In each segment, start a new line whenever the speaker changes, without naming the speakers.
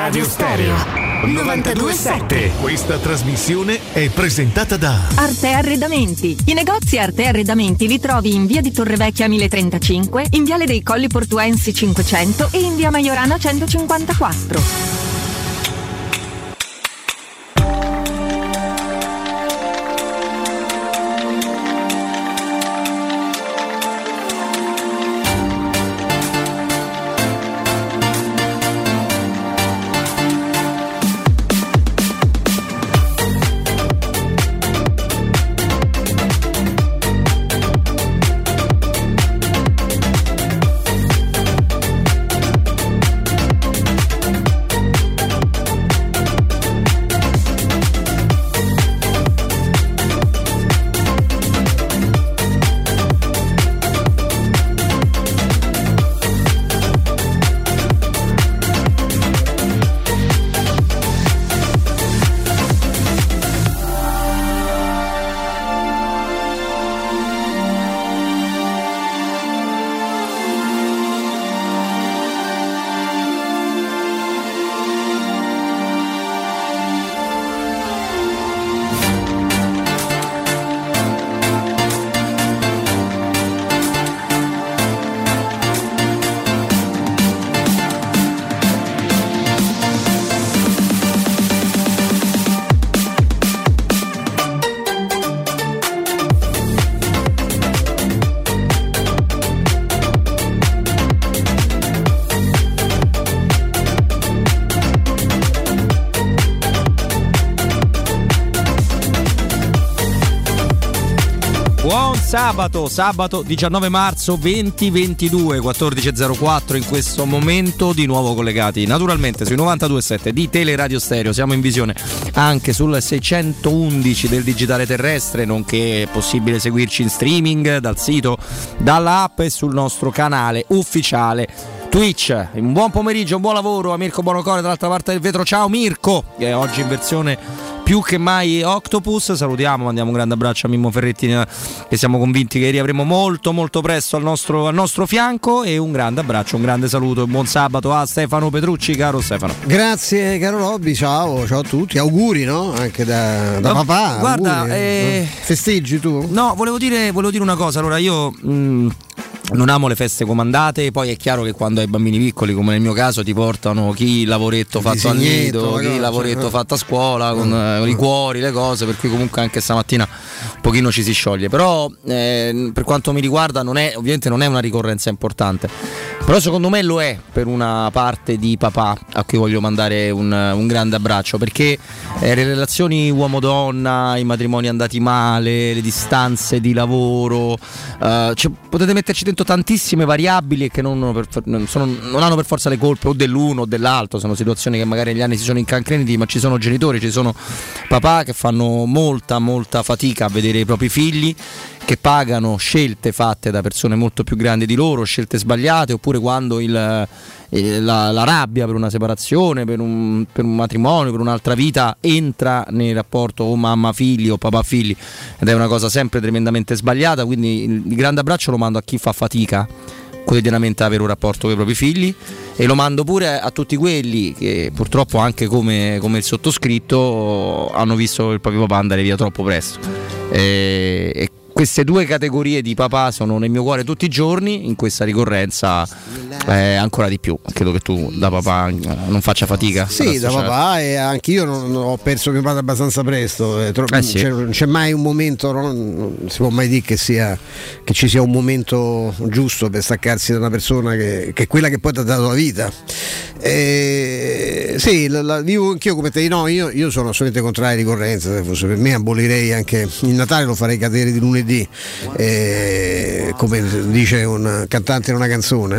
Teleradio Stereo 92.7.
Questa trasmissione è presentata da
Arte Arredamenti. I negozi Arte Arredamenti li trovi in via di Torrevecchia 1035, in viale dei Colli Portuensi 500 e in via Maiorana 154.
Sabato 19 marzo 2022, 14.04 in questo momento, di nuovo collegati naturalmente sui 92.7 di Teleradio Stereo. Siamo in visione anche sul 611 del digitale terrestre, nonché è possibile seguirci in streaming dal sito, dall'app e sul nostro canale ufficiale Twitch. Un buon pomeriggio, un buon lavoro a Mirko Bonocore dall'altra parte del vetro. Ciao Mirko, che oggi in versione più che mai Octopus. Salutiamo, mandiamo un grande abbraccio a Mimmo Ferretti, che siamo convinti che riavremo molto presto al nostro fianco, e un grande abbraccio, un grande saluto e buon sabato a Stefano Petrucci. Caro Stefano,
grazie caro Robby, ciao a tutti, auguri, no? Anche da papà.
Guarda,
auguri. Festeggi tu?
No, volevo dire una cosa. Allora, io non amo le feste comandate, poi è chiaro che quando hai bambini piccoli, come nel mio caso, ti portano chi lavoretto fatto al nido, chi lavoretto fatto a scuola, con i cuori, le cose, per cui comunque anche stamattina un pochino ci si scioglie. Però per quanto mi riguarda ovviamente non è una ricorrenza importante, però secondo me lo è per una parte di papà a cui voglio mandare un grande abbraccio, perché le relazioni uomo-donna, i matrimoni andati male, le distanze di lavoro, potete metterci dentro tantissime variabili che non hanno per forza le colpe o dell'uno o dell'altro. Sono situazioni che magari negli anni si sono incancreniti, ma ci sono genitori, ci sono papà che fanno molta fatica a vedere i propri figli, che pagano scelte fatte da persone molto più grandi di loro, scelte sbagliate, oppure quando la rabbia per una separazione, per un matrimonio, per un'altra vita entra nel rapporto o mamma-figli o papà-figli, ed è una cosa sempre tremendamente sbagliata. Quindi il grande abbraccio lo mando a chi fa fatica quotidianamente ad avere un rapporto con i propri figli, e lo mando pure a tutti quelli che purtroppo, anche come il sottoscritto, hanno visto il proprio papà andare via troppo presto, e queste due categorie di papà sono nel mio cuore tutti i giorni. In questa ricorrenza ancora di più. Credo che tu da papà non faccia fatica.
Sì, da papà, e anche io ho perso mio padre abbastanza presto.
Sì.
Non c'è mai un momento, non si può mai dire che ci sia un momento giusto per staccarsi da una persona che è quella che poi ti ha dato la vita. Sì, vivo anch'io come te. No, io sono assolutamente contrario alle ricorrenze. Se fosse per me, abolirei anche il Natale, lo farei cadere di lunedì, come dice un cantante in una canzone.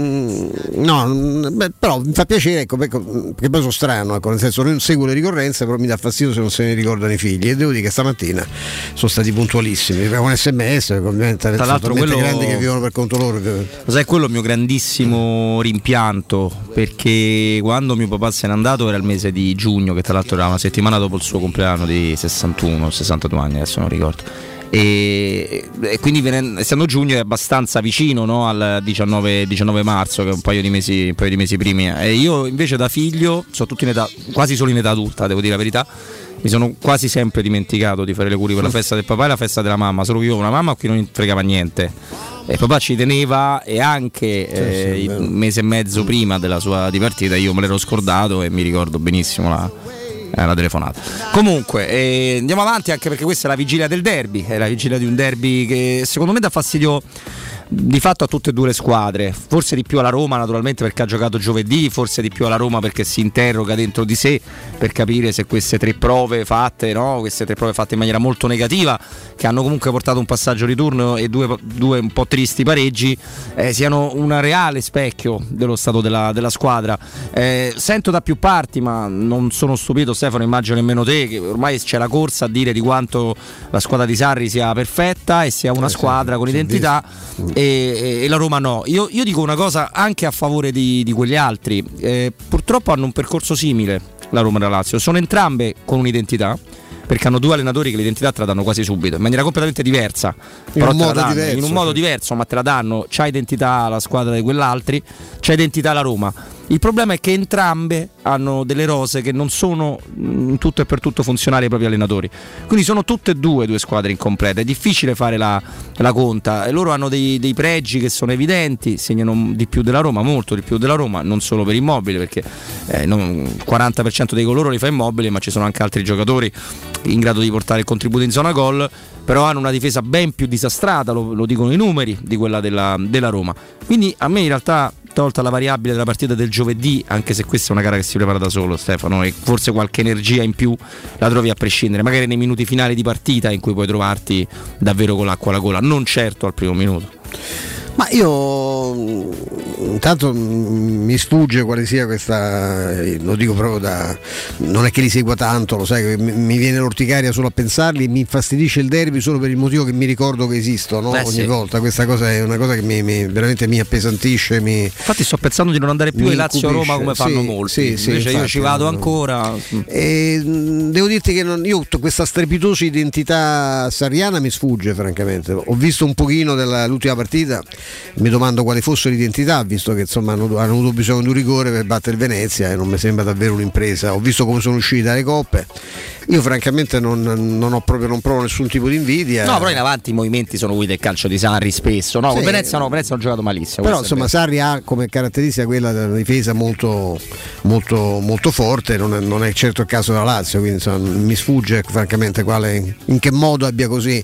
Però mi fa piacere, ecco, perché poi sono strano, ecco, nel senso, non seguo le ricorrenze, però mi dà fastidio se non se ne ricordano i figli, e devo dire che stamattina sono stati puntualissimi con SMS, ovviamente.
Tra l'altro quello
grandi che vivono per conto loro.
Sai, quello è il mio grandissimo rimpianto, perché quando mio papà se n'è andato era il mese di giugno, che tra l'altro era una settimana dopo il suo compleanno di 61-62 anni, adesso non ricordo. e quindi essendo giugno è abbastanza vicino, no, al 19 marzo, che è un paio di mesi primi, e io invece da figlio sono tutti in età, quasi solo in età adulta, devo dire la verità, mi sono quasi sempre dimenticato di fare le curi per la festa del papà e la festa della mamma, solo che io ho una mamma a cui non fregava niente e papà ci teneva, e anche il mese e mezzo prima della sua dipartita io me l'ero scordato e mi ricordo benissimo la telefonata. Comunque andiamo avanti, anche perché questa è la vigilia del derby, è la vigilia di un derby che secondo me dà fastidio di fatto a tutte e due le squadre, forse di più alla Roma naturalmente perché ha giocato giovedì, forse di più alla Roma perché si interroga dentro di sé per capire se queste tre prove fatte in maniera molto negativa, che hanno comunque portato un passaggio ritorno e due un po' tristi pareggi, siano un reale specchio dello stato della squadra. Sento da più parti, ma non sono stupito, Stefano, immagino nemmeno te, che ormai c'è la corsa a dire di quanto la squadra di Sarri sia perfetta e sia una squadra con identità e la Roma no. Io dico una cosa anche a favore di quegli altri, purtroppo hanno un percorso simile la Roma e la Lazio, sono entrambe con un'identità, perché hanno due allenatori che l'identità te la danno quasi subito, in maniera completamente diversa, in un modo diverso, ma te la danno. C'ha identità la squadra di quell'altri, c'ha identità la Roma. Il problema è che entrambe hanno delle rose che non sono in tutto e per tutto funzionali ai propri allenatori, quindi sono tutte e due squadre incomplete, è difficile fare la conta, e loro hanno dei pregi che sono evidenti, segnano di più della Roma, molto di più della Roma, non solo per Immobile, perché il 40% dei gol loro li fa Immobile, ma ci sono anche altri giocatori in grado di portare il contributo in zona gol, però hanno una difesa ben più disastrata, lo dicono i numeri, di quella della Roma. Quindi a me in realtà, tolta la variabile della partita del giovedì, anche se questa è una gara che si prepara da solo, Stefano, e forse qualche energia in più la trovi a prescindere, magari nei minuti finali di partita in cui puoi trovarti davvero con l'acqua alla gola, non certo al primo minuto.
Ma io intanto mi sfugge quale sia questa, lo dico proprio non è che li segua tanto, lo sai, che mi viene l'orticaria solo a pensarli, mi infastidisce il derby solo per il motivo che mi ricordo che esistono ogni volta. Questa cosa è una cosa che veramente mi appesantisce.
Infatti sto pensando di non andare più a Lazio-Roma come fanno molti, invece infatti, io ci vado ancora.
E devo dirti che io questa strepitosa identità sarriana mi sfugge francamente. Ho visto un pochino dell'ultima partita, mi domando quale fosse l'identità, visto che insomma hanno avuto bisogno di un rigore per battere il Venezia e non mi sembra davvero un'impresa. Ho visto come sono usciti dalle coppe. Io francamente non provo nessun tipo di invidia.
No, però in avanti i movimenti sono quelli del calcio di Sarri spesso, no? Con Venezia hanno giocato malissimo.
Però insomma Sarri ha come caratteristica quella della difesa molto, molto, molto forte, non è certo il caso della Lazio, quindi insomma, mi sfugge francamente in che modo abbia così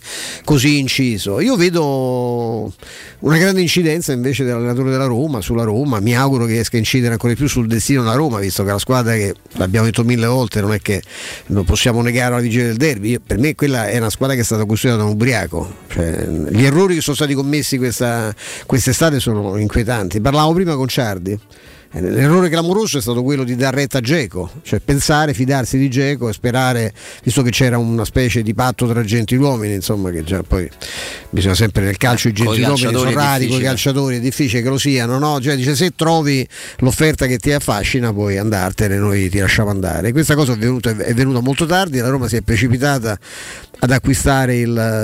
inciso. Io vedo una grande incidenza invece dell'allenatore della Roma sulla Roma, mi auguro che riesca a incidere ancora di più sul destino della Roma, visto che la squadra, che l'abbiamo detto 1000 volte, non è che non possiamo negare la vigilia del derby. Per me quella è una squadra che è stata costruita da un ubriaco, cioè, gli errori che sono stati commessi quest'estate sono inquietanti. Parlavo prima con Ciardi. L'errore clamoroso è stato quello di dar retta a Dzeko, cioè fidarsi di Dzeko e sperare, visto che c'era una specie di patto tra gentiluomini, insomma, che già poi bisogna sempre nel calcio i gentiluomini sono rari, con i calciatori è difficile che lo siano, no? Cioè dice, se trovi l'offerta che ti affascina puoi andartene, noi ti lasciamo andare. Questa cosa è venuta molto tardi, la Roma si è precipitata ad acquistare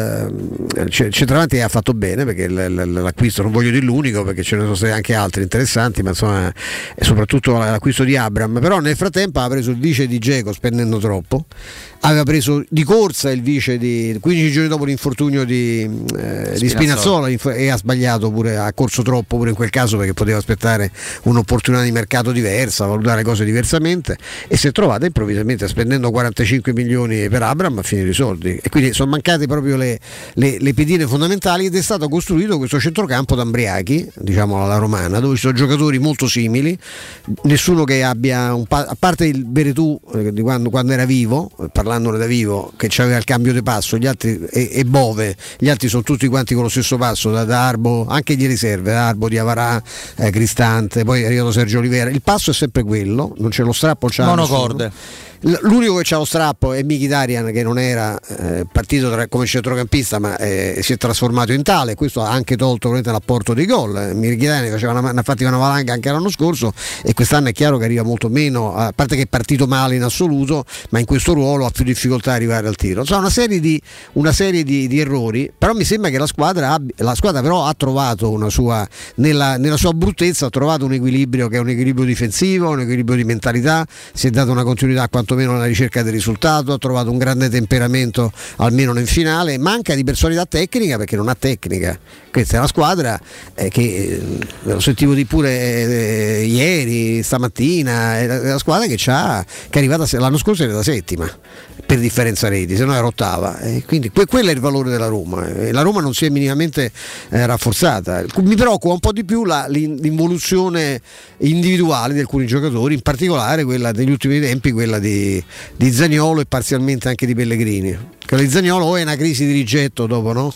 il centravanti, e ha fatto bene, perché l'acquisto, non voglio dire l'unico perché ce ne sono stati anche altri interessanti, ma insomma, e soprattutto l'acquisto di Abraham. Però nel frattempo ha preso il vice di Dzeko spendendo troppo, aveva preso di corsa il vice di 15 giorni dopo l'infortunio di Spinazzola, e ha sbagliato pure, ha corso troppo pure in quel caso, perché poteva aspettare un'opportunità di mercato diversa, valutare cose diversamente, e si è trovata improvvisamente spendendo 45 milioni per Abraham a finire i soldi, e quindi sono mancate proprio le pedine fondamentali, ed è stato costruito questo centrocampo d'Ambriachi, diciamo alla romana, dove ci sono giocatori molto simili, nessuno che abbia a parte il Veretù di quando era vivo, parlandone da vivo, che aveva il cambio di passo, gli altri e Bove, gli altri sono tutti quanti con lo stesso passo, da Arbo, anche di riserve, da Arbo, di Avarà, Cristante, poi è arrivato Sergio Olivera, il passo è sempre quello, non c'è lo strappo, c'è
monocorde.
L'unico che c'ha lo strappo è Mkhitaryan, che non era partito come centrocampista, ma si è trasformato in tale. Questo ha anche tolto l'apporto di gol. Mkhitaryan ha fatto una valanga anche l'anno scorso, e quest'anno è chiaro che arriva molto meno, a parte che è partito male in assoluto, ma in questo ruolo ha più difficoltà a arrivare al tiro. Una serie di errori, però mi sembra che la squadra però ha trovato nella sua bruttezza, ha trovato un equilibrio che è un equilibrio difensivo, un equilibrio di mentalità, si è data una continuità quantomeno nella ricerca del risultato, ha trovato un grande temperamento almeno nel finale. Manca di personalità tecnica perché non ha tecnica. Questa è una squadra che lo sentivo di pure ieri, stamattina, è la squadra che è arrivata l'anno scorso, era da settima per differenza reti, se no era ottava, quindi quello è il valore della Roma. La Roma non si è minimamente rafforzata. Mi preoccupa un po' di più l'involuzione individuale di alcuni giocatori, in particolare quella degli ultimi tempi, quella di Zaniolo e parzialmente anche di Pellegrini. Quella di Zaniolo o è una crisi di rigetto dopo, no?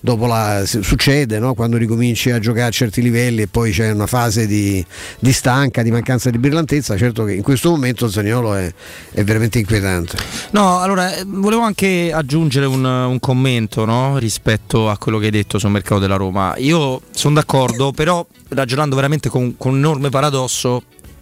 Succede, no? Quando ricominci a giocare a certi livelli e poi c'è una fase di stanca, di mancanza di brillantezza. Certo che in questo momento Zaniolo è veramente inquietante.
No, allora volevo anche aggiungere un commento, no? Rispetto a quello che hai detto sul mercato della Roma. Io sono d'accordo, però ragionando veramente con un enorme paradosso,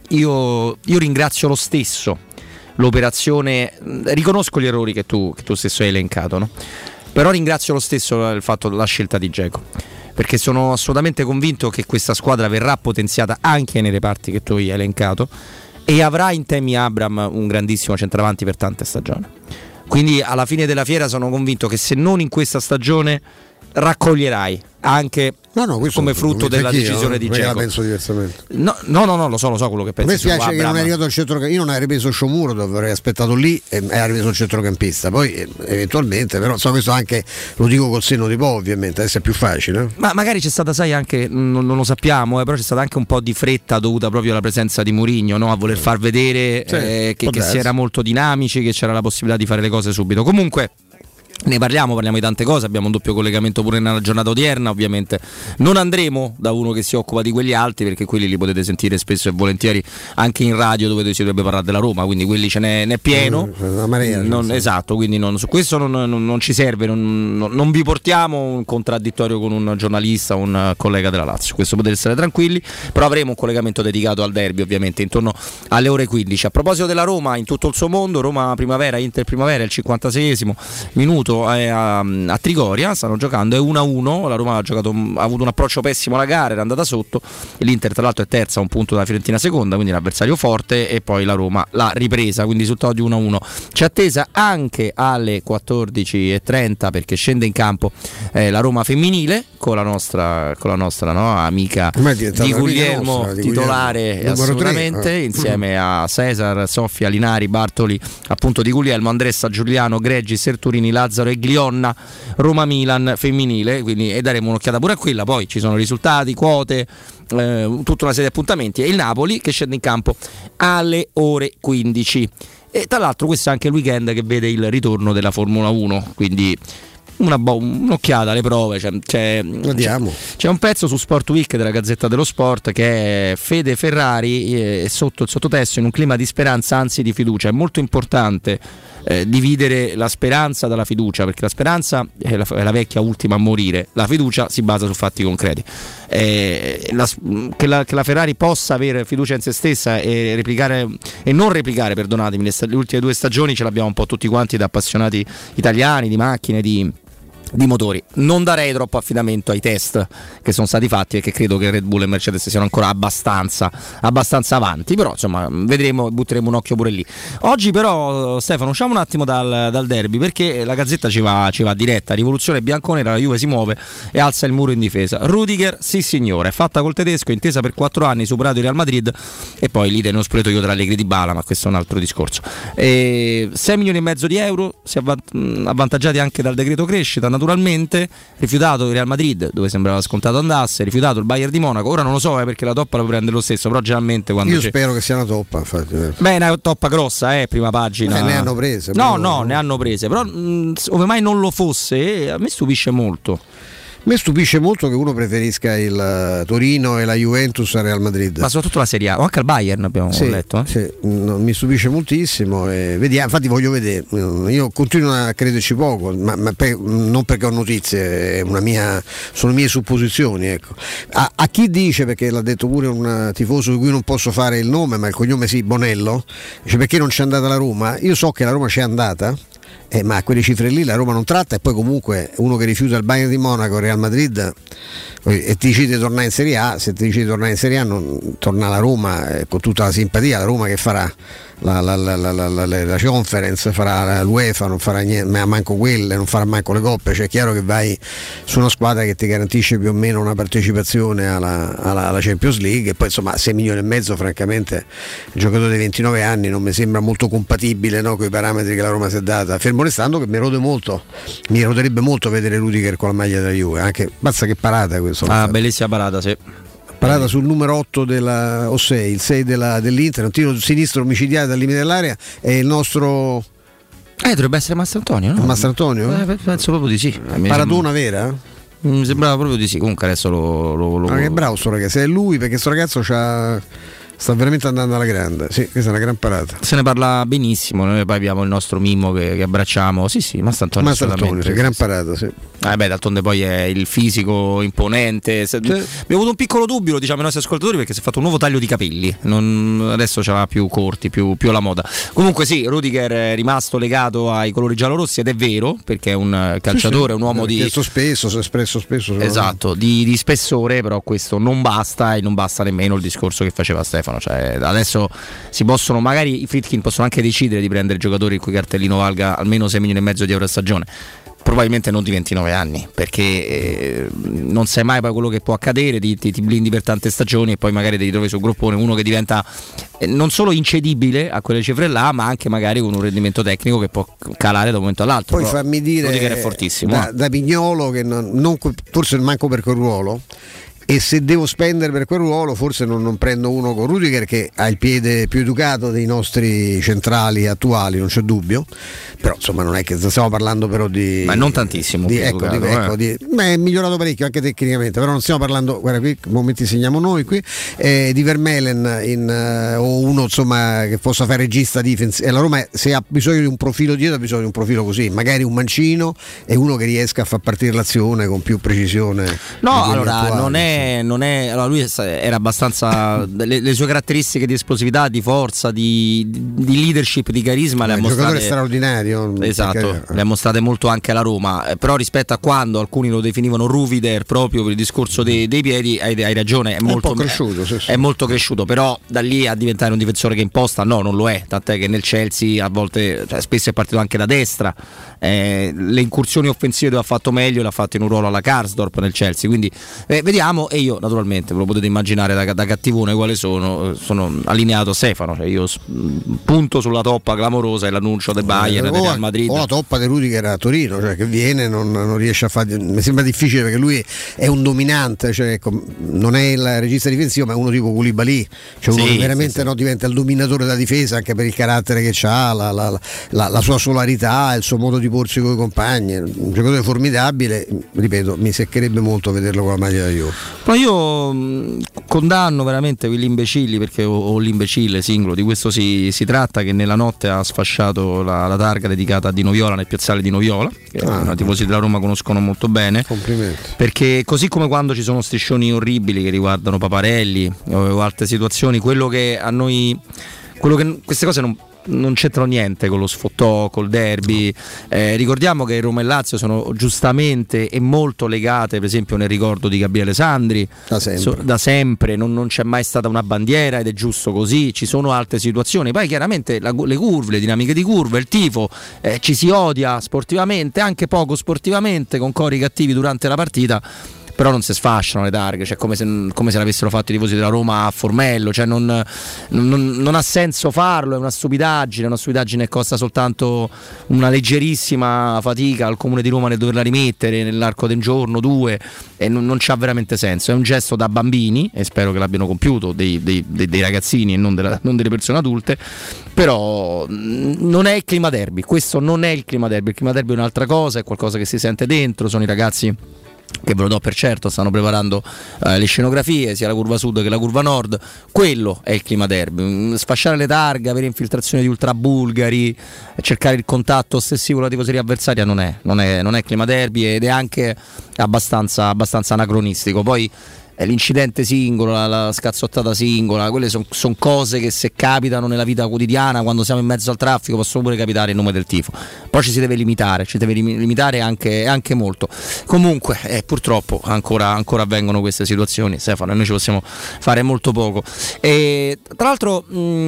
io ringrazio lo stesso l'operazione, riconosco gli errori che tu stesso hai elencato, no? Però ringrazio lo stesso il fatto della scelta di Dzeko, perché sono assolutamente convinto che questa squadra verrà potenziata anche nei reparti che tu hai elencato e avrà in Tammy Abraham un grandissimo centravanti per tante stagioni. Quindi alla fine della fiera sono convinto che se non in questa stagione raccoglierai anche come frutto della decisione di Dzeko.
La penso diversamente.
No, lo so quello che pensi.
A me spiace che non è arrivato al centrocampista. Io non avrei preso Sciomuro, avrei aspettato lì e avrei preso il centrocampista. Poi eventualmente, però questo anche lo dico col senno di poi, ovviamente, adesso è più facile.
Ma magari c'è stata, sai, anche, non lo sappiamo, però c'è stata anche un po' di fretta dovuta proprio alla presenza di Mourinho, no? A voler far vedere che si era molto dinamici, che c'era la possibilità di fare le cose subito. Comunque ne parliamo di tante cose, abbiamo un doppio collegamento pure nella giornata odierna, ovviamente non andremo da uno che si occupa di quegli altri, perché quelli li potete sentire spesso e volentieri anche in radio dove si dovrebbe parlare della Roma, quindi quelli ce n'è pieno, esatto, quindi su questo non ci serve, non vi portiamo un contraddittorio con un giornalista o un collega della Lazio, questo potete essere tranquilli, però avremo un collegamento dedicato al derby ovviamente intorno alle ore 15. A proposito della Roma in tutto il suo mondo, Roma Primavera, Inter Primavera, il 56esimo minuto a Trigoria, stanno giocando, è 1-1, la Roma ha avuto un approccio pessimo alla gara, era andata sotto, l'Inter tra l'altro è terza a un punto dalla Fiorentina seconda, quindi l'avversario forte, e poi la Roma l'ha ripresa, quindi risultato di 1-1. C'è attesa anche alle 14:30 perché scende in campo la Roma femminile con la nostra amica di Guglielmo, titolare assolutamente 3. Insieme a Cesar, Sofia, Linari, Bartoli, appunto di Guglielmo, Andressa, Giuliano, Greggi, Serturini, Lazzaro e Glionna, Roma-Milan femminile, quindi, e daremo un'occhiata pure a quella. Poi ci sono risultati, quote, tutta una serie di appuntamenti, e il Napoli che scende in campo alle ore 15. E tra l'altro questo è anche il weekend che vede il ritorno della Formula 1, quindi un'occhiata alle prove. C'è un pezzo su Sport Week della Gazzetta dello Sport che è Fede Ferrari, sotto il sottotesto in un clima di speranza, anzi di fiducia. È molto importante dividere la speranza dalla fiducia, perché la speranza è la vecchia ultima a morire, la fiducia si basa su fatti concreti. Che la Ferrari possa avere fiducia in se stessa e non replicare, perdonatemi, le ultime 2 stagioni ce l'abbiamo un po' tutti quanti da appassionati italiani di macchine, di motori. Non darei troppo affidamento ai test che sono stati fatti, perché credo che Red Bull e Mercedes siano ancora abbastanza avanti, però insomma vedremo, butteremo un occhio pure lì. Oggi però, Stefano, usciamo un attimo dal derby, perché la Gazzetta ci va diretta. Rivoluzione bianconera, la Juve si muove e alza il muro in difesa. Rudiger, sì signore, fatta col tedesco, intesa per 4 anni, superato il Real Madrid, e poi lì nello spogliatoio tra Allegri e Dybala, ma questo è un altro discorso. 6,5 milioni di euro, si avvantaggiati anche dal decreto crescita, naturalmente. Rifiutato il Real Madrid, dove sembrava scontato andasse, rifiutato il Bayern di Monaco. Ora non lo so, perché la toppa la prende lo stesso, però generalmente quando
io spero che sia una toppa, infatti.
Beh, è una toppa grossa, prima pagina.
Ne hanno prese.
No, ne hanno prese, però ove mai non lo fosse, a me stupisce molto.
Mi stupisce molto che uno preferisca il Torino e la Juventus al Real Madrid.
Ma soprattutto la Serie A, o anche al Bayern abbiamo letto.
Sì, no, mi stupisce moltissimo. Vediamo, infatti voglio vedere. Io continuo a crederci poco, ma non perché ho notizie, sono mie supposizioni. Ecco. A chi dice, perché l'ha detto pure un tifoso di cui non posso fare il nome, ma il cognome sì, Bonello, dice perché non c'è andata la Roma? Io so che la Roma c'è andata. Ma a quelle cifre lì la Roma non tratta, e poi comunque uno che rifiuta il Bayern di Monaco, il Real Madrid, e ti dici di tornare in Serie A, se ti dici di tornare in Serie A torna alla Roma, con tutta la simpatia, la Roma che farà la conference, farà l'UEFA, non farà niente, ma manco quelle, non farà manco le coppe, cioè è chiaro che vai su una squadra che ti garantisce più o meno una partecipazione alla Champions League, e poi insomma 6 milioni e mezzo francamente il giocatore di 29 anni non mi sembra molto compatibile, no, con i parametri che la Roma si è data, fermo restando che mi roderebbe molto vedere Rudiger con la maglia della Juve, anche basta che parata questo.
Bellissima parata, sì.
Parata sul numero 8 il 6 dell'Inter, un tiro sinistro omicidiale dal limite dell'area, e il nostro
dovrebbe essere
Mastrantonio?
Penso proprio di sì.
Paratona vera?
Mi sembrava proprio di sì, comunque adesso lo
che bravo sto ragazzo, è lui, perché sto ragazzo sta veramente andando alla grande. Sì, questa è una gran parata.
Se ne parla benissimo. Noi poi abbiamo il nostro Mimmo che abbracciamo. Sì, Mastrantonio,
sì, gran parata, sì.
D'altronde poi è il fisico imponente. Abbiamo avuto un piccolo dubbio, lo diciamo ai nostri ascoltatori, perché si è fatto un nuovo taglio di capelli. Adesso ce l'ha più corti, più alla moda. Comunque sì, Rudiger è rimasto legato ai colori giallorossi, ed è vero, perché è un calciatore, un uomo di...
spesso, si è espresso spesso.
Esatto, di spessore, però questo non basta, e non basta nemmeno il discorso che faceva Stefano. Cioè, adesso si possono, magari i Friedkin possono anche decidere di prendere giocatori il cui cartellino valga almeno 6 milioni e mezzo di euro a stagione, probabilmente non di 29 anni, perché non sai mai poi quello che può accadere, ti blindi per tante stagioni e poi magari ti ritrovi sul groppone uno che diventa non solo incedibile a quelle cifre là, ma anche magari con un rendimento tecnico che può calare da un momento all'altro.
Poi fammi dire
che è fortissimo
da Pignolo, che forse manco per quel ruolo, e se devo spendere per quel ruolo forse non prendo uno con Rudiger, che ha il piede più educato dei nostri centrali attuali, non c'è dubbio, però insomma non è che stiamo parlando però di...
Ma non tantissimo
è migliorato parecchio anche tecnicamente, però non stiamo parlando, guarda qui momenti segniamo noi qui, di Vermeulen o uno insomma che possa fare regista difensivo, e la Roma se ha bisogno di un profilo dietro ha bisogno di un profilo così, magari un mancino e uno che riesca a far partire l'azione con più precisione.
No, allora allora lui era abbastanza le sue caratteristiche di esplosività, di forza, di leadership, di carisma le ha mostrate.
Un giocatore straordinario.
Esatto, le ha mostrate molto anche alla Roma, però rispetto a quando alcuni lo definivano Ruvider proprio per il discorso dei piedi, hai ragione, è molto
cresciuto, sì.
È molto cresciuto, però da lì a diventare un difensore che imposta non lo è, tant'è che nel Chelsea a volte, spesso è partito anche da destra, le incursioni offensive dove ha fatto meglio le ha fatte in un ruolo alla Karsdorp nel Chelsea, quindi vediamo. E io naturalmente ve lo potete immaginare da cattivone quale sono allineato a Stefano, cioè io punto sulla toppa clamorosa e l'annuncio del Bayern, del Real Madrid,
o la toppa di Rudiger a Torino, cioè che viene non riesce a fare, mi sembra difficile perché lui è un dominante, cioè non è il regista difensivo, ma è uno tipo Koulibaly, cioè uno che veramente no, diventa il dominatore della difesa anche per il carattere che ha, la sua solarità, il suo modo di porsi con i compagni, un giocatore formidabile, ripeto, mi seccherebbe molto vederlo con la maglia da Juve.
Ma io condanno veramente quegli imbecilli, perché o l'imbecille singolo, di questo si tratta, che nella notte ha sfasciato la targa dedicata a Dino Viola nel piazzale Dino Viola, che i tifosi della Roma conoscono molto bene.
Complimenti.
Perché così come quando ci sono striscioni orribili che riguardano Paparelli o altre situazioni, queste cose non c'entrano niente con lo sfottò, col derby. Ricordiamo che Roma e Lazio sono giustamente e molto legate, per esempio nel ricordo di Gabriele Sandri da sempre, non c'è mai stata una bandiera ed è giusto così. Ci sono altre situazioni, poi chiaramente le curve, le dinamiche di curve, il tifo, ci si odia sportivamente, anche poco sportivamente, con cori cattivi durante la partita, però non si sfasciano le targhe, cioè come se l'avessero fatto i tifosi della Roma a Formello, cioè non ha senso farlo, è una stupidaggine che costa soltanto una leggerissima fatica al Comune di Roma nel doverla rimettere nell'arco di un giorno, due, e non c'ha veramente senso. È un gesto da bambini, e spero che l'abbiano compiuto dei ragazzini e non delle persone adulte, però non è il clima derby, questo non è il clima derby è un'altra cosa, è qualcosa che si sente dentro, sono i ragazzi che ve lo do per certo, stanno preparando le scenografie sia la curva sud che la curva nord. Quello è il clima derby, sfasciare le targhe, avere infiltrazioni di ultrabulgari, cercare il contatto ossessivo con la tifoseria avversaria non è clima derby, ed è anche abbastanza anacronistico. Poi l'incidente singolo, la scazzottata singola, quelle sono cose che se capitano nella vita quotidiana, quando siamo in mezzo al traffico, possono pure capitare in nome del tifo. Poi ci si deve limitare anche molto. Comunque purtroppo ancora avvengono queste situazioni, Stefano, e noi ci possiamo fare molto poco. E tra l'altro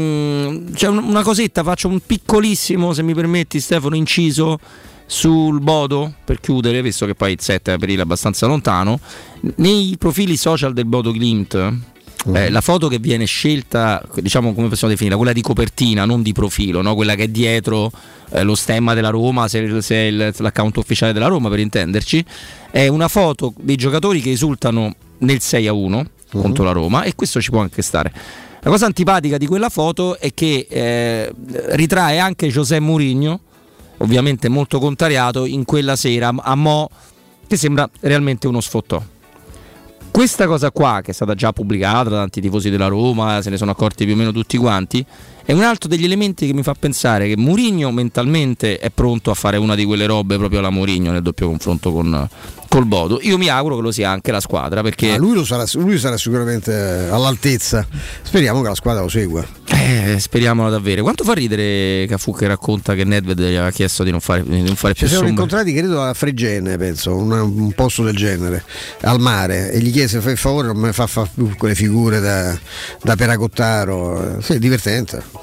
c'è una cosetta, faccio un piccolissimo, se mi permetti Stefano, inciso sul Bodo per chiudere, visto che poi il set è per il abbastanza lontano. Nei profili social del Bodo Glimt la foto che viene scelta, diciamo, come possiamo definirla, quella di copertina, non di profilo, no? Quella che è dietro lo stemma della Roma, se è l'account ufficiale della Roma, per intenderci, è una foto dei giocatori che esultano nel 6-1 contro la Roma, e questo ci può anche stare. La cosa antipatica di quella foto è che ritrae anche José Mourinho, ovviamente molto contrariato in quella sera a mo' che sembra realmente uno sfottò. Questa cosa qua, che è stata già pubblicata da tanti tifosi della Roma, se ne sono accorti più o meno tutti quanti, è un altro degli elementi che mi fa pensare che Mourinho mentalmente è pronto a fare una di quelle robe proprio alla Mourinho nel doppio confronto col Bodo. Io mi auguro che lo sia anche la squadra, perché
lui sarà sicuramente all'altezza. Speriamo che la squadra lo segua.
Speriamolo davvero. Quanto fa ridere Cafu che racconta che Nedved gli aveva chiesto di non fare più
ci siamo
somme.
Incontrati, credo, a Fregene, penso, un posto del genere, al mare, e gli chiese: fai il favore, non mi fa più quelle figure da Peragottaro. Sì, divertente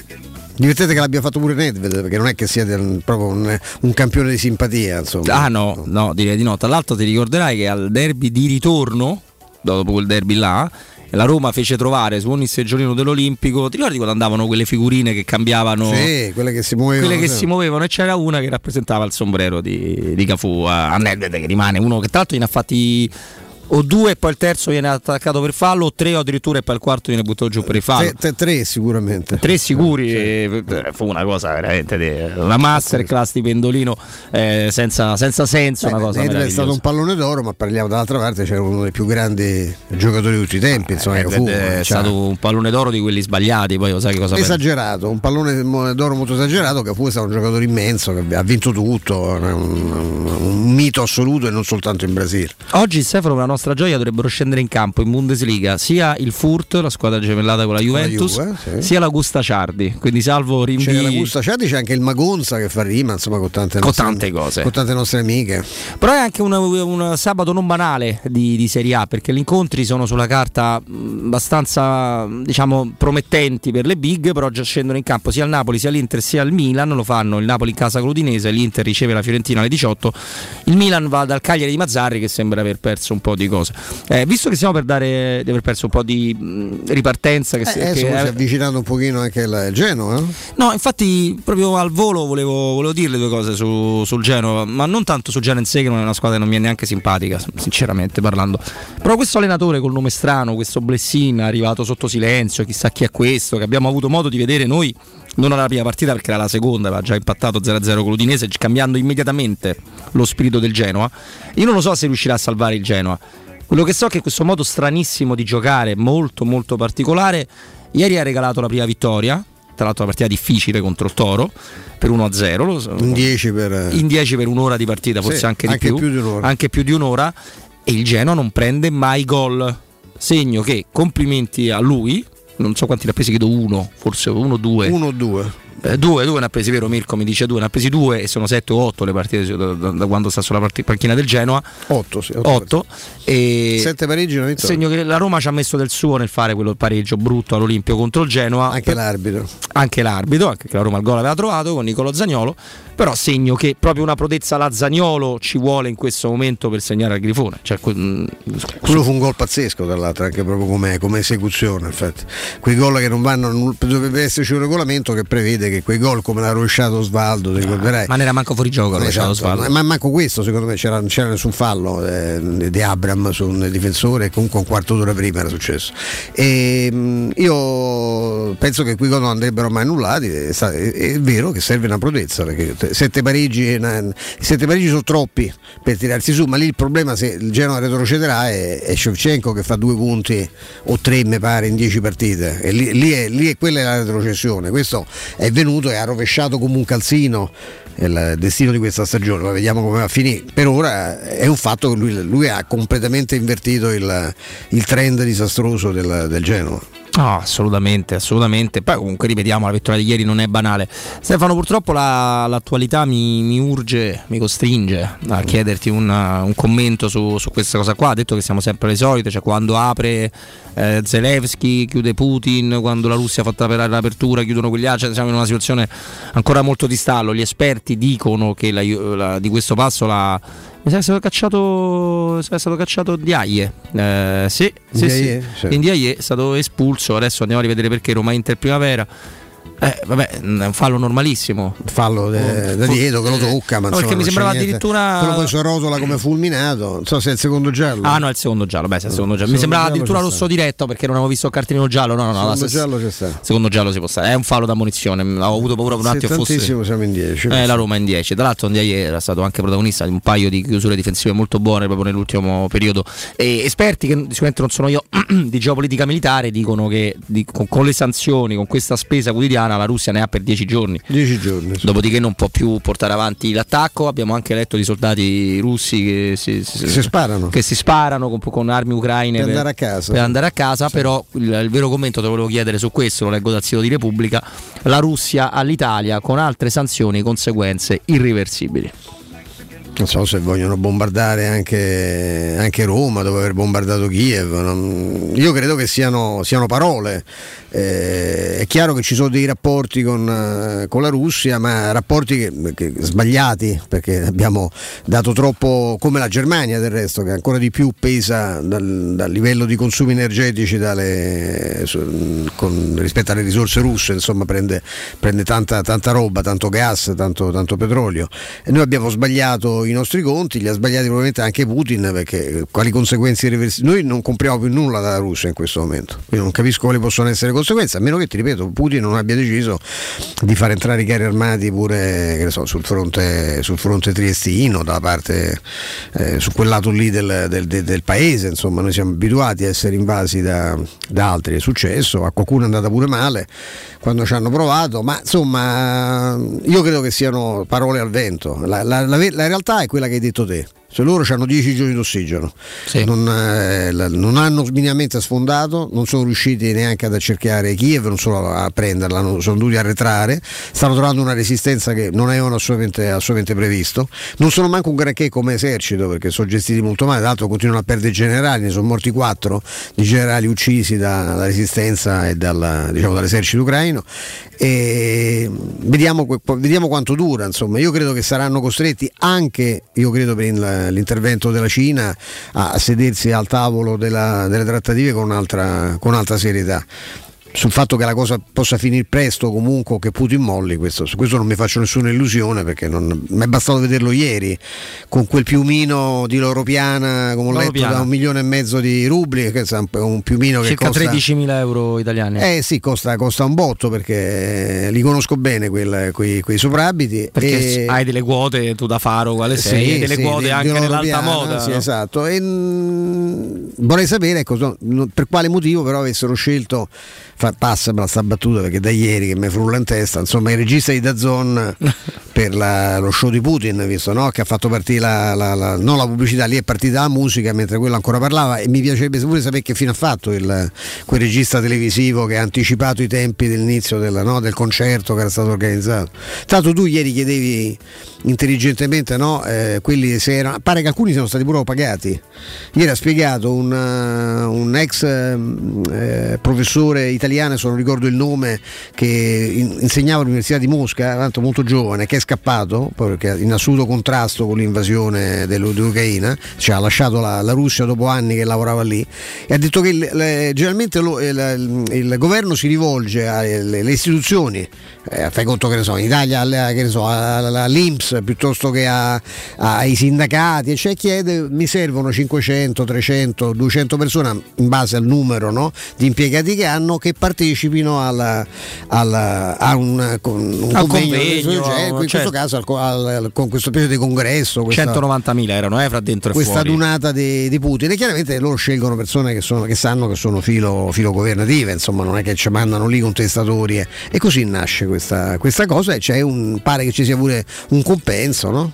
che l'abbia fatto pure Nedved, perché non è che sia proprio un campione di simpatia, insomma.
No, direi di no. Tra l'altro ti ricorderai che al derby di ritorno, dopo quel derby là, la Roma fece trovare su ogni seggiolino dell'Olimpico, ti ricordi quando andavano quelle figurine che cambiavano?
Sì, quelle che si muovevano,
e c'era una che rappresentava il sombrero di Cafu a Nedved, che rimane uno che tra l'altro ne ha fatti o due e poi il terzo viene attaccato per fallo, o tre o addirittura e poi il quarto viene buttato giù per il fallo.
Tre sicuramente.
Tre sicuri, sì. Fu una cosa veramente una masterclass di pendolino senza senso. Una cosa
meravigliosa. È stato un pallone d'oro, ma parliamo dall'altra parte, c'era uno dei più grandi giocatori di tutti i tempi, insomma,
è stato un pallone d'oro di quelli sbagliati, poi lo sai che cosa
esagerato, un pallone d'oro molto esagerato. Cafu è stato un giocatore immenso che ha vinto tutto, un mito assoluto, e non soltanto in Brasile.
Oggi, Stefano, per la nostra gioia dovrebbero scendere in campo in Bundesliga sia il Furt, la squadra gemellata con la Juventus, sì, sia la Gusta Ciardi, quindi salvo rinvii.
C'è la Gusta Ciardi, c'è anche il Magonza che fa rima, insomma, con tante cose, con tante nostre amiche.
Però è anche un sabato non banale di Serie A, perché gli incontri sono sulla carta abbastanza, diciamo, promettenti per le big, però già scendono in campo sia il Napoli, sia l'Inter, sia il Milan. Lo fanno il Napoli in casa con l'Udinese, l'Inter riceve la Fiorentina alle 18, il Milan va dal Cagliari di Mazzarri, che sembra aver perso un po' di cose. Visto che stiamo per di aver perso un po' di ripartenza, che si
avvicinando un pochino anche il Genoa.
No, infatti proprio al volo volevo dirle due cose sul Genoa, ma non tanto sul Genoa in sé, che non è una squadra che non mi è neanche simpatica, sinceramente parlando. Però questo allenatore col nome strano, questo Blessin, arrivato sotto silenzio, chissà chi è questo, che abbiamo avuto modo di vedere noi non alla prima partita, perché era la seconda, aveva già impattato 0-0 con l'Udinese, cambiando immediatamente lo spirito del Genoa. Io non lo so se riuscirà a salvare il Genoa. Quello che so è che questo modo stranissimo di giocare, molto molto particolare, ieri ha regalato la prima vittoria, tra l'altro una partita difficile contro il Toro, per 1-0, in 10 per un'ora di partita, forse anche più di un'ora, e il Genoa non prende mai gol, segno che, complimenti a lui, non so quanti ne ha presi, credo uno, forse uno o due. Due ne ha presi, vero Mirko? Mi dice due, ne ha presi due, e sono 7 o 8 le partite da quando sta sulla panchina del Genoa. 8 e
7 pareggi, una vittoria.
Segno che la Roma ci ha messo del suo nel fare quello pareggio brutto all'Olimpio contro il Genoa.
Anche l'arbitro,
anche che la Roma il gol aveva trovato con Niccolò Zaniolo. Però segno che proprio una prodezza alla Zaniolo ci vuole in questo momento per segnare al Grifone.
Quello fu un gol pazzesco, tra l'altro, anche proprio come esecuzione. Infatti, quei gol che non vanno, dovrebbe esserci un regolamento che prevede che quei gol come l'ha rovesciato Osvaldo, ti ricorderai?
Ma non era manco fuori gioco, rovesciato Osvaldo.
Ma manco questo, secondo me non c'era nessun fallo di Abram su un difensore, comunque un quarto d'ora prima era successo. E io penso che quei gol non andrebbero mai annullati. È vero che serve una prodezza, perché 7 pareggi sono troppi per tirarsi su, ma lì il problema, se il Genoa retrocederà, è Shevchenko che fa 2 punti o 3 mi pare in 10 partite, e lì è quella è la retrocessione. Questo è venuto e ha rovesciato come un calzino il destino di questa stagione, ma vediamo come va a finire. Per ora è un fatto che lui ha completamente invertito il trend disastroso del Genoa.
No, assolutamente. Poi comunque ripetiamo, la vittoria di ieri non è banale. Stefano, purtroppo l'attualità mi urge, mi costringe a chiederti un commento su questa cosa qua. Ha detto che siamo sempre le solite, cioè quando apre Zelensky chiude Putin, quando la Russia fa l'apertura chiudono quegli altri, cioè, siamo in una situazione ancora molto di stallo. Gli esperti dicono che di questo passo mi sa che è stato cacciato Ndiaye. Sì. Ndiaye è stato espulso. Adesso andiamo a rivedere perché. Roma-Inter primavera. Vabbè, è un fallo normalissimo.
Fallo da dietro che lo tocca, ma
no, perché mi sembrava addirittura.
Quello poi si rotola come fulminato. Non so se è il secondo giallo.
Ah, no, è il secondo giallo. Beh, se è il secondo giallo. Mi sembrava addirittura rosso diretto, perché non avevo visto il cartellino giallo. No,
il giallo c'è stato.
Secondo giallo si può stare. È un fallo da ammonizione. Ho avuto paura per un attimo fosse.
Siamo in 10.
La Roma in 10. Tra l'altro, Ndiaye era stato anche protagonista di un paio di chiusure difensive molto buone proprio nell'ultimo periodo. E esperti, che sicuramente non sono io, di geopolitica militare, dicono che con le sanzioni, con questa spesa quotidiana, la Russia ne ha per 10 giorni.
10 giorni. Sì.
Dopodiché non può più portare avanti l'attacco. Abbiamo anche letto di soldati russi che si sparano con armi ucraine per andare a casa. Sì. Però il vero commento te lo volevo chiedere su questo, lo leggo dal sito di Repubblica: la Russia all'Italia con altre sanzioni, conseguenze irreversibili.
Non so se vogliono bombardare anche Roma dopo aver bombardato Kiev. Io credo che siano parole. È chiaro che ci sono dei rapporti con la Russia, ma rapporti che sbagliati, perché abbiamo dato troppo, come la Germania del resto, che ancora di più pesa dal livello di consumi energetici rispetto alle risorse russe. Insomma, prende tanta roba, tanto gas, tanto petrolio, e noi abbiamo sbagliato i nostri conti, li ha sbagliati probabilmente anche Putin, perché quali conseguenze irreversibili? Noi non compriamo più nulla dalla Russia in questo momento, quindi non capisco quali possono essere le conseguenze, a meno che, ti ripeto, Putin non abbia deciso di far entrare i carri armati pure, che ne so, sul fronte triestino, dalla parte su quel lato lì del paese. Insomma, noi siamo abituati a essere invasi da altri, è successo, a qualcuno è andata pure male quando ci hanno provato, ma insomma io credo che siano parole al vento. La realtà è quella che hai detto te. Se loro hanno 10 giorni d'ossigeno, sì. non hanno minimamente sfondato, non sono riusciti neanche ad accerchiare Kiev, non solo a prenderla, sono dovuti arretrare, stanno trovando una resistenza che non avevano assolutamente previsto, non sono manco un granché come esercito, perché sono gestiti molto male, tra l'altro continuano a perdere generali, ne sono morti 4 di generali uccisi dalla resistenza e dall'esercito ucraino, e vediamo quanto dura. Insomma, io credo che saranno costretti anche, per l'intervento della Cina, a sedersi al tavolo delle trattative con altra serietà. Sul fatto che la cosa possa finire presto comunque, che Putin molli, su questo non mi faccio nessuna illusione, perché mi è bastato vederlo ieri con quel piumino di Loro Piana, come ho letto, da 1,5 milioni di rubli, che è un piumino che
circa
costa
13.000 euro italiani.
Sì, costa un botto, perché li conosco bene quei soprabiti,
perché hai delle quote, tu da faro quale sei, delle quote anche nell'alta Piana, moda,
sì,
no?
Esatto. E vorrei sapere per quale motivo però avessero scelto, passamela sta battuta perché da ieri che mi frulla in testa, insomma, il regista di DAZN per lo show di Putin, visto, no? Che ha fatto partire non la pubblicità, lì è partita la musica mentre quello ancora parlava, e mi piacerebbe pure sapere che fine ha fatto quel regista televisivo che ha anticipato i tempi dell'inizio del concerto che era stato organizzato. Tanto tu ieri chiedevi intelligentemente, no? Quelli pare che alcuni siano stati pure pagati. Ieri ha spiegato un ex professore italiano, se non ricordo il nome, che insegnava all'Università di Mosca, tanto molto giovane, che è scappato perché in assoluto contrasto con l'invasione dell'Ucraina, cioè ha lasciato la Russia dopo anni che lavorava lì, e ha detto che generalmente il governo si rivolge alle istituzioni, fai conto che ne so, in Italia all'Inps piuttosto che ai sindacati, e cioè chiede: mi servono 500, 300, 200 persone in base al numero, no, di impiegati che hanno, che partecipino a un convegno, in questo caso con questo periodo di congresso,
190.000 erano fra dentro e
questa
fuori,
dunata di Putin, e chiaramente loro scelgono persone che sanno che sono filo governative, insomma non è che ci mandano lì contestatori, e così nasce questa cosa, e pare che ci sia pure un compenso, no?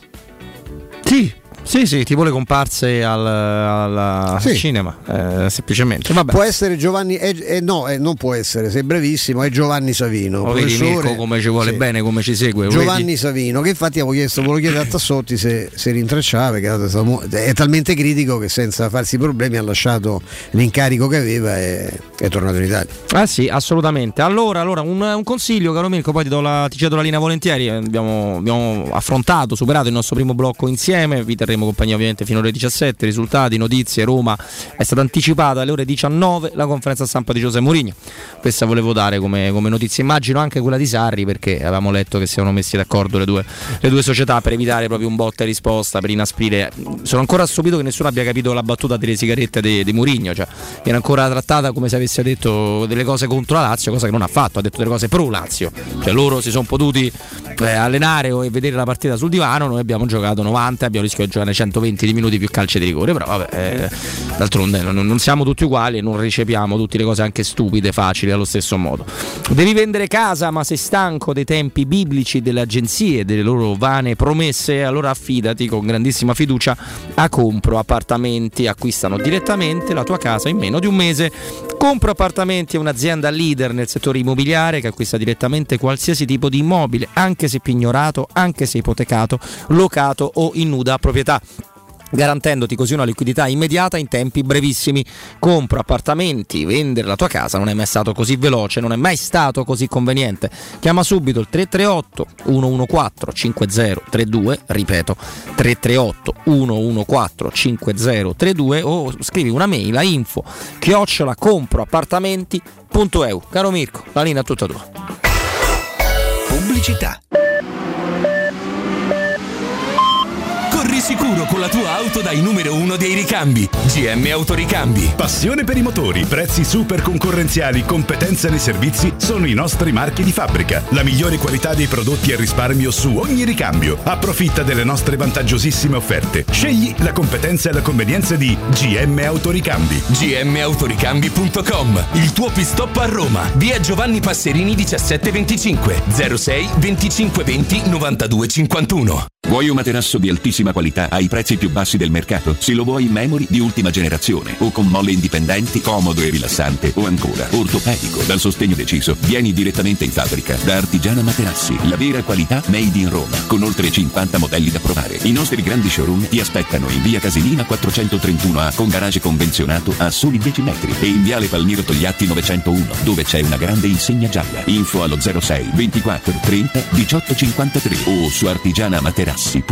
Sì, tipo le comparse al cinema, semplicemente. Vabbè.
Può essere Giovanni, non può essere, sei bravissimo, è Giovanni Savino.
Vedi Mirko come ci vuole bene, come ci segue.
Giovanni Savino, che infatti volevo chiedere a Tassotti se rintracciava, perché è talmente critico che senza farsi problemi ha lasciato l'incarico che aveva e è tornato in Italia.
Sì, assolutamente. Allora un consiglio, caro Mirko, poi ti cedo la linea volentieri. Abbiamo affrontato, superato il nostro primo blocco insieme, vi terremo compagnia ovviamente fino alle 17, risultati, notizie. Roma è stata anticipata alle ore 19 la conferenza stampa di José Mourinho, questa volevo dare come notizia, immagino anche quella di Sarri, perché avevamo letto che si erano messi d'accordo le due società per evitare proprio un botta e risposta, per inasprire. Sono ancora stupito che nessuno abbia capito la battuta delle sigarette di Mourinho, cioè viene ancora trattata come se avesse detto delle cose contro la Lazio, cosa che non ha fatto, ha detto delle cose pro Lazio, cioè loro si sono potuti allenare e vedere la partita sul divano, noi abbiamo giocato 90 e abbiamo rischiato di giocare 120 minuti più calci di rigore, però vabbè, d'altronde non siamo tutti uguali e non ricepiamo tutte le cose anche stupide, facili allo stesso modo. Devi vendere casa ma sei stanco dei tempi biblici delle agenzie e delle loro vane promesse, allora affidati con grandissima fiducia a Compro Appartamenti, acquistano direttamente la tua casa in meno di un mese. Compro Appartamenti è un'azienda leader nel settore immobiliare che acquista direttamente qualsiasi tipo di immobile, anche se pignorato, anche se ipotecato, locato o in nuda proprietà, garantendoti così una liquidità immediata in tempi brevissimi. Compro Appartamenti, vendere la tua casa non è mai stato così veloce, non è mai stato così conveniente. Chiama subito il 338 114 5032, ripeto 338 114 5032, o scrivi una mail a info@comproappartamenti.eu. Caro Mirko, la linea è tutta tua.
Pubblicità. Corri sicuro con la tua auto dai numero 1 dei ricambi. GM Autoricambi.
Passione per i motori, prezzi super concorrenziali, competenza nei servizi sono i nostri marchi di fabbrica. La migliore qualità dei prodotti e risparmio su ogni ricambio. Approfitta delle nostre vantaggiosissime offerte. Scegli la competenza e la convenienza di GM Autoricambi.
gmautoricambi.com. Il tuo pit-stop a Roma. Via Giovanni Passerini 1725 06 25 20 92 51.
Vuoi un materasso di altissima qualità ai prezzi più bassi del mercato? Se lo vuoi in memory di ultima generazione o con molle indipendenti, comodo e rilassante, o ancora ortopedico dal sostegno deciso, vieni direttamente in fabbrica da Artigiana Materassi, la vera qualità made in Roma, con oltre 50 modelli da provare. I nostri grandi showroom ti aspettano in via Casilina 431A con garage convenzionato a soli 10 metri e in viale Palmiro Togliatti 901, dove c'è una grande insegna gialla. Info allo 06 24 30 18 53 o su artigianamaterassi.com.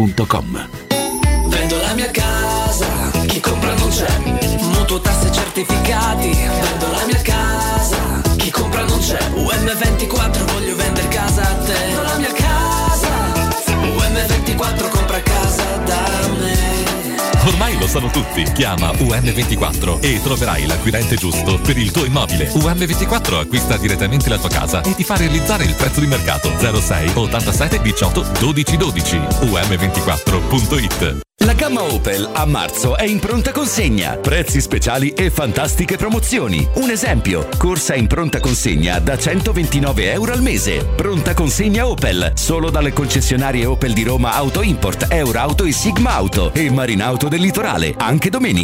Vendo la mia casa, chi compra non c'è. Mutuo, tasse, certificati. Vendo la mia casa, chi compra non c'è. UM24, voglio vendere casa a te. Vendo la mia casa, UM24, compra casa da me.
Ormai lo sanno tutti. Chiama UM24 e troverai l'acquirente giusto per il tuo immobile. UM24 acquista direttamente la tua casa e ti fa realizzare il prezzo di mercato. 06 87 18 12 12. UM24.it.
La gamma Opel a marzo è in pronta consegna. Prezzi speciali e fantastiche promozioni. Un esempio: corsa in pronta consegna da €129 al mese. Pronta consegna Opel solo dalle concessionarie Opel di Roma Auto Import, Eurauto e Sigma Auto e Marinauto del Litorale, anche domenica.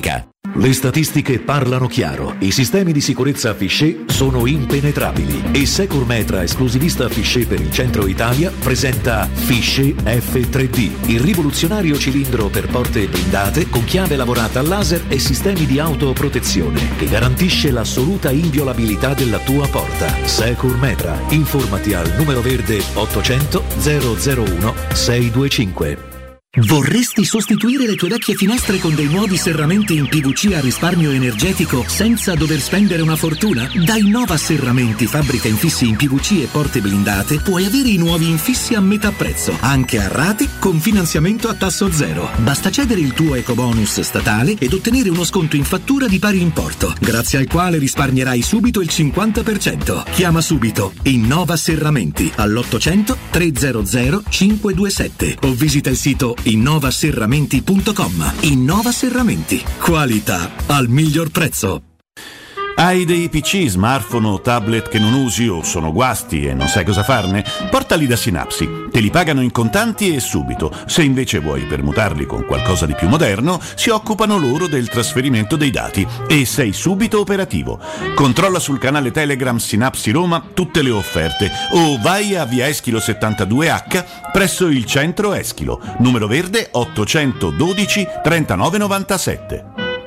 Le statistiche parlano chiaro. I sistemi di sicurezza Fichet sono impenetrabili e Securmetra, esclusivista Fichet per il centro Italia, presenta Fichet F3D, il rivoluzionario cilindro per porte blindate con chiave lavorata a laser e sistemi di autoprotezione che garantisce l'assoluta inviolabilità della tua porta. Securmetra. Informati al numero verde 800 001 625.
Vorresti sostituire le tue vecchie finestre con dei nuovi serramenti in PVC a risparmio energetico senza dover spendere una fortuna? Da Innova Serramenti, fabbrica infissi in PVC e porte blindate, puoi avere i nuovi infissi a metà prezzo, anche a rate con finanziamento a tasso zero. Basta cedere il tuo ecobonus statale ed ottenere uno sconto in fattura di pari importo, grazie al quale risparmierai subito il 50%. Chiama subito Innova Serramenti all'800 300 527 o visita il sito innovaserramenti.com. Innova Serramenti. Qualità al miglior prezzo.
Hai dei PC, smartphone o tablet che non usi o sono guasti e non sai cosa farne? Portali da Synapsi. Te li pagano in contanti e subito. Se invece vuoi permutarli con qualcosa di più moderno, si occupano loro del trasferimento dei dati e sei subito operativo. Controlla sul canale Telegram Synapsi Roma tutte le offerte o vai a via Eschilo 72H presso il centro Eschilo, numero verde 812 3997.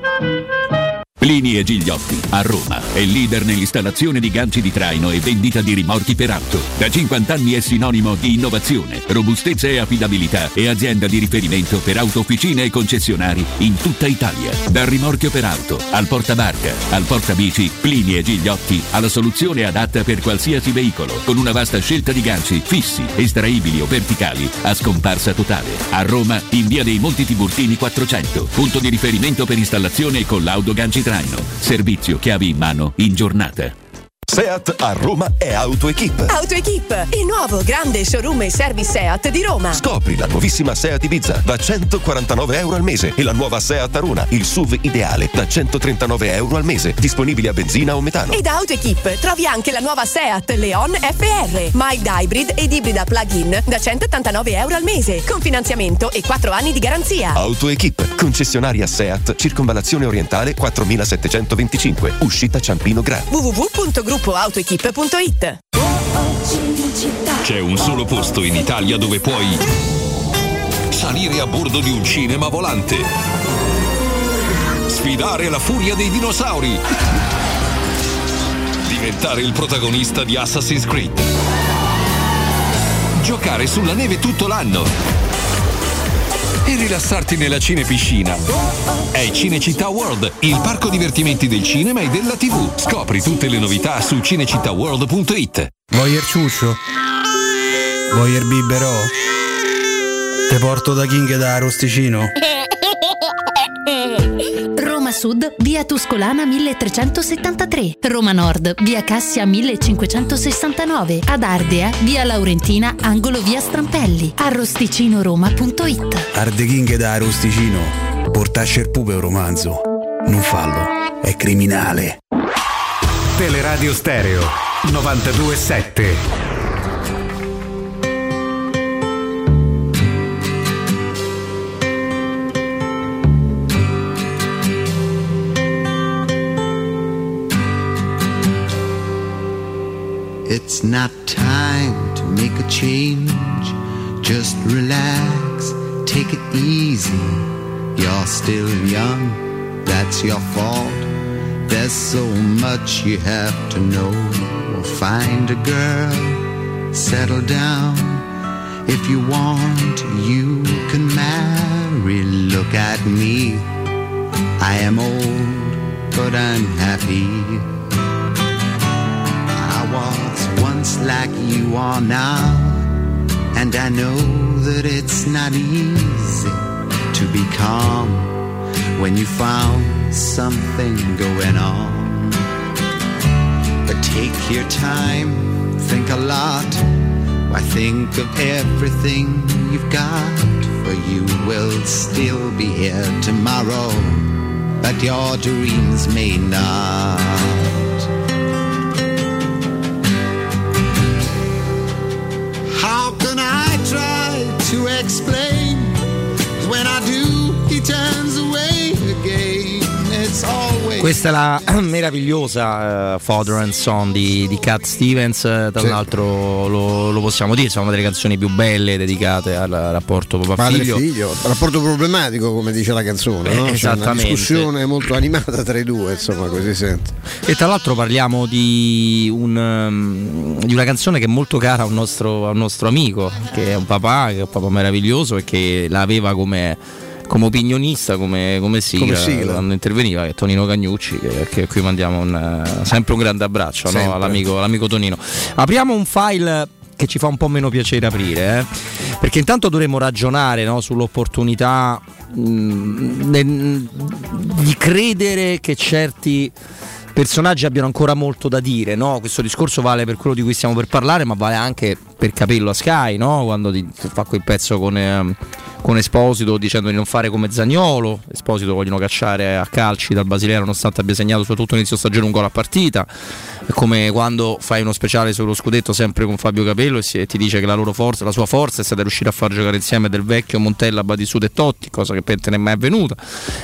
Plini e Gigliotti, a Roma, è leader nell'installazione di ganci di traino e vendita di rimorchi per auto. Da 50 anni è sinonimo di innovazione, robustezza e affidabilità e azienda di riferimento per autofficine e concessionari in tutta Italia. Dal rimorchio per auto, al portabarca, al portabici, Plini e Gigliotti ha la soluzione adatta per qualsiasi veicolo, con una vasta scelta di ganci fissi, estraibili o verticali, a scomparsa totale. A Roma, in via dei Monti Tiburtini 400, punto di riferimento per installazione con l'auto ganci traino. Servizio chiavi in mano in giornata.
Seat a Roma è AutoEquip.
AutoEquip, il nuovo grande showroom e service Seat di Roma.
Scopri la nuovissima Seat Ibiza da €149 al mese e la nuova Seat Arona, il SUV ideale, da €139 al mese, disponibili a benzina o metano.
E da AutoEquip trovi anche la nuova Seat Leon FR, mild hybrid ed ibrida plug-in da €189 al mese, con finanziamento e 4 anni di garanzia.
AutoEquip, concessionaria Seat, Circonvallazione Orientale 4725, uscita Ciampino Grande.
www.gruppoautoequip.it.
C'è un solo posto in Italia dove puoi salire a bordo di un cinema volante, sfidare la furia dei dinosauri, diventare il protagonista di Assassin's Creed, giocare sulla neve tutto l'anno e rilassarti nella cinepiscina. È Cinecittà World, il parco divertimenti del cinema e della TV. Scopri tutte le novità su cinecittàworld.it.
Voyer ciuccio? Voyer biberò? Te porto da King da Arosticino?
Roma Sud, via Tuscolana 1373. Roma Nord, via Cassia 1569. Ad Ardea, via Laurentina, angolo via Strampelli. Arrosticinoroma.it.
Arde King da Arosticino. Portasce il pupe un romanzo. Non fallo, è criminale.
Teleradio Stereo 92.7.
It's not time to make a change. Just relax, take it easy. You're still young, that's your fault. There's so much you have to know. Find a girl, settle down. If you want, you can marry. Look at me, I am old, but I'm happy. Was once like you are now, and I know that it's not easy to be calm when you found something going on. But take your time, think a lot. Why, think of everything you've got, for you will still be here tomorrow, but your dreams may not. How can I try to explain? 'Cause when I do, he turns away again. It's
Questa è la meravigliosa Father and Son di Cat Stevens, tra l'altro lo possiamo dire, sono una delle canzoni più belle dedicate al rapporto papà-figlio.
Rapporto problematico, come dice la canzone, no?
Esattamente.
Una discussione molto animata tra i due, insomma, così sente.
E tra l'altro parliamo di una canzone che è molto cara a un nostro amico, che è un papà meraviglioso e che la aveva come opinionista, come sigla quando interveniva, che è Tonino Cagnucci, che qui mandiamo sempre un grande abbraccio, no? all'amico Tonino. Apriamo un file che ci fa un po' meno piacere aprire, perché intanto dovremmo ragionare, no, sull'opportunità di credere che certi personaggi abbiano ancora molto da dire, no? Questo discorso vale per quello di cui stiamo per parlare, ma vale anche per Capello a Sky, no? Quando fa quel pezzo con Esposito dicendo di non fare come Zaniolo. Esposito vogliono cacciare a calci dal Basilea nonostante abbia segnato soprattutto inizio stagione un gol a partita. È come quando fai uno speciale sullo scudetto sempre con Fabio Capello e ti dice che la sua forza è stata riuscire a far giocare insieme Del Vecchio, Montella, Badisuto e Totti, cosa che per te non è mai avvenuta,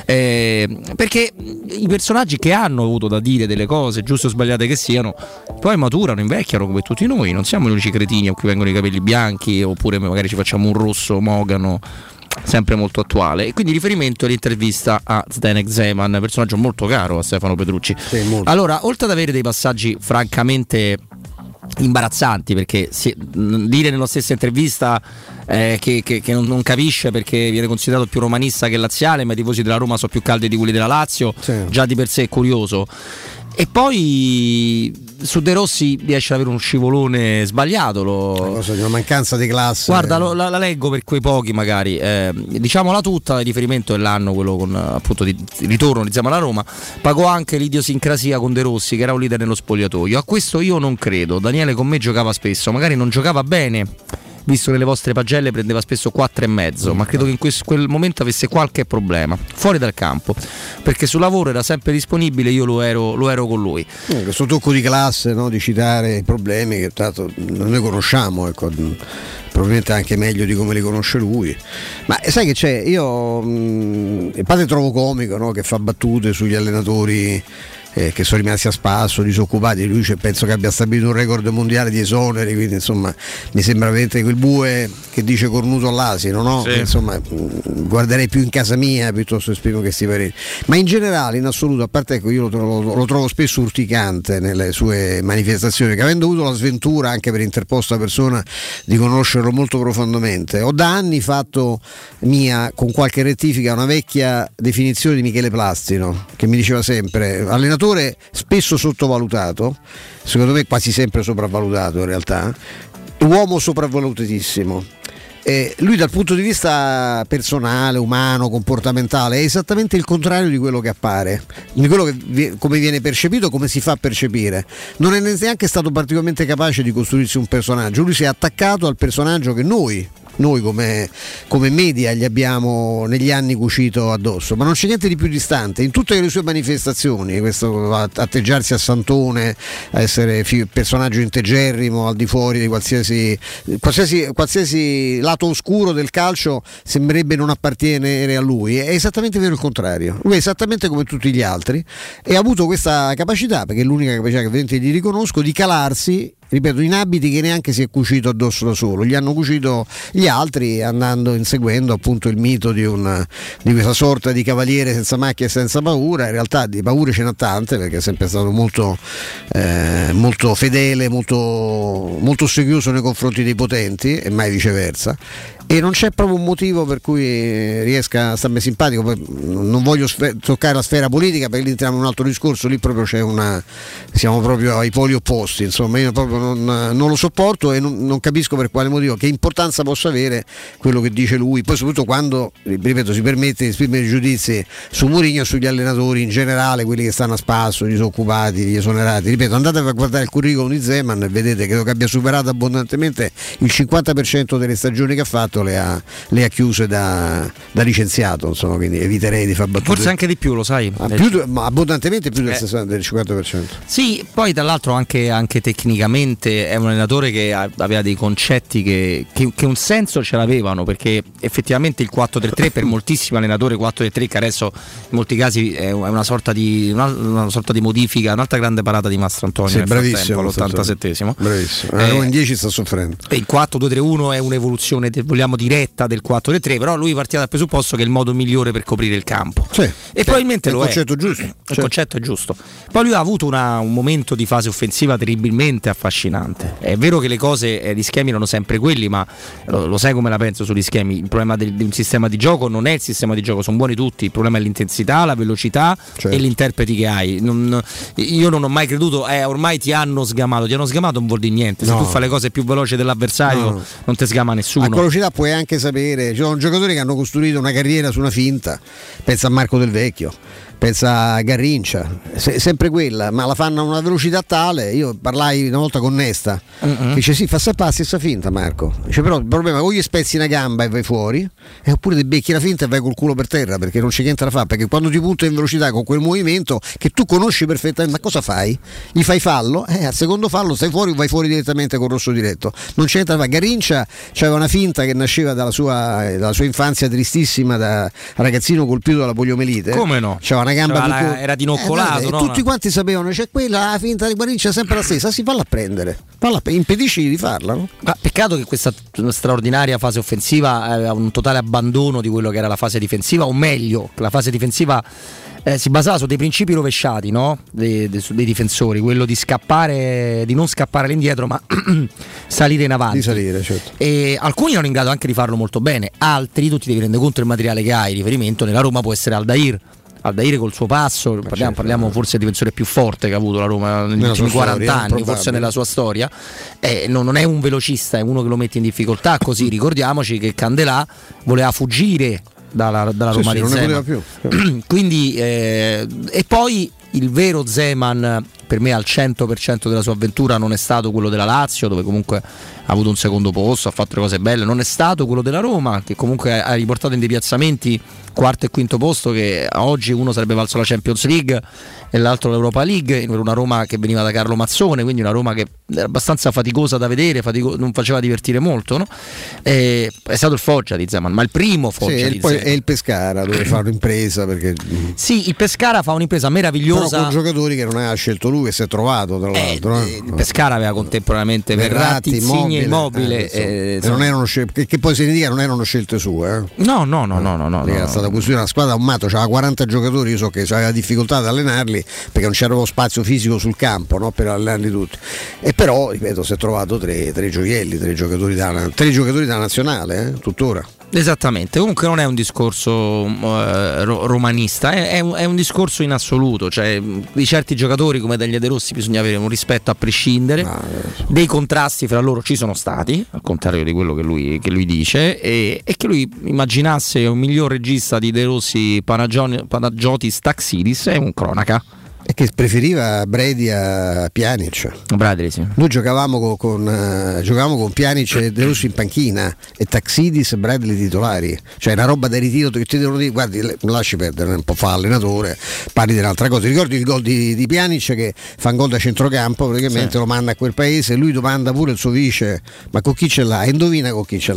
perché i personaggi che hanno avuto da dire delle cose, giuste o sbagliate che siano, poi maturano, invecchiano come tutti noi. Non siamo gli unici cretini a cui vengono i capelli bianchi, oppure magari ci facciamo un rosso mogano sempre molto attuale. E quindi riferimento all'intervista a Zdenek Zeman, personaggio molto caro a Stefano Petrucci. Allora, oltre ad avere dei passaggi francamente imbarazzanti, perché dire nella stessa intervista che non capisce perché viene considerato più romanista che laziale, ma i tifosi della Roma sono più caldi di quelli della Lazio, già di per sé è curioso. E poi su De Rossi riesce ad avere uno scivolone sbagliato, una
cosa di una mancanza di classe.
Guarda, la leggo per quei pochi magari, diciamola tutta, il riferimento è l'anno quello con appunto di ritorno di Zema alla Roma. Pagò anche l'idiosincrasia con De Rossi, che era un leader nello spogliatoio. A questo io non credo. Daniele con me giocava spesso, magari non giocava bene, visto che le vostre pagelle prendeva spesso 4,5, ma credo che in quel momento avesse qualche problema fuori dal campo, perché sul lavoro era sempre disponibile, io lo ero con lui.
Questo tocco di classe, no? Di citare i problemi che tanto noi conosciamo, ecco, probabilmente anche meglio di come li conosce lui. Ma sai che c'è? Io in parte trovo comico, no? Che fa battute sugli allenatori che sono rimasti a spasso, disoccupati. Lui penso che abbia stabilito un record mondiale di esoneri, quindi insomma mi sembra veramente quel bue che dice cornuto all'asino, no? Sì. Insomma, guarderei più in casa mia piuttosto esprimo questi pareri. Ma in generale, in assoluto, a parte, ecco, io lo trovo spesso urticante nelle sue manifestazioni, che avendo avuto la sventura anche per interposta persona di conoscerlo molto profondamente, ho da anni fatto mia, con qualche rettifica, una vecchia definizione di Michele Plastino, che mi diceva sempre: allenatore spesso sottovalutato, secondo me quasi sempre sopravvalutato in realtà, uomo sopravvalutatissimo. Lui dal punto di vista personale, umano, comportamentale è esattamente il contrario di quello che appare, di quello che come viene percepito, come si fa percepire. Non è neanche stato particolarmente capace di costruirsi un personaggio. Lui si è attaccato al personaggio che noi come media gli abbiamo negli anni cucito addosso, ma non c'è niente di più distante in tutte le sue manifestazioni. Questo atteggiarsi a santone, a essere personaggio integerrimo al di fuori di qualsiasi lato oscuro del calcio, sembrerebbe non appartenere a lui. È esattamente vero il contrario. Lui è esattamente come tutti gli altri e ha avuto questa capacità, perché è l'unica capacità che veramente gli riconosco, di calarsi, ripeto, in abiti che neanche si è cucito addosso da solo, gli hanno cucito gli altri, inseguendo appunto il mito di questa sorta di cavaliere senza macchia e senza paura. In realtà di paure ce n'ha tante, perché è sempre stato molto fedele, molto ossequioso nei confronti dei potenti e mai viceversa. E non c'è proprio un motivo per cui riesca a starmi simpatico. Poi non voglio toccare la sfera politica, perché lì entriamo in un altro discorso, lì proprio siamo proprio ai poli opposti, insomma io proprio non lo sopporto e non capisco per quale motivo, che importanza possa avere quello che dice lui, poi soprattutto quando, ripeto, si permette di esprimere giudizi su Mourinho e sugli allenatori in generale, quelli che stanno a spasso, gli disoccupati, gli esonerati. Ripeto, andate a guardare il curriculum di Zeman e vedete, credo che abbia superato abbondantemente il 50% delle stagioni che ha fatto momento le ha chiuse da licenziato, insomma, quindi eviterei di far battute.
Forse anche di più, lo sai?
Ma abbondantemente più del 50%.
Sì, poi dall'altro anche tecnicamente è un allenatore che aveva dei concetti che un senso ce l'avevano, perché effettivamente il 4-3-3 per moltissimi allenatori 4-3-3, che adesso in molti casi è una sorta di modifica, un'altra grande parata di Mastrantonio nel frattempo, all'87esimo.
Bravissimo. In 10 sta soffrendo.
Il 4-2-3-1 è un'evoluzione, vogliamo, diretta del 4-3-3, però lui partiva dal presupposto che è il modo migliore per coprire il campo. E probabilmente lo è.
Il concetto giusto.
Il concetto è giusto. Poi lui ha avuto un momento di fase offensiva terribilmente affascinante. È vero che le cose, gli schemi erano sempre quelli, ma lo sai come la penso sugli schemi. Il problema di un sistema di gioco non è il sistema di gioco, sono buoni tutti. Il problema è l'intensità, la velocità e gli interpreti che hai. Io non ho mai creduto, ormai ti hanno sgamato non vuol dire niente. Se tu fai le cose più veloci dell'avversario non ti sgama nessuno.
A velocità puoi anche sapere, ci sono giocatori che hanno costruito una carriera su una finta, pensa a Marco Del Vecchio, pensa a Garrincia, sempre quella, ma la fanno a una velocità tale. Io parlai una volta con Nesta, che dice sì, fa sempre la stessa finta Marco, dice però il problema è o gli spezzi una gamba e vai fuori, oppure ti becchi la finta e vai col culo per terra, perché non c'è niente da fare, perché quando ti punta in velocità con quel movimento che tu conosci perfettamente, ma cosa fai? Gli fai fallo, al secondo fallo stai fuori o vai fuori direttamente col rosso diretto, non c'è niente da fare. Garrincia c'aveva una finta che nasceva dalla sua infanzia tristissima, da ragazzino colpito dalla poliomelite.
Come no?
C'aveva una gamba
era dinoccolato, no?
Tutti quanti sapevano, c'è quella finta di Garrincia è sempre la stessa, si falla a prendere, impedisci di farla, no?
Ma peccato che questa straordinaria fase offensiva aveva un totale abbandono di quello che era la fase difensiva, o meglio, la fase difensiva si basava su dei principi rovesciati, no? dei difensori, quello di scappare, di non scappare all'indietro, ma salire in avanti.
Di salire, certo.
E alcuni erano in grado anche di farlo molto bene, altri, tu ti devi rendere conto del materiale che hai. Riferimento nella Roma può essere Aldair col suo passo, parliamo forse del difensore più forte che ha avuto la Roma negli ultimi 40 anni, forse nella sua storia. Non è un velocista, è uno che lo mette in difficoltà, così ricordiamoci che Candelà voleva fuggire dalla Roma di Zeman. Quindi e poi il vero Zeman per me al 100% della sua avventura non è stato quello della Lazio, dove comunque ha avuto un secondo posto, ha fatto le cose belle, non è stato quello della Roma, che comunque ha riportato in dei piazzamenti quarto e quinto posto, che oggi uno sarebbe valso la Champions League e l'altro l'Europa League, in una Roma che veniva da Carlo Mazzone, quindi una Roma che era abbastanza faticosa da vedere, non faceva divertire molto, no? È stato il Foggia di Zeman, ma il primo Foggia di Zeman.
E il Pescara dove fa un'impresa, perché
sì, il Pescara fa un'impresa meravigliosa,
però con giocatori che non aveva scelto lui, che si è trovato tra l'altro.
Il Pescara aveva contemporaneamente Verratti, Insigne, Immobile,
non erano che poi si indica non erano scelte sue.
No.
Era stata costruita una squadra, un matto, c'aveva 40 giocatori, io so che aveva difficoltà ad allenarli perché non c'era lo spazio fisico sul campo, no? Per allenarli tutti. E però, ripeto, si è trovato tre gioielli, tre giocatori da nazionale, tuttora.
Esattamente, comunque non è un discorso romanista, è un discorso in assoluto, cioè di certi giocatori come degli De Rossi bisogna avere un rispetto a prescindere, dei contrasti fra loro ci sono stati, al contrario di quello che lui dice, e che lui immaginasse un miglior regista di De Rossi, Panagiotis, Taxidis è un cronaca.
E che preferiva Brady a Pjanic.
Bradley, sì.
Noi giocavamo con Pjanic e De Rossi in panchina e Taxidis e Bradley titolari, cioè una roba da ritiro che ti devono dire guardi, lasci perdere, un po' fa allenatore, parli di un'altra cosa. Ricordi il gol di Pjanic che fa un gol da centrocampo, praticamente lo manda a quel paese, lui domanda pure il suo vice ma con chi ce l'ha? Indovina con chi ce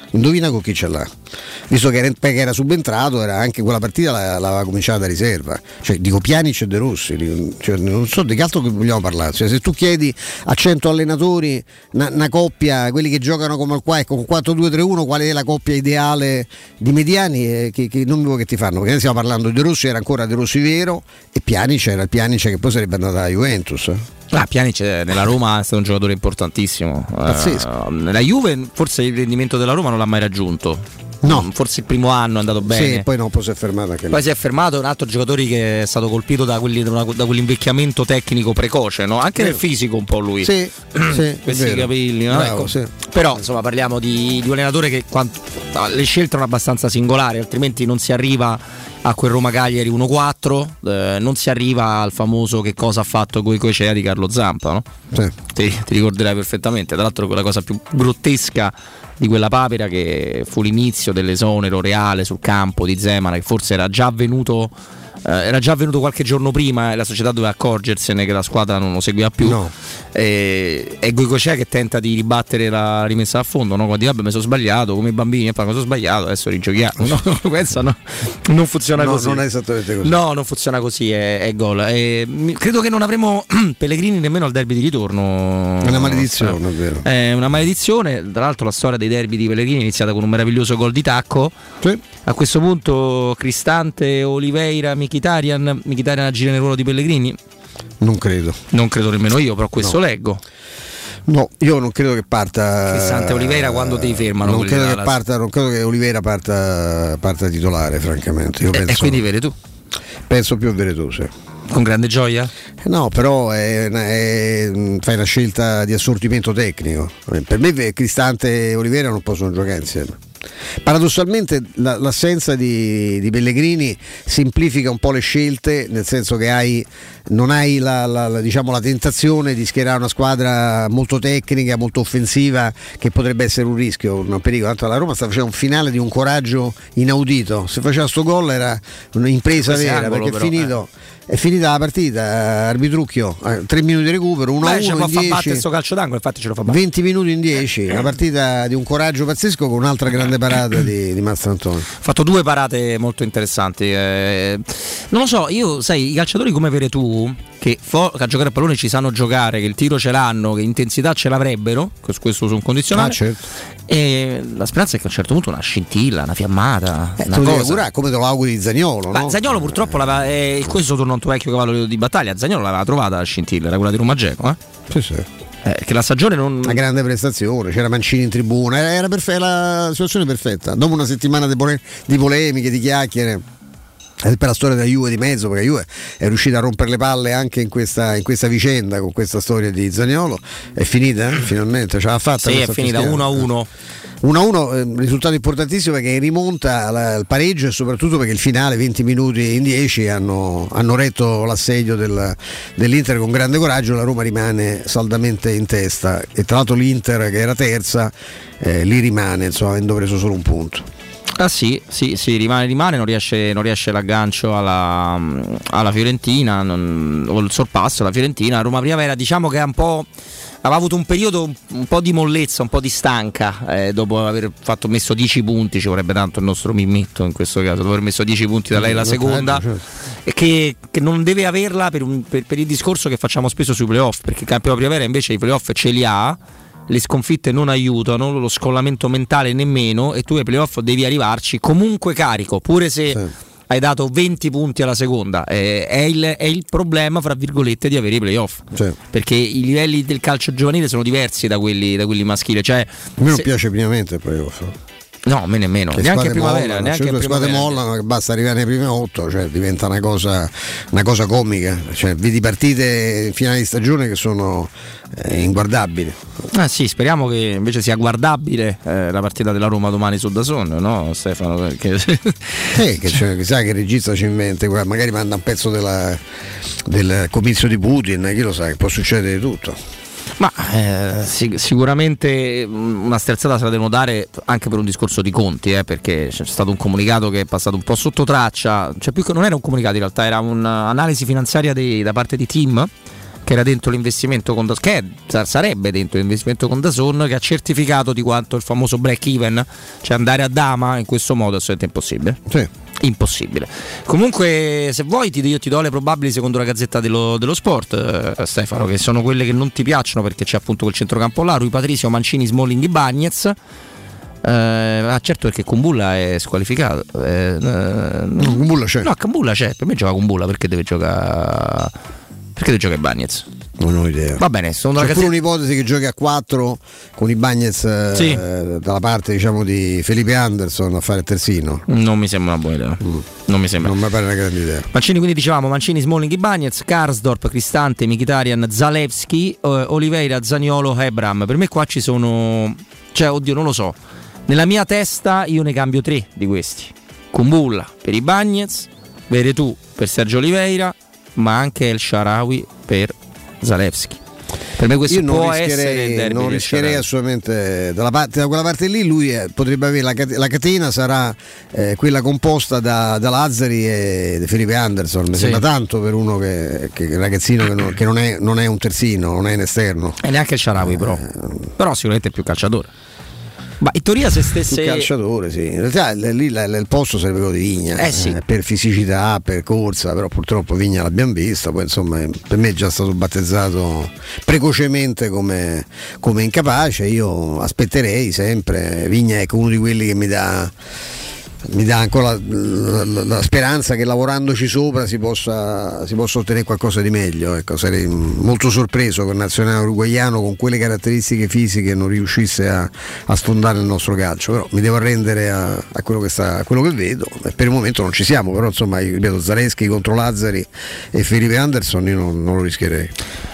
l'ha, visto che era subentrato, era anche quella partita l'aveva cominciata da riserva, cioè dico Pjanic e De Rossi, cioè, non so di che altro che vogliamo parlare, cioè, se tu chiedi a 100 allenatori una coppia, quelli che giocano come qua e con 4-2-3-1, qual è la coppia ideale di mediani, che non vuoi che ti fanno, perché noi stiamo parlando di De Rossi, era ancora De Rossi vero, e Pjanic era il Pjanic che poi sarebbe andato alla Juventus.
Pjanic nella Roma è stato un giocatore importantissimo, nella Juve forse il rendimento della Roma non l'ha mai raggiunto. No, forse il primo anno è andato bene.
Sì, poi si è fermato anche lì.
Poi si è fermato, un altro giocatore che è stato colpito da quell'invecchiamento tecnico precoce, no? Anche nel fisico un po' lui.
Sì,
questi capelli, no?
Bravo,
ecco. Sì. Però insomma parliamo di un allenatore che le scelte erano abbastanza singolari, altrimenti non si arriva a quel Roma Cagliari 1-4, non si arriva al famoso che cosa ha fatto Goicoechea di Carlo Zampa, no?
Sì.
Ti ricorderai perfettamente. Tra l'altro la cosa più grottesca di quella papera che fu l'inizio dell'esonero reale sul campo di Zemana, che forse era già avvenuto qualche giorno prima e la società doveva accorgersene che la squadra non lo seguiva più.
No.
E Goicoechea che tenta di ribattere la rimessa a fondo, no? Quando dice, vabbè, mi sono sbagliato come i bambini, cosa ho sbagliato, adesso rigiochiamo. No, pensa, no, non funziona così.
Non è esattamente così.
No, non funziona così, è gol. Credo che non avremo Pellegrini nemmeno al derby di ritorno.
È una maledizione, è vero.
È una maledizione. Tra l'altro la storia dei derby di Pellegrini è iniziata con un meraviglioso gol di tacco.
Sì.
A questo punto Cristante, Oliveira, Mkhitaryan aggira nel ruolo di Pellegrini?
Non credo
nemmeno io, però questo leggo.
No, io non credo che parta
Cristante Oliveira quando ti fermano.
Non credo che Oliveira parta titolare, francamente. Io penso,
e quindi Veretù?
Penso più a Veretù, sì.
Con grande gioia?
No, però fai una scelta di assortimento tecnico. Per me Cristante e Oliveira non possono giocare insieme. Paradossalmente l'assenza di Pellegrini semplifica un po' le scelte, nel senso che non hai diciamo, la tentazione di schierare una squadra molto tecnica, molto offensiva, che potrebbe essere un rischio, un pericolo. Tanto la Roma sta facendo un finale di un coraggio inaudito. Se faceva sto gol era un'impresa vera,
angolo,
perché però, è finita la partita, arbitrucchio, 3 minuti di recupero, 1-1
ce lo
in
fa
10,
battere sto calcio d'angolo, infatti ce lo fa battere.
20 minuti in 10, una partita di un coraggio pazzesco, con un'altra grande parata di Mastrantonio.
Ha fatto 2 parate molto interessanti. Non lo so, io sai, i calciatori come Veretù, che a giocare a pallone ci sanno giocare, che il tiro ce l'hanno, che intensità ce l'avrebbero, questo su un condizionale.
Certo.
E la speranza è che a un certo punto una scintilla, una fiammata, una cosa.
Come te lo auguri di Zaniolo, no?
Zaniolo purtroppo questo torna un tuo vecchio cavallo di battaglia. Zaniolo l'aveva trovata la scintilla, era quella di Roma Geco,
Sì.
Che la stagione non.
Una grande prestazione, c'era Mancini in tribuna, era la situazione perfetta. Dopo una settimana di polemiche, di chiacchiere, per la storia della Juve di mezzo, perché Juve è riuscita a rompere le palle anche in questa vicenda, con questa storia di Zaniolo. È finita? Finalmente ce l'ha fatta?
Sì, è finita 1-1.
1-1, risultato importantissimo perché rimonta al pareggio, e soprattutto perché il finale, 20 minuti in 10, hanno retto l'assedio dell'Inter con grande coraggio. La Roma rimane saldamente in testa, e tra l'altro l'Inter, che era terza, lì rimane, insomma, avendo preso solo un punto.
Ah sì, rimane, non riesce l'aggancio alla Fiorentina, o il sorpasso alla Fiorentina. Roma Primavera, diciamo che aveva avuto un periodo un po' di mollezza, un po' di stanca, dopo aver messo 10 punti. Ci vorrebbe tanto il nostro Mimmitto in questo caso, dopo aver messo 10 punti da lei la seconda, e che non deve averla per il discorso che facciamo spesso sui playoff, perché il campione Primavera invece i playoff ce li ha. Le sconfitte non aiutano, lo scollamento mentale nemmeno, e tu ai playoff devi arrivarci comunque carico, pure se hai dato 20 punti alla seconda. È il problema, fra virgolette, di avere i playoff, perché i livelli del calcio giovanile sono diversi da quelli maschili. Cioè,
a me non piace minimamente il playoff.
No, a me nemmeno, neanche in primavera.
Le squadre mollano, che basta arrivare nei primi 8, cioè diventa una cosa comica. Cioè, vedi partite in finale di stagione che sono inguardabili.
Sì, speriamo che invece sia guardabile la partita della Roma domani su DAZN, no Stefano? Perché
che sai che il regista ci inventa, magari manda un pezzo del comizio di Putin, chi lo sa, che può succedere di tutto.
Ma sicuramente una sterzata se la devono dare anche per un discorso di conti, perché c'è stato un comunicato che è passato un po' sotto traccia, cioè più che non era un comunicato, in realtà era un'analisi finanziaria da parte di Team, che era dentro l'investimento con che sarebbe dentro l'investimento con DAZN, che ha certificato di quanto il famoso break even, cioè andare a dama in questo modo è assolutamente impossibile.
Sì.
Impossibile. Comunque, se vuoi io ti do le probabili secondo la Gazzetta dello Sport, Stefano, che sono quelle che non ti piacciono, perché c'è appunto quel centrocampo là: Rui Patricio, Mancini, Smalling e Bagnez. Certo, perché Kumbulla è squalificato.
Kumbulla c'è.
No, Kumbulla c'è. Per me gioca Kumbulla, perché deve giocare Bagnez?
Non ho idea.
Va bene,
c'è pure un'ipotesi che giochi a 4 con i Bagnez dalla parte, diciamo, di Felipe Anderson a fare il terzino.
Non mi sembra una buona idea. Non mi sembra.
Non mi pare una grande idea.
Mancini, quindi dicevamo Mancini, Smalling, Bagnez, Karsdorp, Cristante, Mkhitaryan, Zalewski, Oliveira, Zaniolo, Ebram. Per me qua ci sono, cioè, oddio, non lo so. Nella mia testa io ne cambio 3 di questi: Kumbulla per i Bagnez, Veretù per Sergio Oliveira, ma anche El Shaarawy per Zalewski. Per me questo può essere il derby.
Non rischierei assolutamente da quella parte lì. Lui potrebbe avere la catena sarà quella composta da Lazzari e Felipe Anderson. Mi sembra tanto per uno che ragazzino che non è un terzino, non è un esterno.
E neanche il Shaarawy però sicuramente è più calciatore. Ma in teoria se stesse
il calciatore, sì. In realtà lì il posto sarebbe quello di Vigna,
sì.
Per fisicità, per corsa, però purtroppo Vigna l'abbiamo vista, poi insomma per me è già stato battezzato precocemente come incapace. Io aspetterei sempre. Vigna è uno di quelli che mi dà ancora la speranza che lavorandoci sopra si possa ottenere qualcosa di meglio. Ecco, sarei molto sorpreso che il nazionale uruguaiano con quelle caratteristiche fisiche non riuscisse a sfondare il nostro calcio, però mi devo arrendere a quello che vedo. Per il momento non ci siamo, però insomma io ripeto, Zalewski contro Lazzari e Felipe Anderson io non lo rischierei.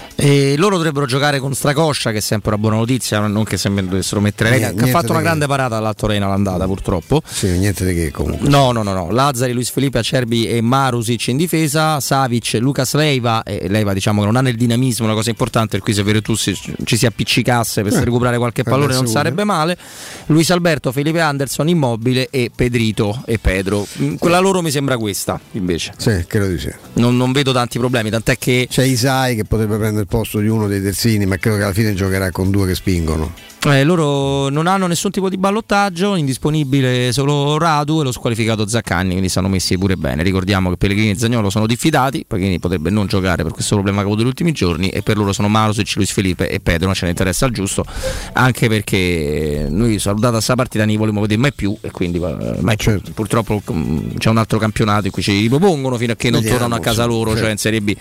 E loro dovrebbero giocare con Stracoscia, che è sempre una buona notizia, non che sempre dovessero mettere che ha fatto una grande parata all'Alto Reina l'andata purtroppo.
Sì, niente di che comunque.
No. Lazzari, Luis Felipe, Acerbi e Marusic in difesa, Savic, Lucas Leiva, e Leiva diciamo che non ha nel dinamismo, una cosa importante, per cui se Veretù ci si appiccicasse per recuperare qualche pallone non sarebbe male. Luis Alberto, Felipe Anderson, Immobile e Pedrito e Pedro. Quella loro mi sembra questa invece.
Sì, credo di sì.
Non vedo tanti problemi, tant'è che
c'è Isai che potrebbe prendere il posto di uno dei terzini, ma credo che alla fine giocherà con 2 che spingono.
Loro non hanno nessun tipo di ballottaggio, indisponibile solo Radu e lo squalificato Zaccagni, quindi stanno messi pure bene. Ricordiamo che Pellegrini e Zaniolo sono diffidati, Pellegrini potrebbe non giocare per questo problema che ha avuto negli ultimi giorni, e per loro sono Marusic, Luis Felipe e Pedro. Non ce ne interessa il giusto, anche perché noi salutata sta partita non volevamo vedere mai più, e quindi purtroppo c'è un altro campionato in cui ci ripropongono fino a che non tornano a casa loro, cioè in Serie B.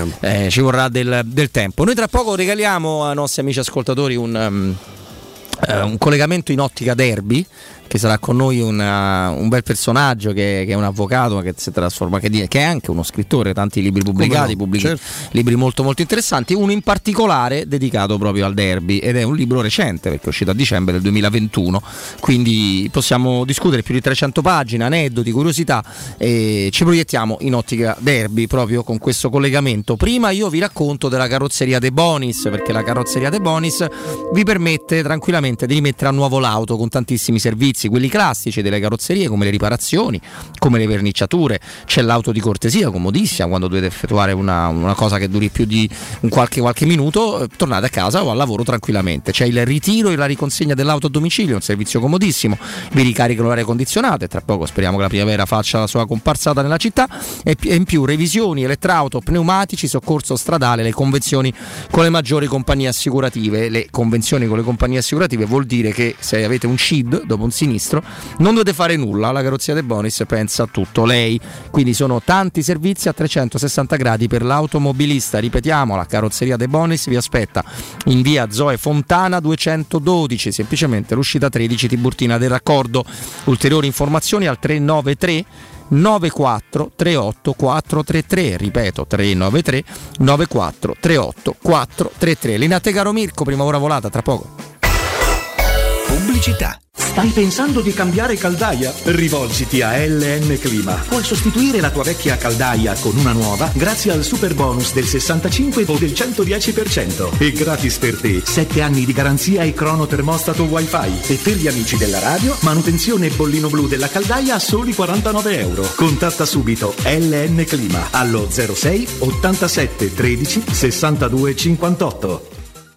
Ci vorrà del tempo. Noi tra poco regaliamo ai nostri amici ascoltatori un collegamento in ottica derby, che sarà con noi un bel personaggio che è un avvocato, che si trasforma, che è anche uno scrittore, tanti libri pubblicati, libri molto molto interessanti, uno in particolare dedicato proprio al derby, ed è un libro recente perché è uscito a dicembre del 2021, quindi possiamo discutere più di 300 pagine, aneddoti, curiosità, e ci proiettiamo in ottica derby proprio con questo collegamento. Prima io vi racconto della carrozzeria De Bonis, perché la carrozzeria De Bonis vi permette tranquillamente di rimettere a nuovo l'auto con tantissimi servizi, quelli classici delle carrozzerie, come le riparazioni, come le verniciature. C'è l'auto di cortesia comodissima, quando dovete effettuare una cosa che duri più di qualche minuto, tornate a casa o al lavoro tranquillamente. C'è il ritiro e la riconsegna dell'auto a domicilio, un servizio comodissimo, vi ricaricano l'aria condizionata e tra poco speriamo che la primavera faccia la sua comparsata nella città, e in più revisioni, elettrauto, pneumatici, soccorso stradale, le convenzioni con le maggiori compagnie assicurative. Le convenzioni con le compagnie assicurative vuol dire che se avete un CID dopo un sinistro non dovete fare nulla, la carrozzeria De Bonis pensa a tutto lei, quindi sono tanti servizi a 360 gradi per l'automobilista. Ripetiamo, la carrozzeria De Bonis vi aspetta in via Zoe Fontana 212, semplicemente l'uscita 13 Tiburtina del Raccordo. Ulteriori informazioni al 393 94 38 433, ripeto 393 94 38 433. Linate caro Mirko, prima ora volata, tra poco.
Pubblicità. Stai pensando di cambiare caldaia? Rivolgiti a LN Clima. Puoi sostituire la tua vecchia caldaia con una nuova grazie al super bonus del 65 o del 110%. E gratis per te 7 anni di garanzia e cronotermostato wifi. E per gli amici della radio, manutenzione e bollino blu della caldaia a soli €49. Contatta subito LN Clima allo 06 87 13 62 58.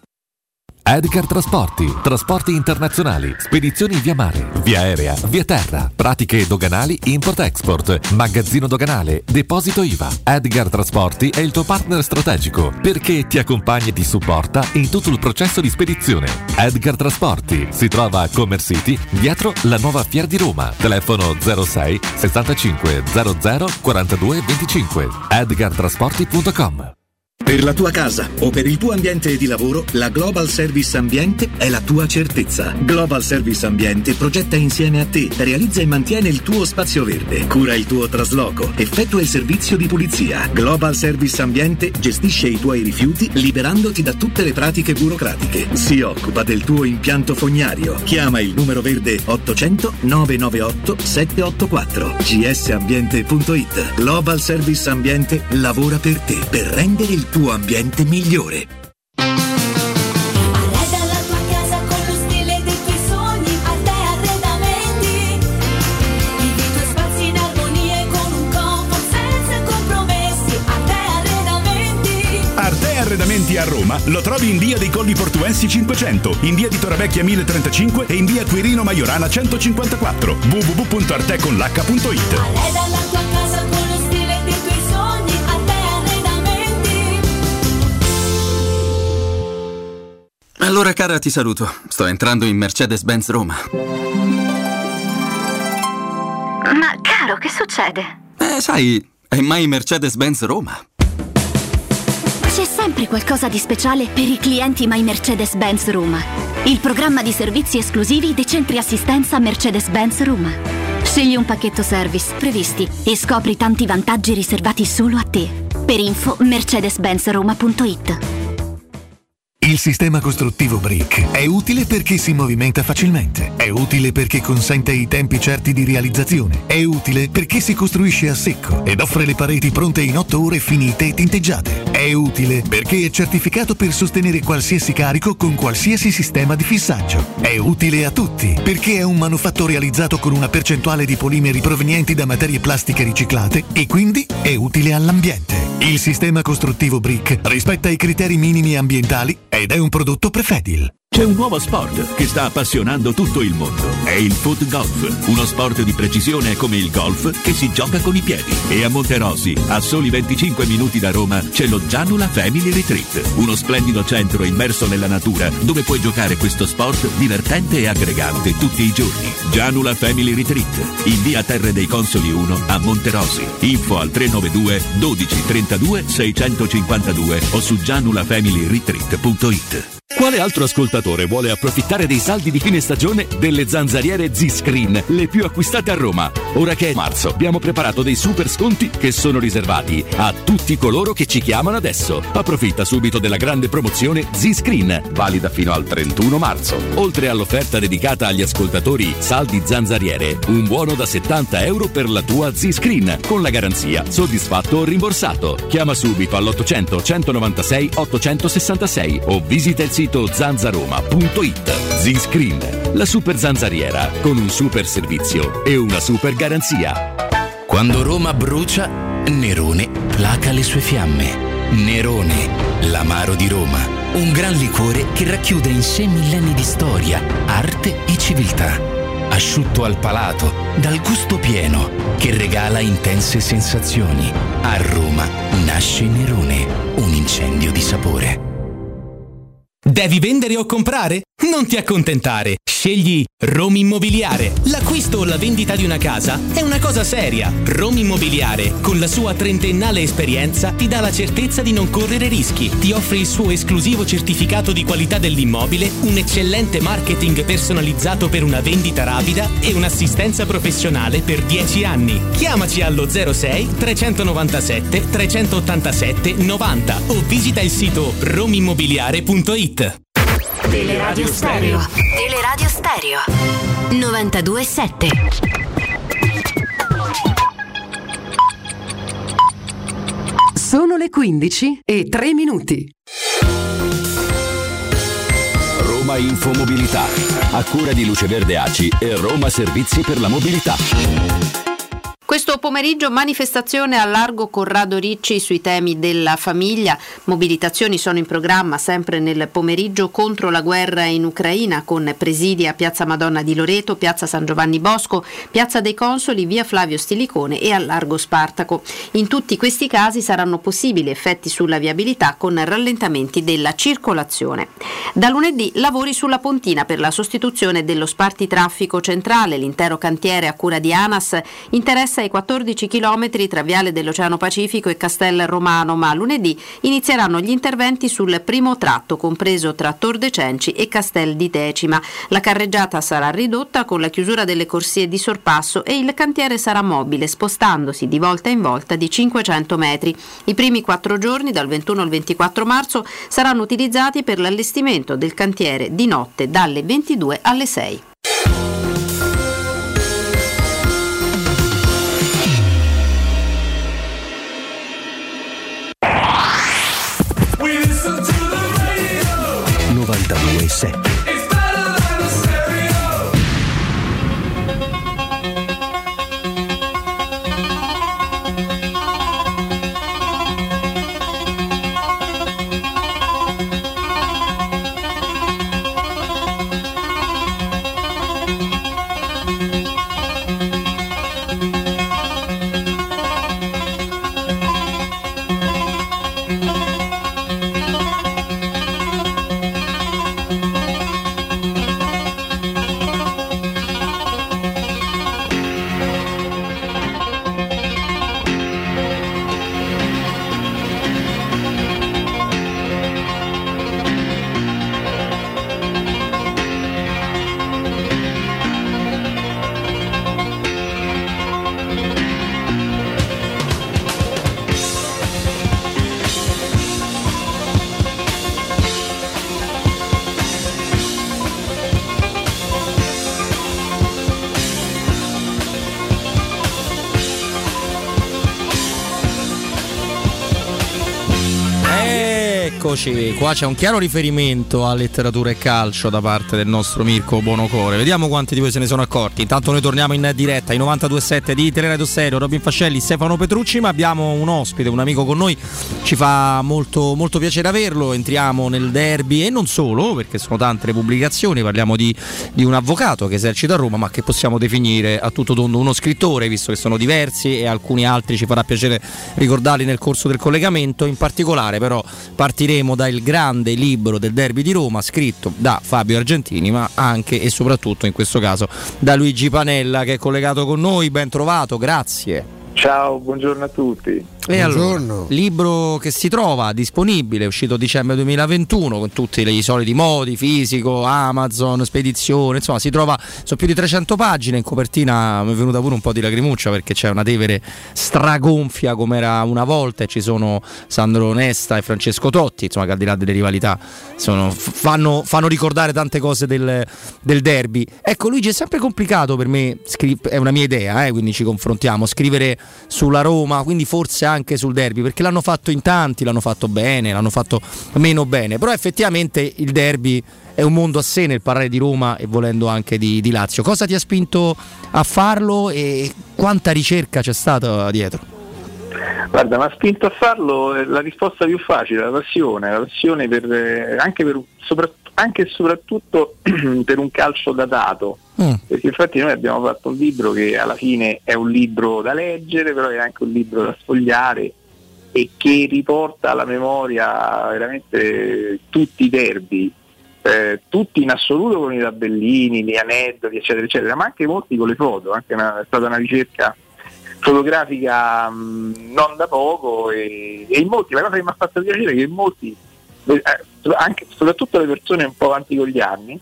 Edgar trasporti internazionali, spedizioni via mare, via aerea, via terra, pratiche doganali, import-export, magazzino doganale, deposito IVA. Edgar Trasporti è il tuo partner strategico perché ti accompagna e ti supporta in tutto il processo di spedizione. Edgar Trasporti si trova a Commerce City, dietro la nuova Fiera di Roma. Telefono 06 65 00 42 25. edgartrasporti.com.
Per la tua casa o per il tuo ambiente di lavoro, la Global Service Ambiente è la tua certezza. Global Service Ambiente progetta insieme a te, realizza e mantiene il tuo spazio verde, cura il tuo trasloco, effettua il servizio di pulizia. Global Service Ambiente gestisce i tuoi rifiuti liberandoti da tutte le pratiche burocratiche. Si occupa del tuo impianto fognario. Chiama il numero verde 800 998 784. gsambiente.it. Global Service Ambiente lavora per te, per rendere il tuo ambiente migliore.
Arreda la tua casa con lo stile dei tuoi sogni. Arte Arredamenti. Vivi i tuoi spazi in armonia e con un comfort senza compromessi. Arte Arredamenti.
Arte Arredamenti a Roma lo trovi in via dei Colli Portuensi 500, in via di Torrevecchia 1035 e in via Quirino Maiorana 154. www.arteconlh.it.
Arreda la tua casa con lo stile dei tuoi sogni. Arte Arredamenti.
Allora cara, ti saluto. Sto entrando in Mercedes-Benz Roma.
Ma caro, che succede?
Sai, è mai Mercedes-Benz Roma.
C'è sempre qualcosa di speciale per i clienti My Mercedes-Benz Roma. Il programma di servizi esclusivi dei centri assistenza Mercedes-Benz Roma. Scegli un pacchetto service previsti e scopri tanti vantaggi riservati solo a te. Per info mercedes-benzroma.it.
Il sistema costruttivo Brick è utile perché si movimenta facilmente, è utile perché consente i tempi certi di realizzazione, è utile perché si costruisce a secco ed offre le pareti pronte in 8 ore finite e tinteggiate, è utile perché è certificato per sostenere qualsiasi carico con qualsiasi sistema di fissaggio, è utile a tutti perché è un manufatto realizzato con una percentuale di polimeri provenienti da materie plastiche riciclate e quindi è utile all'ambiente. Il sistema costruttivo Brick rispetta i criteri minimi ambientali ed è un prodotto Prefedil.
C'è un nuovo sport che sta appassionando tutto il mondo. È il foot golf, uno sport di precisione come il golf che si gioca con i piedi. E a Monterosi, a soli 25 minuti da Roma, c'è lo Gianula Family Retreat, uno splendido centro immerso nella natura dove puoi giocare questo sport divertente e aggregante tutti i giorni. Gianula Family Retreat, in via Terre dei Consoli 1 a Monterosi. Info al 392 12 32 652 o su gianulafamilyretreat.it.
Quale altro ascoltatore vuole approfittare dei saldi di fine stagione delle zanzariere Z-Screen, le più acquistate a Roma? Ora che è marzo, abbiamo preparato dei super sconti che sono riservati a tutti coloro che ci chiamano adesso. Approfitta subito della grande promozione Z-Screen, valida fino al 31 marzo. Oltre all'offerta dedicata agli ascoltatori saldi zanzariere, un buono da €70 per la tua Z-Screen, con la garanzia soddisfatto o rimborsato. Chiama subito all'800 196 866 o visita il sito zanzaroma.it. Z-Screen, la super zanzariera con un super servizio e una super garanzia.
Quando Roma brucia, Nerone placa le sue fiamme. Nerone, l'amaro di Roma, un gran liquore che racchiude in sé millenni di storia, arte e civiltà. Asciutto al palato, dal gusto pieno, che regala intense sensazioni. A Roma nasce Nerone, un incendio di sapore.
Devi vendere o comprare? Non ti accontentare. Scegli Roma Immobiliare. L'acquisto o la vendita di una casa è una cosa seria. Roma Immobiliare, con la sua trentennale esperienza, ti dà la certezza di non correre rischi. Ti offre il suo esclusivo certificato di qualità dell'immobile, un eccellente marketing personalizzato per una vendita rapida e un'assistenza professionale per 10 anni. Chiamaci allo 06 397 387 90 o visita il sito romimmobiliare.it.
Teleradio Stereo. Teleradio Stereo 92.7.
Sono le 15:03.
Roma Infomobilità, a cura di Luce Verde ACI e Roma Servizi per la Mobilità.
Questo pomeriggio manifestazione a largo Corrado Ricci sui temi della famiglia. Mobilitazioni sono in programma sempre nel pomeriggio contro la guerra in Ucraina, con presidi a Piazza Madonna di Loreto, Piazza San Giovanni Bosco, Piazza dei Consoli, Via Flavio Stilicone e a Largo Spartaco. In tutti questi casi saranno possibili effetti sulla viabilità con rallentamenti della circolazione. Da lunedì lavori sulla Pontina per la sostituzione dello spartitraffico centrale. L'intero cantiere a cura di ANAS interessa messa ai 14 km tra Viale dell'Oceano Pacifico e Castel Romano, ma lunedì inizieranno gli interventi sul primo tratto, compreso tra Tor de Cenci e Castel di Decima. La carreggiata sarà ridotta con la chiusura delle corsie di sorpasso e il cantiere sarà mobile, spostandosi di volta in volta di 500 metri. I primi 4 giorni, dal 21 al 24 marzo, saranno utilizzati per l'allestimento del cantiere di notte dalle 22 alle 6.
Eccoci, qua c'è un chiaro riferimento a letteratura e calcio da parte del nostro Mirko Bonocore. Vediamo quanti di voi se ne sono accorti. Intanto noi torniamo in diretta ai 92.7 di Teleradio Stereo, Robin Fascelli, Stefano Petrucci, ma abbiamo un ospite, un amico con noi, ci fa molto, molto piacere averlo. Entriamo nel derby e non solo, perché sono tante le pubblicazioni, parliamo di un avvocato che esercita a Roma, ma che possiamo definire a tutto tondo uno scrittore, visto che sono diversi e alcuni altri ci farà piacere ricordarli nel corso del collegamento. In particolare però partiremo dal grande libro del derby di Roma, scritto da Fabio Argentini, ma anche e soprattutto in questo caso da Luigi Panella, che è collegato con noi. Ben trovato, grazie.
Ciao, buongiorno a tutti.
E allora, libro che si trova disponibile, è uscito dicembre 2021 con tutti i soliti modi, fisico, Amazon, spedizione, insomma si trova, sono più di 300 pagine, in copertina mi è venuta pure un po' di lacrimuccia perché c'è una Tevere stragonfia come era una volta e ci sono Sandro Nesta e Francesco Totti, insomma, che al di là delle rivalità fanno ricordare tante cose del derby. Ecco Luigi, è sempre complicato per me, è una mia idea, quindi ci confrontiamo, scrivere sulla Roma, quindi forse anche sul derby, perché l'hanno fatto in tanti, l'hanno fatto bene, l'hanno fatto meno bene, però effettivamente il derby è un mondo a sé nel parlare di Roma e volendo anche di Lazio. Cosa ti ha spinto a farlo e quanta ricerca c'è stata dietro?
Guarda, mi ha spinto a farlo la risposta più facile, la passione per, anche e soprattutto per un calcio datato. Perché infatti noi abbiamo fatto un libro che alla fine è un libro da leggere, però è anche un libro da sfogliare e che riporta alla memoria veramente tutti i derby, tutti in assoluto con i tabellini, gli aneddoti eccetera eccetera, ma anche molti con le foto, è stata una ricerca fotografica non da poco e in molti, la cosa che mi ha fatto piacere è che in molti, anche soprattutto le persone un po' avanti con gli anni,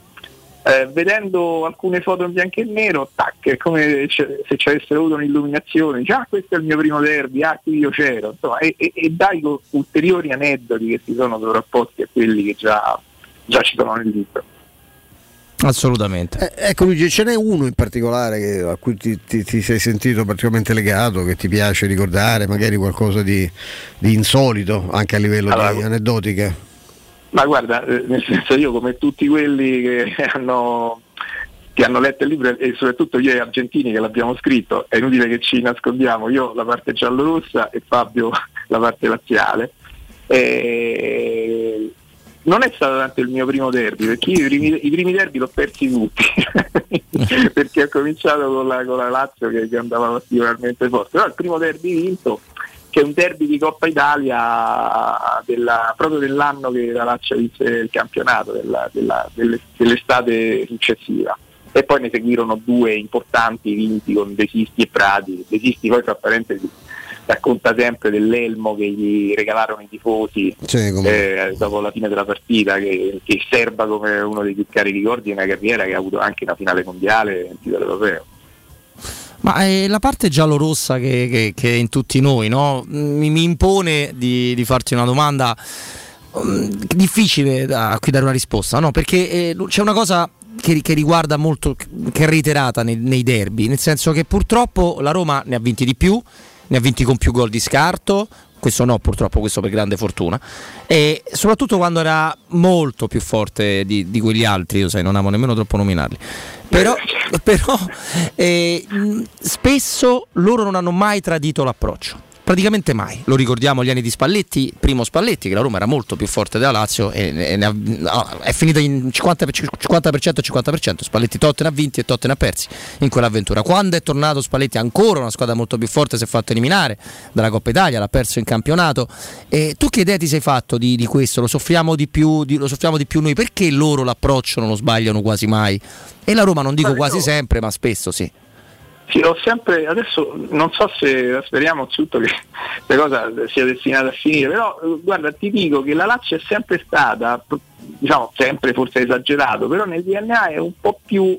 vedendo alcune foto in bianco e nero, tac, è come se ci avessero avuto un'illuminazione, dice questo è il mio primo derby, qui io c'ero, insomma, e dai ulteriori aneddoti che si sono sovrapposti a quelli che già ci sono nel libro.
Assolutamente.
Ecco Luigi, ce n'è uno in particolare a cui ti sei sentito particolarmente legato, che ti piace ricordare, magari qualcosa di insolito anche a livello di aneddotica?
Ma guarda, nel senso, io come tutti quelli che hanno letto il libro e soprattutto io e Argentini che l'abbiamo scritto, è inutile che ci nascondiamo, io la parte giallorossa e Fabio la parte laziale. Non è stato tanto il mio primo derby, perché io i primi derby l'ho persi tutti perché ho cominciato con la Lazio che andava particolarmente forte, però il primo derby vinto, che è un derby di Coppa Italia proprio dell'anno che la Lazio vinse il campionato dell'estate successiva, e poi ne seguirono 2 importanti vinti con De Sisti e Prati. De Sisti poi, tra parentesi, racconta sempre dell'elmo che gli regalarono i tifosi dopo la fine della partita, che serba come uno dei più cari ricordi di una carriera che ha avuto anche una finale mondiale e un titolo europeo.
Ma è la parte giallorossa che è in tutti noi, no? Mi impone di farti una domanda difficile a cui dare una risposta, no? Perché c'è una cosa che riguarda molto, che è reiterata nei derby, nel senso che purtroppo la Roma ne ha vinti di più, ne ha vinti con più gol di scarto, questo no purtroppo, questo per grande fortuna, e soprattutto quando era molto più forte di quegli altri, io sai, non amo nemmeno troppo nominarli, però spesso loro non hanno mai tradito l'approccio, praticamente mai. Lo ricordiamo gli anni di Spalletti, primo Spalletti, che la Roma era molto più forte della Lazio e è finita in 50%. Spalletti Tottenham ha vinti e Tottenham ha persi in quell'avventura. Quando è tornato Spalletti, ancora una squadra molto più forte, si è fatto eliminare dalla Coppa Italia, l'ha perso in campionato. E tu che idea ti sei fatto di questo? Lo soffriamo di più noi? Perché loro l'approccio non lo sbagliano quasi mai? E la Roma, non dico quasi sempre, ma spesso sì.
Sì, l'ho sempre, adesso non so se speriamo innanzitutto che questa cosa sia destinata a finire, però guarda, ti dico che la Lazio è sempre stata, diciamo sempre forse esagerato, però nel DNA è un po' più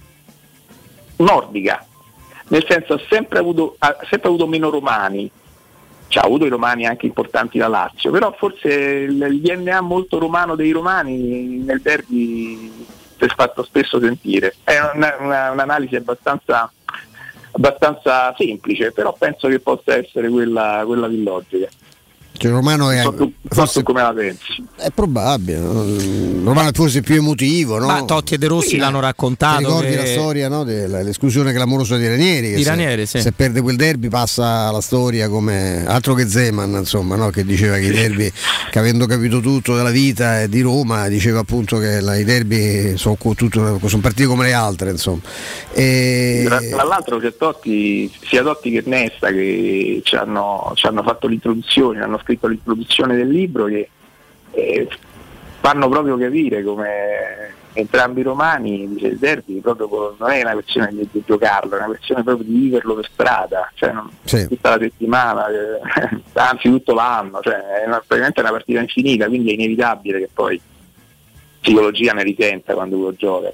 nordica, nel senso ha sempre avuto meno romani, cioè ha avuto i romani anche importanti la Lazio, però forse il DNA molto romano dei romani nel derby si è fatto spesso sentire. È un'analisi abbastanza semplice, però penso che possa essere quella più logica.
Cioè, Romano è
forse come la pensi?
È probabile, no? Romano è forse più emotivo, no?
Ma Totti e De Rossi l'hanno raccontato.
Ti ricordi la storia, no? Dell'esclusione clamorosa di Ranieri?
Sì.
Se perde quel derby passa la storia come altro che Zeman, insomma, no? Che diceva che i derby, che avendo capito tutto della vita di Roma, diceva appunto che i derby sono partiti come le altre, insomma.
Tra l'altro c'è sia Totti che Nesta che ci hanno fatto l'introduzione, hanno scritto l'introduzione del libro, che fanno proprio capire come entrambi i romani, dice, il derby proprio non è una questione di giocarlo, è una questione proprio di viverlo per strada, cioè tutta la settimana, anzi tutto l'anno, cioè è praticamente una partita infinita, quindi è inevitabile che poi psicologia ne risenta quando uno gioca.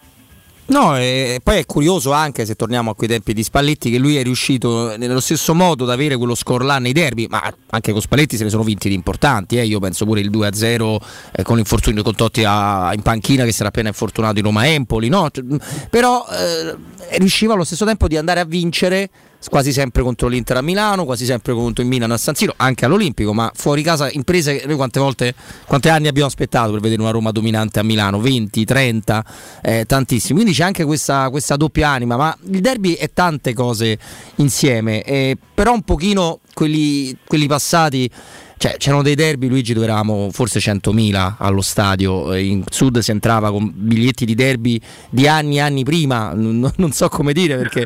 No, e poi è curioso anche, se torniamo a quei tempi di Spalletti, che lui è riuscito nello stesso modo ad avere quello score là nei derby, ma anche con Spalletti se ne sono vinti di importanti, io penso pure il 2-0 con l'infortunio con Totti in panchina, che si era appena infortunato in Roma-Empoli, no? Però riusciva allo stesso tempo di andare a vincere quasi sempre contro l'Inter a Milano, quasi sempre contro il Milan a San Siro, anche all'Olimpico, ma fuori casa imprese. Noi quante anni abbiamo aspettato per vedere una Roma dominante a Milano? 20, 30, tantissimi. Quindi c'è anche questa doppia anima, ma il derby è tante cose insieme, però un pochino quelli passati. Cioè, c'erano dei derby, Luigi, dove eravamo forse 100.000 allo stadio, in Sud si entrava con biglietti di derby di anni prima, non so come dire, perché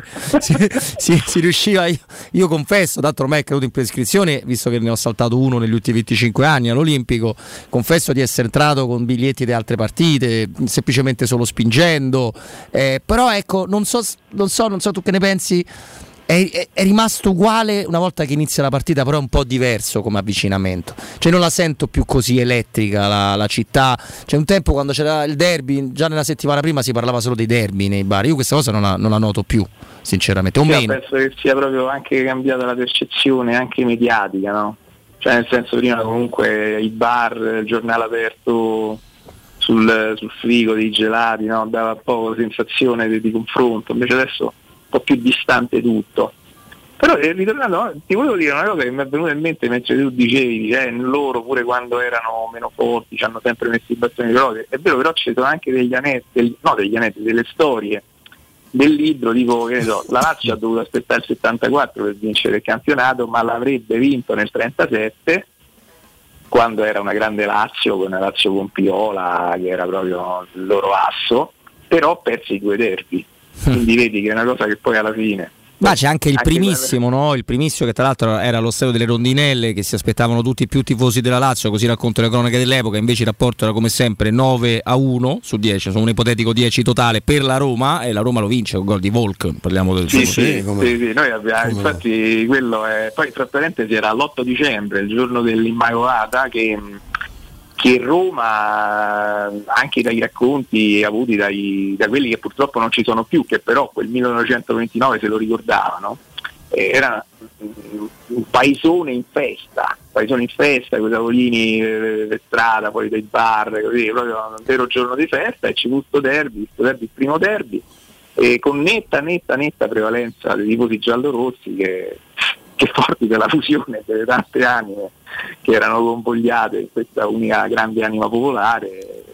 si riusciva, io confesso, tanto ormai è caduto in prescrizione, visto che ne ho saltato uno negli ultimi 25 anni all'Olimpico, confesso di essere entrato con biglietti di altre partite, semplicemente solo spingendo, però ecco, non so tu che ne pensi. È rimasto uguale una volta che inizia la partita, però è un po' diverso come avvicinamento, cioè non la sento più così elettrica la città. C'è un tempo, quando c'era il derby, già nella settimana prima si parlava solo dei derby nei bar, io questa cosa non la noto più, sinceramente, o meno.
Penso che sia proprio anche cambiata la percezione anche mediatica, no? Cioè, nel senso, prima comunque i bar, il giornale aperto sul frigo dei gelati, no? Dava un po' la sensazione di confronto, invece adesso po' più distante tutto. Però ritornando, ti volevo dire una cosa che mi è venuta in mente mentre tu dicevi, loro pure quando erano meno forti ci hanno sempre messo i bastoni di ruote. È vero, però ci sono anche delle storie del libro, tipo, che ne so, la Lazio ha dovuto aspettare il 74 per vincere il campionato, ma l'avrebbe vinto nel 37, quando era una grande Lazio, con la Lazio con Piola, che era proprio il loro asso, però perse i 2 derby. Quindi vedi che è una cosa che poi alla fine
Ma c'è anche il primissimo, no? Il primissimo che tra l'altro era allo stadio delle rondinelle, che si aspettavano tutti più tifosi della Lazio, così racconto le cronache dell'epoca. Invece il rapporto era come sempre 9-1 su 10, sono un ipotetico 10 totale per la Roma, e la Roma lo vince con gol di Volk. Parliamo del
sì, noi abbiamo, infatti quello è, poi tra parentesi era l'8 dicembre, il giorno dell'Immacolata, che Roma, anche dai racconti avuti da quelli che purtroppo non ci sono più, che però quel 1929 se lo ricordavano, era un paesone in festa, con i tavolini per strada, poi dei bar, così, proprio un vero giorno di festa, e ci fu questo derby, il primo derby, e con netta prevalenza dei tifosi giallorossi che forti della fusione delle tante anime che erano convogliate in questa unica grande anima popolare,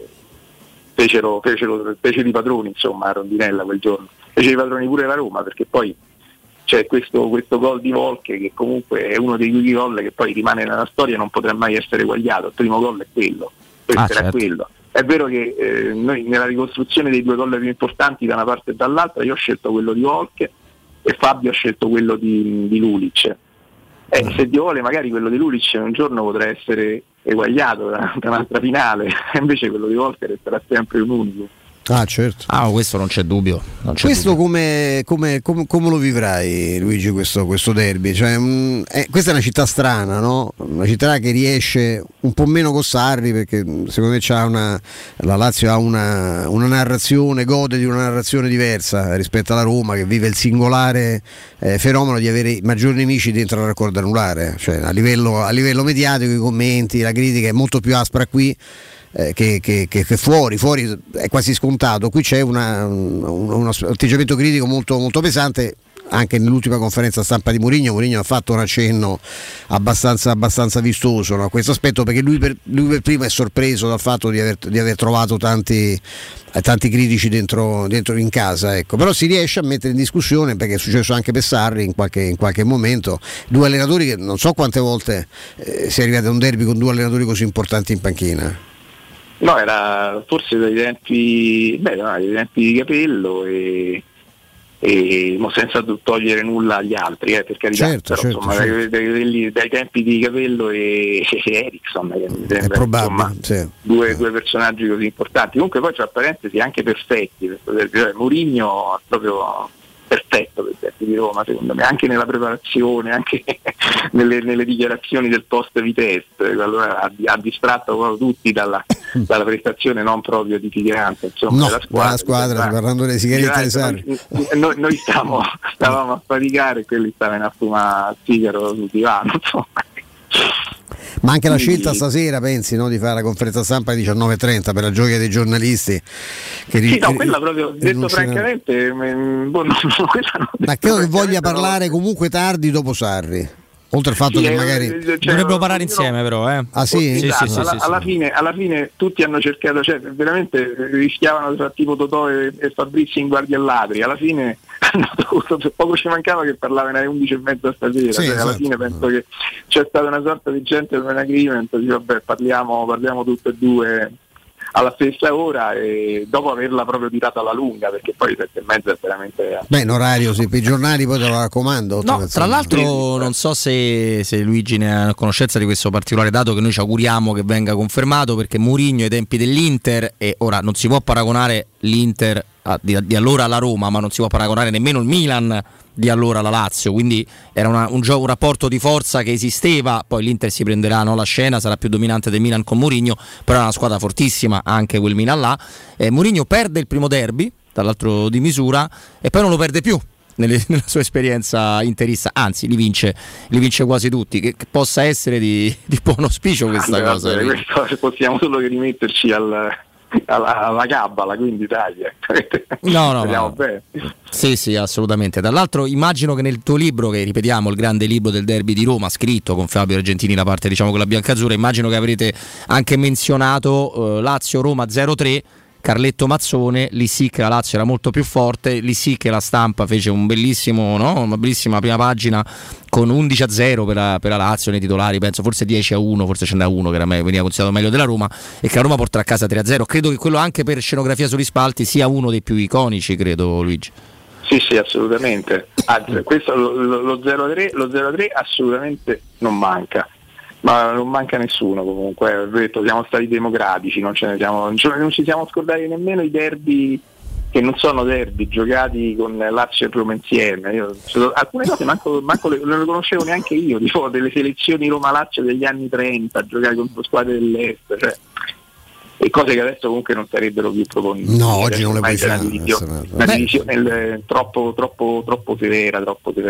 fecero di padroni, insomma, a Rondinella quel giorno. Fece di padroni pure la Roma, perché poi c'è questo gol di Volche, che comunque è uno dei due gol che poi rimane nella storia e non potrà mai essere eguagliato. Il primo gol è quello, questo era quello. È vero che noi nella ricostruzione dei due gol più importanti da una parte e dall'altra, io ho scelto quello di Volche e Fabio ha scelto quello di Lulic. Se Dio vuole magari quello di Lulic un giorno potrà essere eguagliato da un'altra finale, invece quello di Volker resterà sempre un unico.
Ah, certo.
Questo non c'è dubbio.
Questo come lo vivrai, Luigi, questo derby? Cioè, questa è una città strana, no? Una città che riesce un po' meno con Sarri, perché secondo me la Lazio ha una narrazione, gode di una narrazione diversa rispetto alla Roma, che vive il singolare fenomeno di avere maggiori nemici dentro la raccordo anulare. Cioè, a livello mediatico, i commenti, la critica è molto più aspra qui. Che fuori è quasi scontato. Qui c'è un atteggiamento critico molto, molto pesante. Anche nell'ultima conferenza stampa di Mourinho ha fatto un accenno abbastanza vistoso, no, a questo aspetto, perché lui per primo è sorpreso dal fatto di aver trovato tanti critici dentro in casa, ecco. Però si riesce a mettere in discussione, perché è successo anche per Sarri in qualche momento, due allenatori che non so quante volte si è arrivati a un derby con due allenatori così importanti in panchina.
No, era forse dai tempi di Capello e senza togliere nulla agli altri, per carità,
certo,
però insomma dai tempi di Capello e Eriksson, che mi sembra,
probabile,
insomma, due personaggi così importanti. Comunque poi, tra parentesi, anche perfetti, Mourinho proprio perfetto per il derby di Roma, secondo me, anche nella preparazione, anche nelle dichiarazioni del post Vitesse, allora ha distratto proprio tutti dalla prestazione non proprio edificante, insomma, della squadra,
parlando delle sigarette di Sarri.
Noi stavamo a faticare e quelli stavano a fumare sigaro sul divano, insomma.
Ma anche la scelta stasera, pensi, no, di fare la conferenza stampa alle 19:30 per la gioia dei giornalisti?
Quella proprio, detto francamente, quella
ma credo che voglia parlare comunque tardi dopo Sarri. Oltre al fatto che magari
dovrebbero parlare insieme, però.
Ah sì?
Alla fine tutti hanno cercato, cioè veramente rischiavano tra tipo Totò e Fabrizio in guardia al ladri. Alla fine poco ci mancava che parlavano alle 11:30 stasera.
Sì,
alla fine penso che c'è stata una sorta di gentleman agreement, vabbè, parliamo tutte e due alla stessa ora, e dopo averla proprio tirata alla lunga, perché poi 7:30 è veramente
in orario, sì, per i giornali poi te lo raccomando.
No, tra l'altro non so se Luigi ne ha conoscenza di questo particolare dato, che noi ci auguriamo che venga confermato, perché Mourinho ai tempi dell'Inter, e ora non si può paragonare l'Inter di allora alla Roma, ma non si può paragonare nemmeno il Milan di allora alla Lazio, quindi era un rapporto di forza che esisteva. Poi l'Inter si prenderà la scena, sarà più dominante del Milan con Mourinho, però è una squadra fortissima anche quel Milan là. Mourinho perde il primo derby, dall'altro di misura, e poi non lo perde più nella sua esperienza interista, anzi li vince quasi tutti, che possa essere di buon auspicio questa cosa.
Questo possiamo solo che rimetterci alla Cabala, quindi dai.
No. Sì, assolutamente. Dall'altro immagino che nel tuo libro, che ripetiamo il grande libro del derby di Roma, scritto con Fabio Argentini, la parte diciamo con la biancazzurra, immagino che avrete anche menzionato Lazio-Roma 0-3, Carletto Mazzone, lì sì che la Lazio era molto più forte, lì sì che la stampa fece una bellissima prima pagina con 11-0 per la Lazio nei titolari, penso forse 10-1, forse ce n'era uno che veniva considerato meglio della Roma, e che la Roma porterà a casa 3-0. Credo che quello, anche per scenografia sugli spalti, sia uno dei più iconici, credo, Luigi.
Sì, assolutamente. Questo lo 0-3 assolutamente non manca, ma non manca nessuno comunque. Ho detto, siamo stati democratici, non ci siamo scordati nemmeno i derby che non sono derby giocati con Lazio e Roma insieme. Alcune cose manco non le conoscevo neanche io, tipo delle selezioni Roma-Lazio degli anni 30 giocati contro squadre dell'est, cioè, e cose che adesso comunque non sarebbero più proponibili.
No, oggi non le puoi fare.
Una divisione troppo severa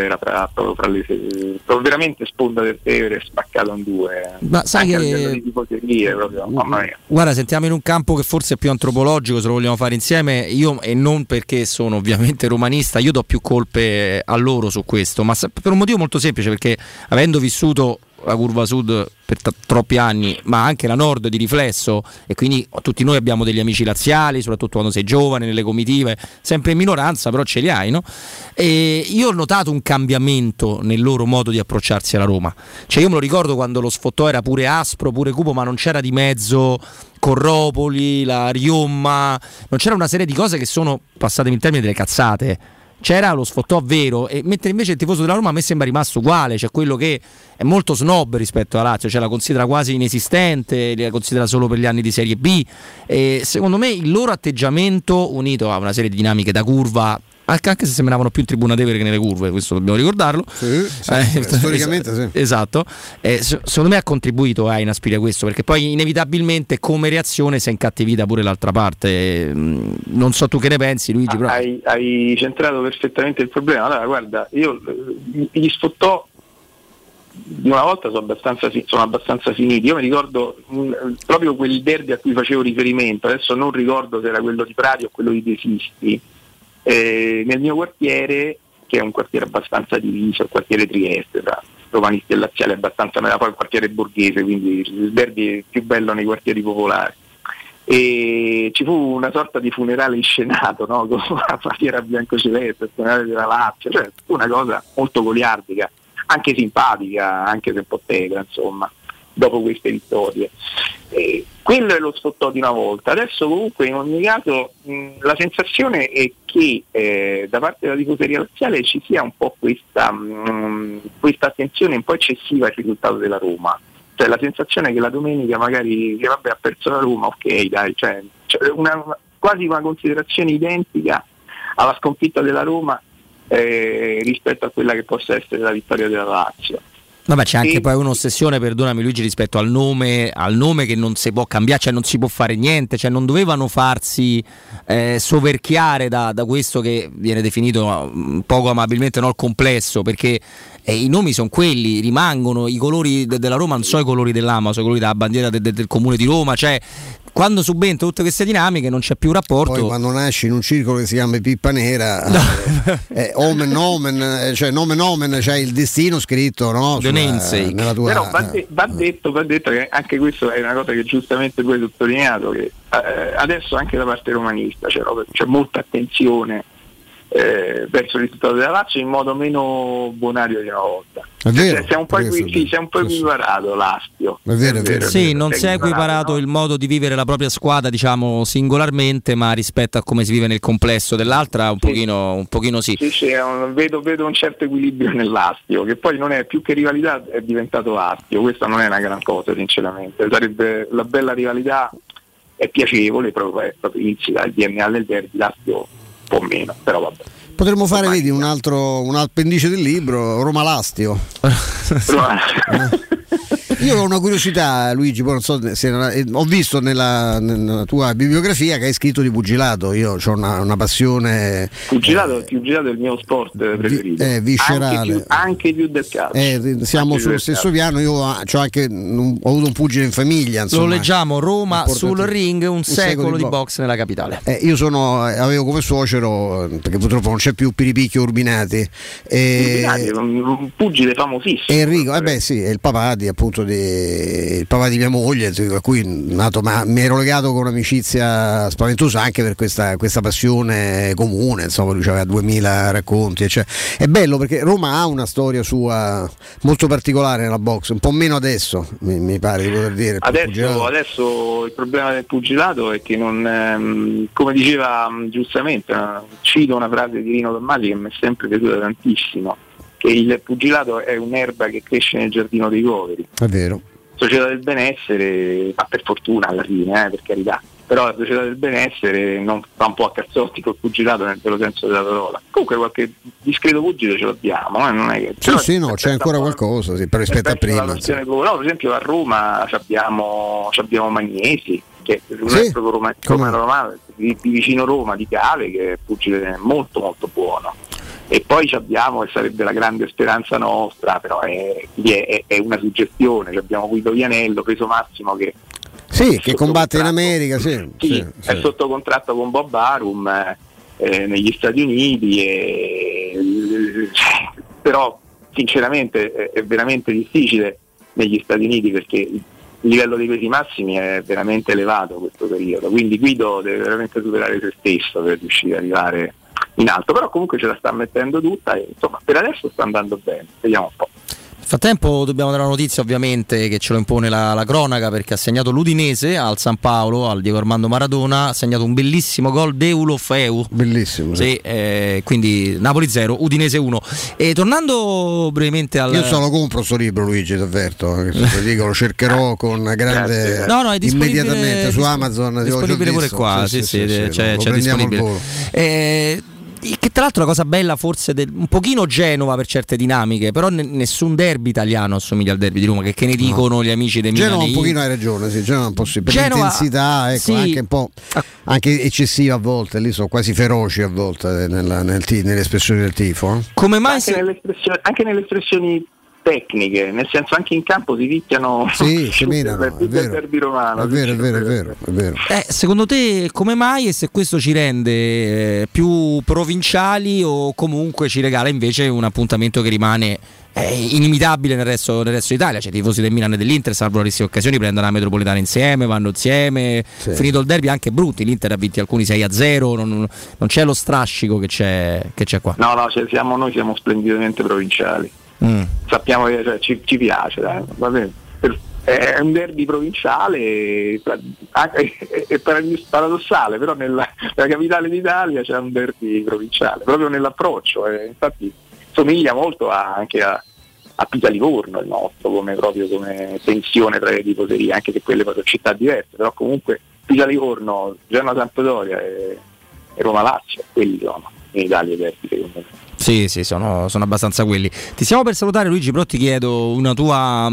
fra le veramente sponda del Tevere spaccato in due.
Ma sai che
proprio, mamma mia.
Guarda, sentiamo in un campo che forse è più antropologico, se lo vogliamo fare insieme, io, e non perché sono ovviamente romanista, io do più colpe a loro su questo, ma per un motivo molto semplice, perché avendo vissuto la curva sud per troppi anni, ma anche la nord di riflesso, e quindi tutti noi abbiamo degli amici laziali, soprattutto quando sei giovane, nelle comitive, sempre in minoranza, però ce li hai, no? E io ho notato un cambiamento nel loro modo di approcciarsi alla Roma. Cioè, io me lo ricordo quando lo sfottò era pure aspro, pure cupo, ma non c'era di mezzo Corropoli, la Riomma, non c'era una serie di cose che sono, passatemi il termine, delle cazzate. C'era lo sfottò vero, e mentre invece il tifoso della Roma a me sembra rimasto uguale, cioè quello che è molto snob rispetto alla Lazio, cioè la considera quasi inesistente, la considera solo per gli anni di Serie B, e secondo me il loro atteggiamento, unito a una serie di dinamiche da curva, anche se sembravano più in tribuna Tevere che nelle curve, questo dobbiamo ricordarlo.
Storicamente sì.
Esatto. Secondo me ha contribuito a inaspirire questo, perché poi inevitabilmente come reazione si è incattivita pure l'altra parte. Non so tu che ne pensi, Luigi. Però...
Hai centrato perfettamente il problema. Allora, guarda, io gli sfottò di una volta sono abbastanza finiti. Io mi ricordo proprio quel derby a cui facevo riferimento, adesso non ricordo se era quello di Prati o quello di De Sisti. Nel mio quartiere, che è un quartiere abbastanza diviso, il quartiere Trieste, tra romanisti e laziali, abbastanza, poi il quartiere borghese, quindi il derby è più bello nei quartieri popolari, e ci fu una sorta di funerale inscenato, no? Con la bandiera biancoceleste, il funerale della Lazio, cioè una cosa molto goliardica, anche simpatica, anche se un po' tegra, insomma, dopo queste vittorie. Quello è lo sfottò di una volta. Adesso comunque in ogni caso la sensazione è che da parte della tifoseria laziale ci sia un po' questa attenzione un po' eccessiva al risultato della Roma. Cioè la sensazione che la domenica magari ha perso la Roma, ok dai, cioè quasi una considerazione identica alla sconfitta della Roma rispetto a quella che possa essere la vittoria della Lazio.
Vabbè, c'è anche poi un'ossessione, perdonami Luigi, rispetto al nome che non si può cambiare, cioè non si può fare niente, cioè non dovevano farsi soverchiare da questo che viene definito poco amabilmente, no, il complesso, perché i nomi sono quelli, rimangono i colori della Roma, non so i colori dell'Ama, sono i colori della bandiera del comune di Roma, cioè quando subentra tutte queste dinamiche non c'è più rapporto.
Poi quando nasci in un circolo che si chiama Pippa Nera, omen, cioè nomen, c'è il destino scritto, no? Nella tua...
Però va detto che anche questo è una cosa che giustamente tu hai sottolineato, che adesso anche da parte romanista c'è molta attenzione verso il risultato della Lazio in modo meno bonario di una volta.
È vero,
si è un po' equiparato l'astio.
È vero.
Sì, non si è equiparato, no? Il modo di vivere la propria squadra, diciamo, singolarmente, ma rispetto a come si vive nel complesso dell'altra un pochino sì.
Sì, vedo un certo equilibrio nell'astio, che poi non è più che rivalità, è diventato astio. Questa non è una gran cosa, sinceramente. Sarebbe la bella rivalità, è piacevole, proprio insita il DNA del derby, l'astio un po' meno, però vabbè.
Potremmo fare, vedi, un appendice del libro, Roma Lastio. Io ho una curiosità, Luigi, poi non so se ho visto nella tua bibliografia che hai scritto di pugilato. Io ho una passione.
Pugilato è il mio sport preferito.
Viscerale.
Anche più del calcio.
Siamo sullo stesso piano. Io ho avuto un pugile in famiglia. Insomma,
lo leggiamo, Roma sul ring, un secolo di box nella capitale.
Io avevo come suocero, perché purtroppo non c'è più Piripicchio Urbinati.
Un pugile famosissimo.
Enrico, sì, è il papà appunto il papà di mia moglie, a cui nato, ma mi ero legato con un'amicizia spaventosa anche per questa passione comune, insomma lui aveva 2000 racconti, cioè, è bello perché Roma ha una storia sua molto particolare nella box, un po' meno adesso mi pare di poter dire.
Adesso il problema del pugilato è che non, come diceva giustamente, cito una frase di Rino Tommasi che mi è sempre piaciuta tantissimo, che il pugilato è un'erba che cresce nel giardino dei poveri.
È vero.
Società del benessere, ma per fortuna alla fine, per carità, però la società del benessere non fa un po' a cazzotti col pugilato nel vero senso della parola. Comunque qualche discreto pugile ce l'abbiamo, non è che
c'è ancora qualcosa rispetto a prima.
No, per esempio a Roma abbiamo Magnesi, che non è proprio romano, di vicino Roma, di Cave, che è pugile molto molto buono. E poi abbiamo, che sarebbe la grande speranza nostra, però è una suggestione, abbiamo Guido Vianello, peso massimo, che
combatte in America, sì,
è sotto contratto con Bob Arum negli Stati Uniti, però sinceramente è veramente difficile negli Stati Uniti perché il livello dei pesi massimi è veramente elevato questo periodo, quindi Guido deve veramente superare se stesso per riuscire ad arrivare in alto, però comunque ce la sta mettendo tutta e insomma per adesso sta andando bene, vediamo un po'.
Nel frattempo dobbiamo dare una notizia ovviamente che ce lo impone la cronaca, perché ha segnato l'Udinese al San Paolo, al Diego Armando Maradona, ha segnato un bellissimo gol Deulo Feu.
Bellissimo.
Sì, quindi Napoli 0, Udinese 1. E tornando brevemente al...
Io solo compro sto libro, Luigi, ti avverto, lo cercherò con grande...
No, è disponibile
immediatamente su Amazon.
È disponibile pure qua, sì, c'è disponibile. Che tra l'altro la cosa bella forse un pochino Genova per certe dinamiche, però nessun derby italiano assomiglia al derby di Roma, che ne dicono gli amici dei
Genova un pochino hai ragione, sì, Genova un po' sì, per l'intensità, ecco, sì, anche un po' anche eccessiva a volte, lì sono quasi feroci a volte nelle espressioni del tifo.
Come mai
anche nelle espressioni tecniche, nel senso anche in campo si picchiano
seminano,
è derby romano.
È vero.
Secondo te come mai, e se questo ci rende più provinciali o comunque ci regala invece un appuntamento che rimane inimitabile nel resto d'Italia? Cioè i tifosi del Milan e dell'Inter, salvo rarissime occasioni, prendono la metropolitana insieme, vanno insieme, finito il derby anche brutti, l'Inter ha vinto alcuni 6-0, non c'è lo strascico che c'è qua.
No, noi siamo splendidamente provinciali. Sappiamo che ci piace, va bene. È un derby provinciale, è paradossale, però nella capitale d'Italia c'è un derby provinciale, proprio nell'approccio, infatti somiglia molto anche a Pisa Livorno il nostro, come tensione tra le tifoserie, anche se quelle poi sono città diverse, però comunque Pisa Livorno, Genoa Sampdoria e Roma Lazio, quelli sono in Italia i derby secondo me.
Sì, sono abbastanza quelli. Ti stiamo per salutare, Luigi, però ti chiedo una tua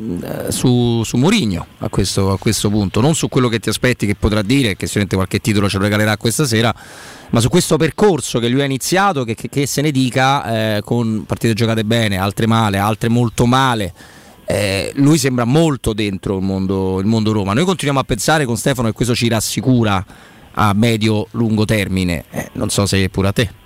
su Mourinho a questo punto, non su quello che ti aspetti che potrà dire, che sicuramente qualche titolo ce lo regalerà questa sera, ma su questo percorso che lui ha iniziato, che se ne dica, con partite giocate bene, altre male, altre molto male. Lui sembra molto dentro il mondo Roma. Noi continuiamo a pensare con Stefano che questo ci rassicura a medio-lungo termine, non so se è pure a te.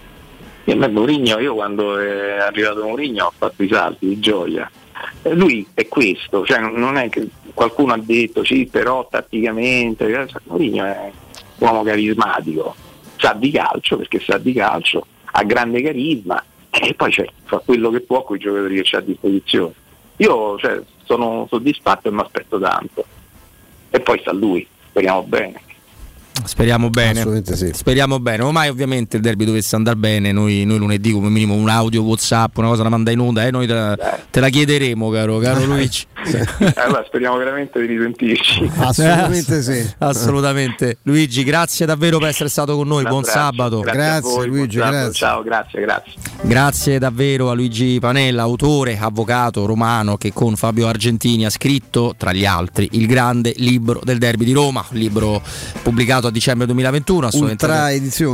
Mourinho, io quando è arrivato Mourinho ho fatto i salti di gioia. Lui è questo, cioè non è che qualcuno ha detto sì, però tatticamente Mourinho è un uomo carismatico, sa di calcio perché sa di calcio, ha grande carisma e poi fa quello che può con i giocatori che c'ha a disposizione. Io sono soddisfatto e mi aspetto tanto, e poi sta lui, speriamo bene.
Speriamo bene,
assolutamente sì.
Speriamo bene. Ormai ovviamente il derby dovesse andare bene, noi lunedì come minimo un audio WhatsApp, una cosa la manda in onda, noi te la chiederemo, caro Luigi.
Allora speriamo veramente di risentirci.
Assolutamente sì.
Assolutamente. Luigi, grazie davvero per essere stato con noi, buon sabato.
Grazie voi, Luigi, grazie.
Ciao, grazie.
Grazie davvero a Luigi Panella, autore, avvocato romano, che con Fabio Argentini ha scritto, tra gli altri, il grande libro del derby di Roma, libro pubblicato a dicembre 2021,
Ultra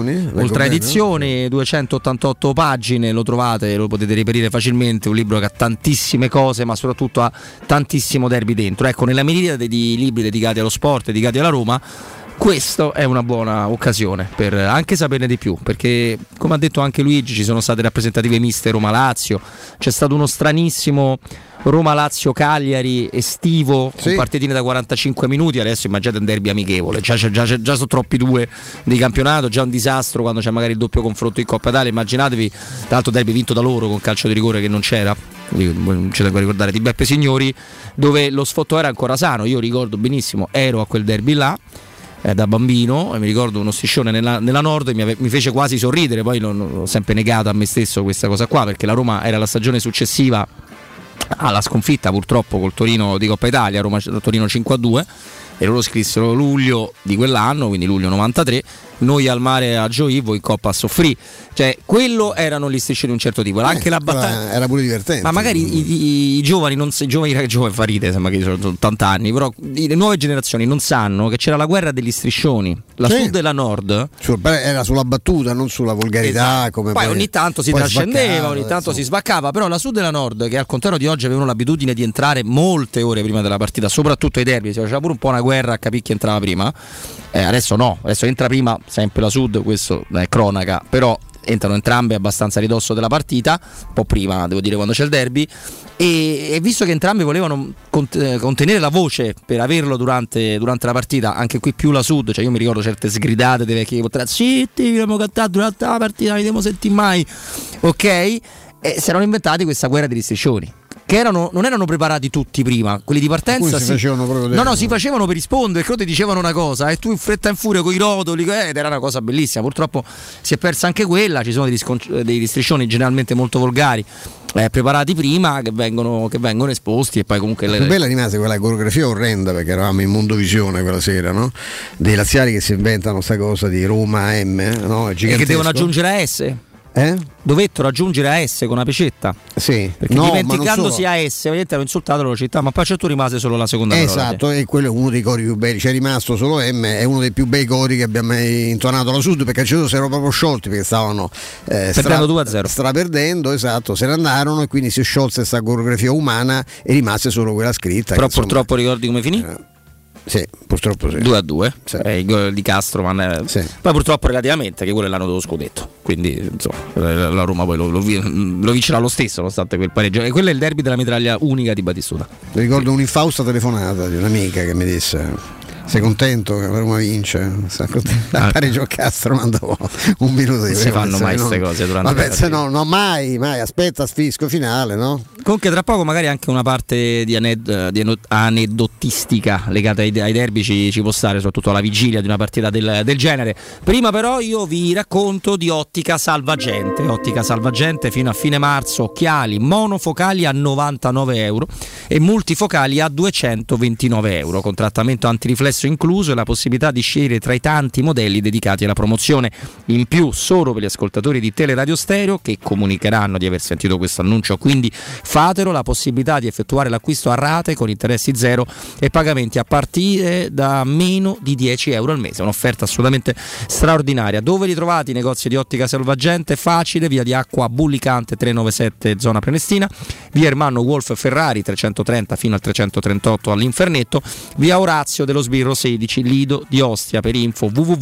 edizioni,
288 pagine, lo trovate, lo potete reperire facilmente, un libro che ha tantissime cose, ma soprattutto ha tantissimo derby dentro. Ecco, nella miriade di libri dedicati allo sport, dedicati alla Roma, questa è una buona occasione per anche saperne di più, perché come ha detto anche Luigi ci sono state rappresentative miste Roma-Lazio, c'è stato uno stranissimo Roma-Lazio-Cagliari estivo, con partitine da 45 minuti, adesso immaginate un derby amichevole, già sono troppi due di campionato, già un disastro quando c'è magari il doppio confronto in Coppa Italia, immaginatevi, tra l'altro derby vinto da loro con calcio di rigore che non c'era, ci tengo a ricordare, di Beppe Signori, dove lo sfottò era ancora sano, io ricordo benissimo, ero a quel derby là, da bambino, e mi ricordo uno striscione nella Nord, mi fece quasi sorridere, poi l'ho sempre negato a me stesso questa cosa qua, perché la Roma era la stagione successiva alla sconfitta purtroppo col Torino di Coppa Italia, Roma-Torino 5-2, e loro scrissero luglio di quell'anno, quindi luglio 93, noi al mare a Gioivo, in Coppa a Soffrì, cioè quello erano gli striscioni di un certo tipo, anche la battaglia
era pure divertente,
ma magari i giovani non giovani fa ride, sembra che sono 80 anni, però le nuove generazioni non sanno che c'era la guerra degli striscioni, la Sud e la Nord,
era sulla battuta, non sulla volgarità,
esatto.
Come
poi ogni tanto si trascendeva, ogni tanto si sbaccava, però la Sud e la Nord, che al contrario di oggi avevano l'abitudine di entrare molte ore prima della partita, soprattutto ai derby, si faceva pure un po' una guerra a capire chi entrava prima, adesso no, adesso entra prima sempre la Sud, questo è cronaca, però entrano entrambe abbastanza a ridosso della partita, un po' prima devo dire quando c'è il derby, e visto che entrambi volevano contenere la voce per averlo durante la partita, anche qui più la Sud, cioè io mi ricordo certe sgridate dei vecchi zitti, abbiamo cantato durante la partita, non li abbiamo sentiti mai, ok? E si erano inventati questa guerra degli striscioni, che non erano preparati tutti prima, quelli di partenza
si
facevano per rispondere, che ti dicevano una cosa e tu in fretta e in furia con i rotoli, ed era una cosa bellissima. Purtroppo si è persa anche quella, ci sono degli striscioni generalmente molto volgari, preparati prima, che vengono esposti, e poi comunque
la più bella rimase quella coreografia orrenda, perché eravamo in Mondovisione quella sera, no? Dei laziali che si inventano sta cosa di Roma M, no?
E che devono aggiungere a S. Dovettero aggiungere a S con una pecetta,
sì,
perché dimenticandosi a S ovviamente hanno insultato la città, ma poi certo rimase solo la seconda parola.
Esatto, e quello è uno dei cori più belli, c'è rimasto solo M, è uno dei più bei cori che abbia mai intonato la Sud, perché si erano proprio sciolti, perché stavano
perdendo 2-0,
straperdendo, esatto, se ne andarono, e quindi si sciolse questa coreografia umana e rimase solo quella scritta.
Però purtroppo ricordi come finì?
Sì, purtroppo sì.
2-2,
sì.
Il gol di Castroman, sì. Poi purtroppo relativamente, che quello è l'anno dello scudetto, quindi insomma la Roma poi lo vincerà lo stesso nonostante quel pareggio, e quello è il derby della mitraglia unica di Batistuta.
Mi ricordo un'infausta telefonata di un'amica che mi disse: sei contento che la Roma vince? A pareggio a Castro mandavo un minuto di
non si fanno mai queste cose durante
la partita. No, mai, aspetta fisco finale, no?
Comunque tra poco magari anche una parte di aneddotistica legata ai derby ci può stare, soprattutto alla vigilia di una partita del genere. Prima però io vi racconto di Ottica Salvagente. Ottica Salvagente fino a fine marzo, occhiali monofocali a €99 e multifocali a €229, con trattamento antiriflesso incluso e la possibilità di scegliere tra i tanti modelli dedicati alla promozione. In più, solo per gli ascoltatori di Teleradio Stereo che comunicheranno di aver sentito questo annuncio, quindi fatelo, la possibilità di effettuare l'acquisto a rate con interessi zero e pagamenti a partire da meno di €10 al mese. Un'offerta assolutamente straordinaria. Dove li trovate i negozi di Ottica Salvagente? Facile, via di Acqua Bullicante 397 zona Prenestina, via Ermanno Wolf Ferrari 330 fino al 338 all'Infernetto, via Orazio dello Sbirro 16 Lido di Ostia. Per info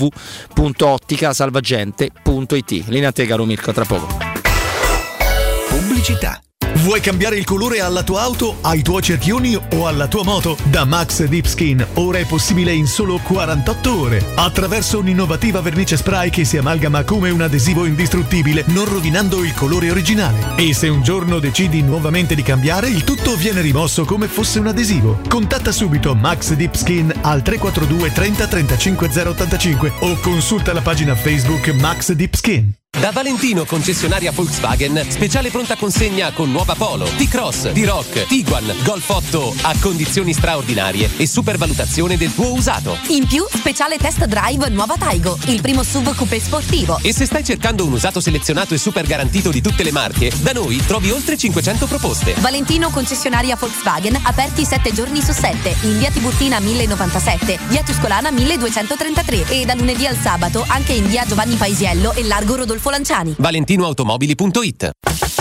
www.otticasalvagente.it. Linea a te caro Mirko, tra poco.
Pubblicità. Vuoi cambiare il colore alla tua auto, ai tuoi cerchioni o alla tua moto? Da Max Deep Skin ora è possibile in solo 48 ore attraverso un'innovativa vernice spray che si amalgama come un adesivo indistruttibile, non rovinando il colore originale. E se un giorno decidi nuovamente di cambiare, il tutto viene rimosso come fosse un adesivo. Contatta subito Max Deep Skin al 342 30 35 085 o consulta la pagina Facebook Max Deep Skin.
Da Valentino concessionaria Volkswagen, speciale pronta consegna con nuova Polo, T-Cross, T-Roc, Tiguan, Golf 8 a condizioni straordinarie e supervalutazione del tuo usato.
In più, speciale test drive nuova Taigo, il primo SUV coupé sportivo.
E se stai cercando un usato selezionato e super garantito di tutte le marche, da noi trovi oltre 500 proposte.
Valentino concessionaria Volkswagen, aperti 7 giorni su 7, in via Tiburtina 1097, via Tuscolana 1233 e da lunedì al sabato anche in via Giovanni Paisiello e largo Rodolfo Lanciani.
ValentinoAutomobili.it.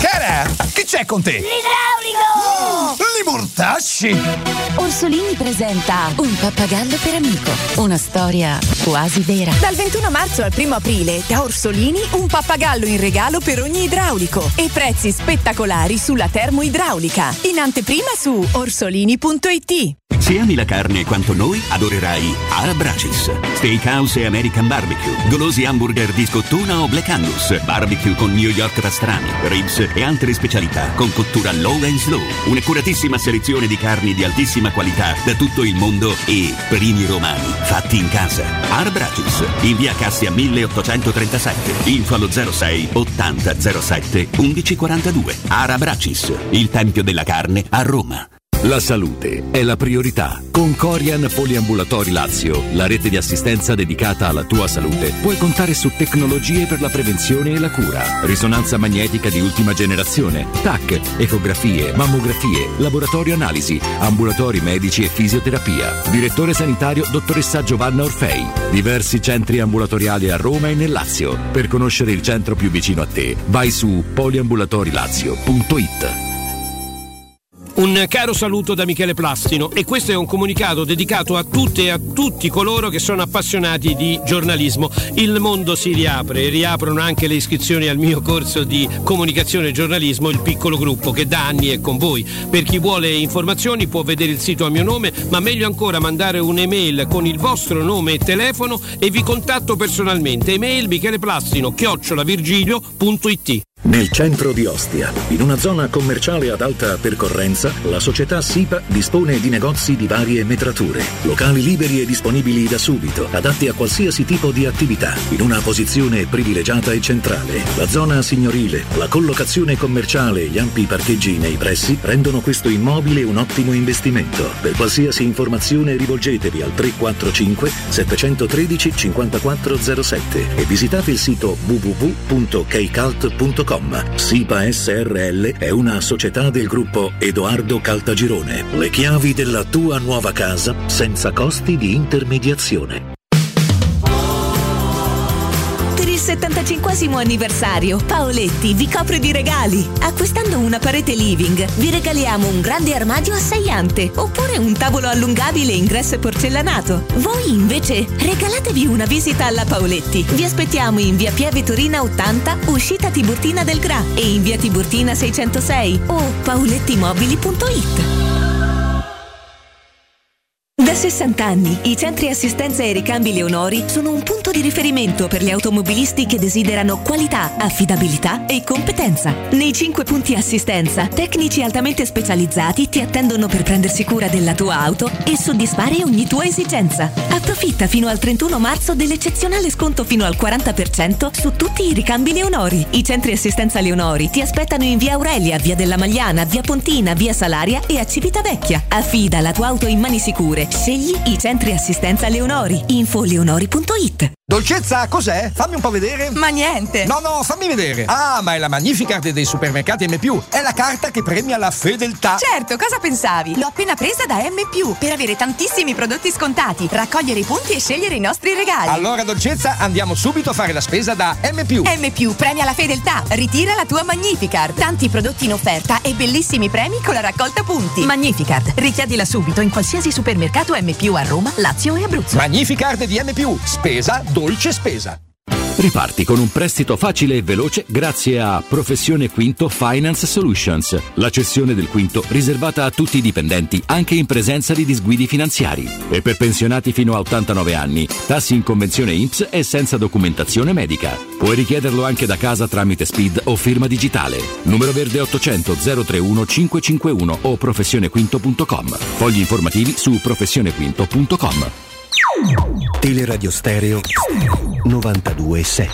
Cara, che c'è con te?
L'idraulico!
Li mortasci!
Orsolini presenta Un pappagallo per amico, una storia quasi vera.
Dal 21 marzo al 1 aprile, da Orsolini, un pappagallo in regalo per ogni idraulico e prezzi spettacolari sulla termoidraulica. In anteprima su orsolini.it.
Se ami la carne quanto noi, adorerai Arabracis. Steakhouse e American Barbecue. Golosi hamburger di scottuna o Black Angus. Barbecue con New York pastrami, ribs e altre specialità con cottura low and slow. Un'accuratissima selezione di carni di altissima qualità da tutto il mondo e primi romani fatti in casa. Arabracis, in via Cassia 1837. Info allo 06 80 07 1142. Arabracis, il tempio della carne a Roma.
La salute è la priorità. Con Corian Poliambulatori Lazio, la rete di assistenza dedicata alla tua salute, puoi contare su tecnologie per la prevenzione e la cura. Risonanza magnetica di ultima generazione, TAC, ecografie, mammografie, laboratorio analisi, ambulatori medici e fisioterapia. Direttore sanitario dottoressa Giovanna Orfei. Diversi centri ambulatoriali a Roma e nel Lazio. Per conoscere il centro più vicino a te, vai su poliambulatorilazio.it.
Un caro saluto da Michele Plastino, e questo è un comunicato dedicato a tutte e a tutti coloro che sono appassionati di giornalismo. Il mondo si riapre, riaprono anche le iscrizioni al mio corso di comunicazione e giornalismo, il piccolo gruppo, che da anni è con voi. Per chi vuole informazioni può vedere il sito a mio nome, ma meglio ancora mandare un'email con il vostro nome e telefono e vi contatto personalmente. Email micheleplastino@virgilio.it.
Nel centro di Ostia, in una zona commerciale ad alta percorrenza, la società SIPA dispone di negozi di varie metrature, locali liberi e disponibili da subito, adatti a qualsiasi tipo di attività, in una posizione privilegiata e centrale. La zona signorile, la collocazione commerciale e gli ampi parcheggi nei pressi rendono questo immobile un ottimo investimento. Per qualsiasi informazione rivolgetevi al 345 713 5407 e visitate il sito www.keicalt.com. SIPA SRL è una società del gruppo Edoardo Caltagirone. Le chiavi della tua nuova casa senza costi di intermediazione.
Per il 75° anniversario, Paoletti vi copre di regali. Acquistando una parete living, vi regaliamo un grande armadio a 6 ante oppure un tavolo allungabile ingresso e porcellanato. Voi invece regalatevi una visita alla Paoletti. Vi aspettiamo in via Pieve Torina 80, uscita Tiburtina del Gra, e in via Tiburtina 606 o paolettimobili.it. Da 60 anni, i centri assistenza e ricambi Leonori sono un punto di riferimento per gli automobilisti che desiderano qualità, affidabilità e competenza. Nei 5 punti assistenza, tecnici altamente specializzati ti attendono per prendersi cura della tua auto e soddisfare ogni tua esigenza. Approfitta fino al 31 marzo dell'eccezionale sconto fino al 40% su tutti i ricambi Leonori. I centri assistenza Leonori ti aspettano in via Aurelia, via della Magliana, via Pontina, via Salaria e a Civitavecchia. Affida la tua auto in mani sicure. Scegli i centri assistenza Leonori. Info leonori.it.
Dolcezza, cos'è? Fammi un po' vedere.
Ma niente.
No, fammi vedere. Ah, ma è la Magnificard dei supermercati M+. È la carta che premia la fedeltà.
Certo, cosa pensavi? L'ho appena presa da M+, per avere tantissimi prodotti scontati, raccogliere i punti e scegliere i nostri regali.
Allora, Dolcezza, andiamo subito a fare la spesa da M+.
M+, premia la fedeltà. Ritira la tua Magnificard. Tanti prodotti in offerta e bellissimi premi con la raccolta punti. Magnificard. Richiedila subito in qualsiasi supermercato M+ a Roma, Lazio e Abruzzo.
Magnificard di M+. Spesa, dolce spesa.
Riparti con un prestito facile e veloce grazie a Professione Quinto Finance Solutions, la cessione del quinto riservata a tutti i dipendenti anche in presenza di disguidi finanziari. E per pensionati fino a 89 anni, tassi in convenzione INPS e senza documentazione medica. Puoi richiederlo anche da casa tramite SPID o firma digitale. Numero verde 800 031 551 o professionequinto.com. Fogli informativi su professionequinto.com.
Teleradio Stereo 92.7.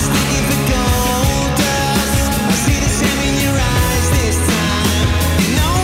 No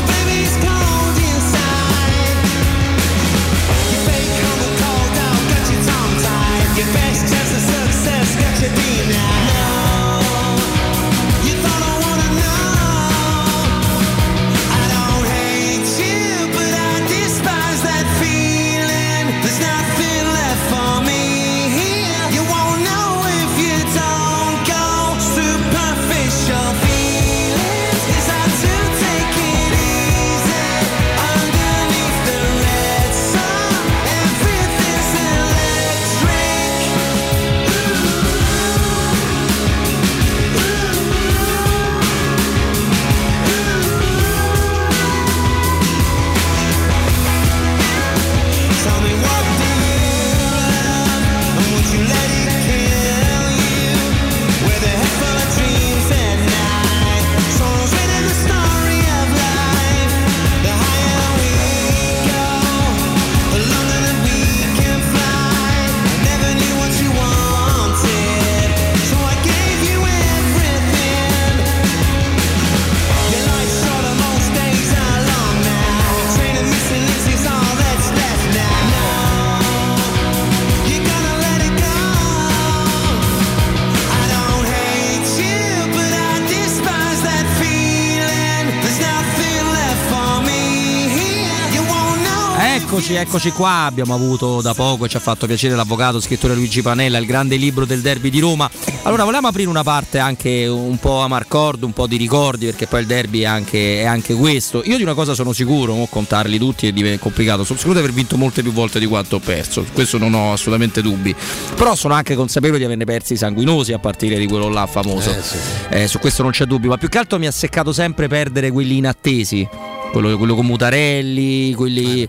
Eccoci qua, abbiamo avuto da poco e ci ha fatto piacere l'avvocato, scrittore Luigi Panella, il grande libro del derby di Roma. Allora volevamo aprire una parte anche un po' a Marcord, un po' di ricordi, perché poi il derby è anche questo. Io di una cosa sono sicuro, non contarli tutti è complicato, sono sicuro di aver vinto molte più volte di quanto ho perso, questo non ho assolutamente dubbi, però sono anche consapevole di averne persi sanguinosi a partire di quello là famoso, su questo non c'è dubbio, ma più che altro mi ha seccato sempre perdere quelli inattesi. Quello con Mutarelli, quelli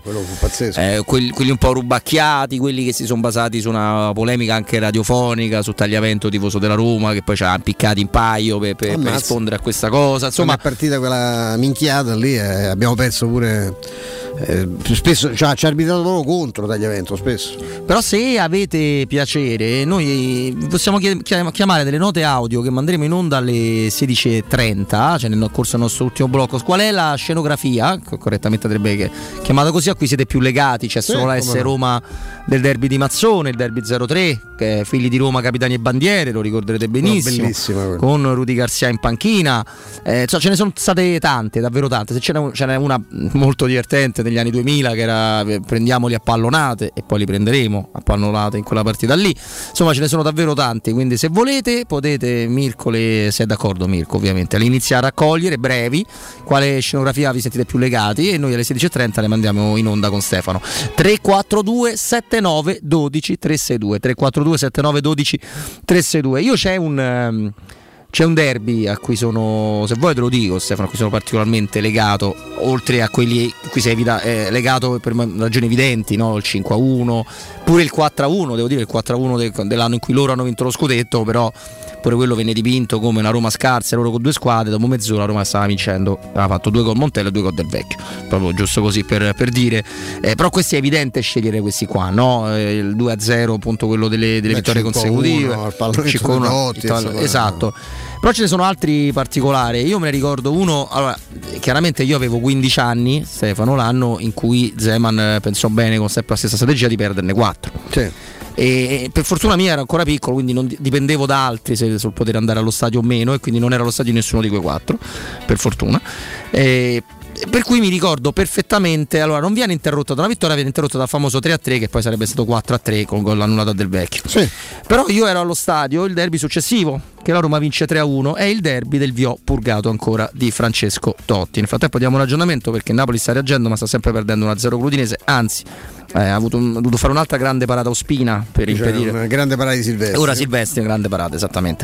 un po' rubacchiati, quelli che si sono basati su una polemica anche radiofonica su Tagliavento, tifoso della Roma, che poi ci ha impiccati in paio per rispondere a questa cosa. Insomma,
è partita quella minchiata lì, abbiamo perso pure. Spesso ci ha arbitrato loro contro Tagliavento spesso.
Però se avete piacere noi possiamo chiamare delle note audio che manderemo in onda alle 16.30, cioè nel corso del nostro ultimo blocco. Qual è la scenografia? Correttamente andrebbe chiamata così, a cui siete più legati. C'è solo la S Roma del derby di Mazzone, il derby 03, che è Figli di Roma, capitani e bandiere, lo ricorderete benissimo, con Rudy Garcia in panchina. Ce ne sono state tante, davvero tante. Se ce n'è una molto divertente negli anni 2000 che era prendiamoli a pallonate e poi li prenderemo a pallonate in quella partita lì. Insomma, ce ne sono davvero tanti, quindi se volete potete, Mirko, se è d'accordo Mirko ovviamente, all'iniziare a raccogliere brevi quale scenografia vi sentite più legati e noi alle 16.30 le mandiamo in onda con Stefano. 342 79 12 362 342 79 12 362. Io c'è un derby a cui sono, se vuoi te lo dico Stefano, a cui sono particolarmente legato, oltre a quelli a cui sei legato per ragioni evidenti, no? Il 5-1, pure il 4-1, devo dire il 4-1 dell'anno in cui loro hanno vinto lo scudetto, però pure quello venne dipinto come una Roma scarsa, loro con due squadre, dopo mezz'ora Roma stava vincendo, aveva fatto 2 gol Montella e 2 gol Del Vecchio, proprio giusto così per dire, però questo è evidente scegliere questi qua, no? Il 2-0 appunto quello delle vittorie consecutive, 5-1, esatto. Però ce ne sono altri particolari, io me ne ricordo uno, allora chiaramente io avevo 15 anni, Stefano, l'anno in cui Zeman pensò bene con sempre la stessa strategia di perderne 4. Sì. E per fortuna mia ero ancora piccolo, quindi non dipendevo da altri sul poter andare allo stadio o meno, e quindi non era allo stadio nessuno di quei 4, per fortuna. Per cui mi ricordo perfettamente, allora non viene interrotta da una vittoria, viene interrotta dal famoso 3-3 che poi sarebbe stato 4-3 con gol annullato a Del Vecchio. Sì. Però io ero allo stadio il derby successivo, che la Roma vince 3-1, è il derby del Vio purgato ancora di Francesco Totti. Nel frattempo diamo un ragionamento, perché Napoli sta reagendo ma sta sempre perdendo 1-0 con l'Udinese, anzi ha dovuto fare un'altra grande parata Ospina per impedire,
una grande parata di Silvestri.
Ora Silvestri, una grande parata, esattamente,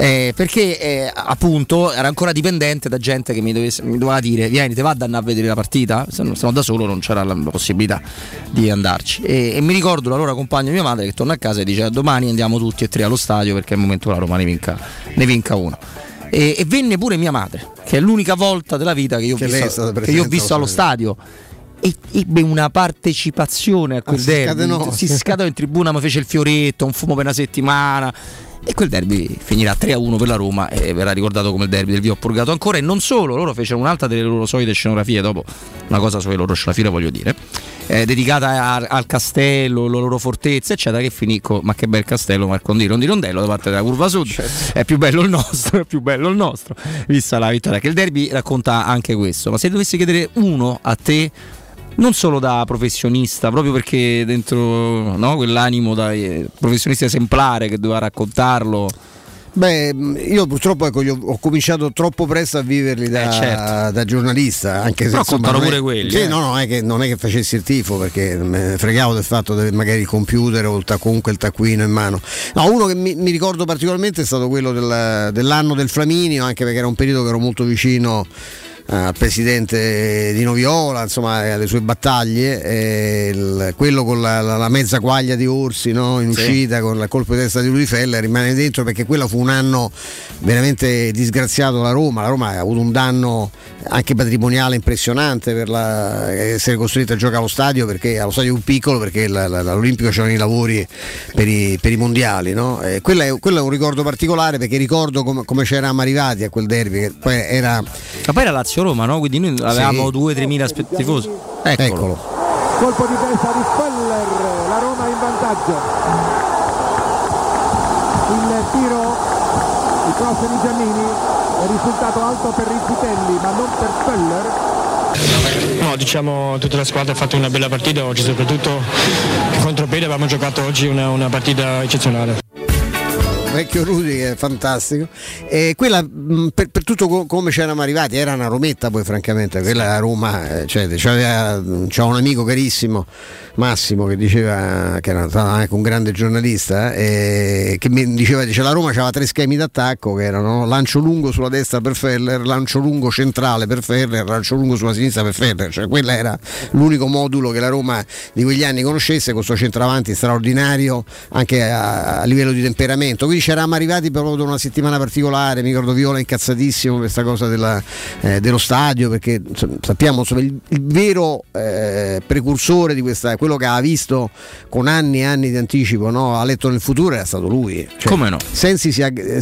perché appunto era ancora dipendente da gente che mi doveva dire vieni, te va a vedere la partita, se no da solo non c'era la possibilità di andarci, e mi ricordo l'allora compagno di mia madre che torna a casa e dice domani andiamo tutti e 3 allo stadio perché è il momento che la Roma ne vinca uno. E venne pure mia madre, che è l'unica volta della vita che io ho visto allo stadio, e ebbe una partecipazione a quel derby, si scatenò in tribuna, ma fece il fioretto, un fumo per una settimana, e quel derby finirà 3-1 per la Roma e verrà ricordato come il derby del Vio purgato ancora. E non solo, loro fecero un'altra delle loro solite scenografie, dopo una cosa sulle loro scenografie voglio dire, dedicata al castello, le loro fortezze eccetera, che finì ma che bel castello Marcondì Rondello da parte della curva sud, è più bello il nostro, vista la vittoria. Che il derby racconta anche questo. Ma se dovessi chiedere uno a te, non solo da professionista, proprio perché dentro, no, quell'animo da professionista esemplare che doveva raccontarlo.
Beh, io purtroppo ho cominciato troppo presto a viverli da giornalista, anche se
però contano pure quelli.
Sì, non è che facessi il tifo, perché me fregavo del fatto di magari il computer o comunque il taccuino in mano. No, uno che mi ricordo particolarmente è stato quello dell'anno del Flaminio, anche perché era un periodo che ero molto vicino al presidente di Noviola, insomma alle sue battaglie, quello con la mezza quaglia di Orsi, no? In uscita con il colpo di testa di Rudi Feller, rimane dentro perché quello fu un anno veramente disgraziato alla Roma. La Roma ha avuto un danno anche patrimoniale impressionante per essere costruita a giocare allo stadio, perché allo stadio più piccolo, perché all'Olimpico c'erano i lavori per i mondiali, no? Quello è un ricordo particolare, perché ricordo come ci eravamo arrivati a quel derby, che poi era
Lazio-Roma, no? Quindi noi avevamo 2-3 mila tifosi. Eccolo.
Colpo di testa di Feller, la Roma in vantaggio. Il tiro, il cross di Giannini, è risultato alto per Rizzitelli ma non per Feller.
No, diciamo tutta la squadra ha fatto una bella partita oggi, soprattutto contro Pede abbiamo giocato oggi una partita eccezionale.
Vecchio Rudy che è fantastico, e quella per tutto come c'erano arrivati era una rometta, poi francamente quella a Roma, c'era un amico carissimo, Massimo, che diceva, che era anche un grande giornalista, che mi diceva, la Roma aveva 3 schemi d'attacco che erano lancio lungo sulla destra per Feller, lancio lungo centrale per Feller, lancio lungo sulla sinistra per Feller, cioè quella era l'unico modulo che la Roma di quegli anni conoscesse, con questo centravanti straordinario anche a livello di temperamento. Quindi c'eravamo arrivati proprio da una settimana particolare, mi ricordo Viola incazzatissimo per questa cosa dello stadio, perché sappiamo insomma, il vero precursore di questa, quello che ha visto con anni e anni di anticipo, no? Ha letto nel futuro, era stato lui.
Come no?
Sensi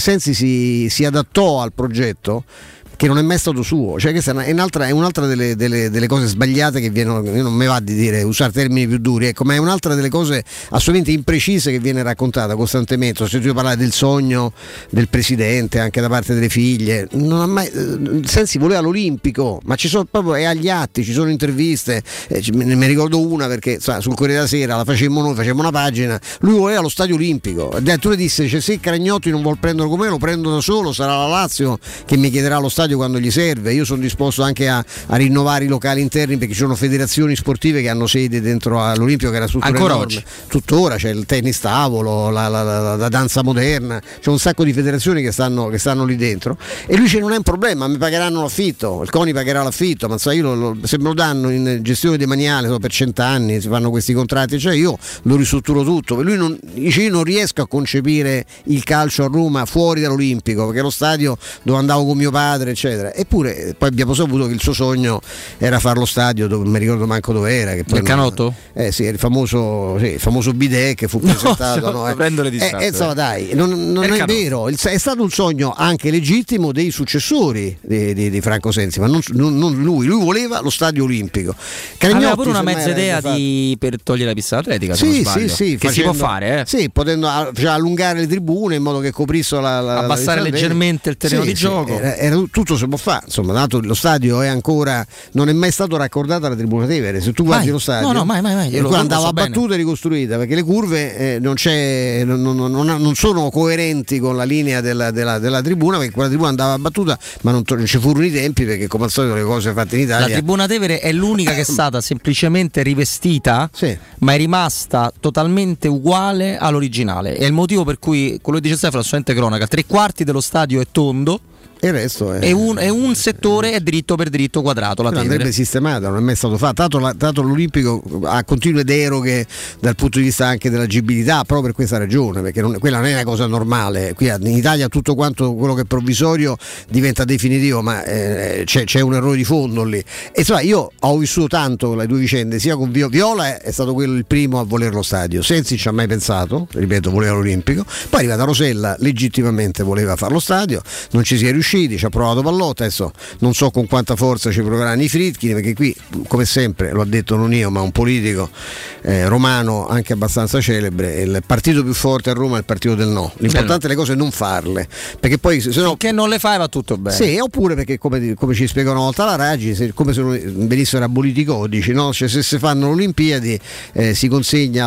si adattò al progetto che non è mai stato suo, cioè questa è un'altra delle cose sbagliate che viene, io non mi va di dire, usare termini più duri, ecco, ma è un'altra delle cose assolutamente imprecise che viene raccontata costantemente. Ho sentito parlare del sogno del presidente anche da parte delle figlie, non ha mai, Sensi voleva l'Olimpico, ma ci sono proprio, è agli atti, ci sono interviste, mi ricordo una perché sul Corriere della Sera la facemmo noi, facemmo una pagina, lui voleva lo stadio olimpico, addirittura disse, se Cragnotti non vuol prenderlo con me lo prendo da solo, sarà la Lazio che mi chiederà lo stadio quando gli serve, io sono disposto anche a rinnovare i locali interni, perché ci sono federazioni sportive che hanno sede dentro all'Olimpico, che era struttura
ancora
enorme.
Oggi
tuttora c'è il tennis tavolo, la danza moderna, c'è un sacco di federazioni che stanno lì dentro, e lui dice non è un problema, mi pagheranno l'affitto, il CONI pagherà l'affitto, ma io se me lo danno in gestione demaniale per 100 anni, si fanno questi contratti, cioè io lo ristrutturo tutto. Lui dice io non riesco a concepire il calcio a Roma fuori dall'Olimpico, perché lo stadio dove andavo con mio padre eccetera. Eppure poi abbiamo saputo che il suo sogno era fare lo stadio dove non mi ricordo manco dove era, che poi
il Canotto?
Sì, il famoso bidet che fu presentato,
prendo le distanze.
Insomma dai, non è vero, è stato un sogno anche legittimo dei successori di Franco Sensi, ma non lui voleva lo stadio olimpico. Cragnotti
aveva pure una mezza idea per togliere la pista atletica,
sì,
che si può fare,
sì, potendo allungare le tribune in modo che coprissero
abbassare leggermente il terreno di gioco,
era tutto si può fare, insomma, dato lo stadio è ancora, non è mai stato raccordata la tribuna Tevere, se tu guardi lo stadio
mai
andava abbattuta e ricostruita, perché le curve non sono coerenti con la linea della tribuna, perché quella tribuna andava abbattuta, ma non ci furono i tempi, perché come al solito le cose fatte in Italia,
la tribuna Tevere è l'unica che è stata semplicemente rivestita, ma è rimasta totalmente uguale all'originale, è il motivo per cui quello che dice Stefano è assolutamente cronaca, 3/4 dello stadio è tondo
e il resto
è un settore è dritto per dritto quadrato. La
andrebbe sistemata, non è mai stato fatto. Tanto l'Olimpico ha continue deroghe dal punto di vista anche dell'agibilità, proprio per questa ragione, perché quella non è una cosa normale. Qui in Italia tutto quanto quello che è provvisorio diventa definitivo, ma c'è un errore di fondo lì. E insomma, io ho vissuto tanto le due vicende, sia con Viola è stato quello il primo a voler lo stadio, Sensi ci ha mai pensato, ripeto, voleva l'Olimpico, poi è arrivata Rosella, legittimamente voleva fare lo stadio, non ci si è riusciti, ci ha provato Pallotta, adesso non so con quanta forza ci proveranno i Friedkin, perché qui come sempre, lo ha detto non io ma un politico romano anche abbastanza celebre, il partito più forte a Roma è il partito del no, l'importante è le cose non farle, perché poi se no
che non le fai va tutto bene,
sì, oppure perché come ci spiegò una volta la Raggi, come se venissero aboliti i codici, no? Cioè, se si fanno le Olimpiadi si consegna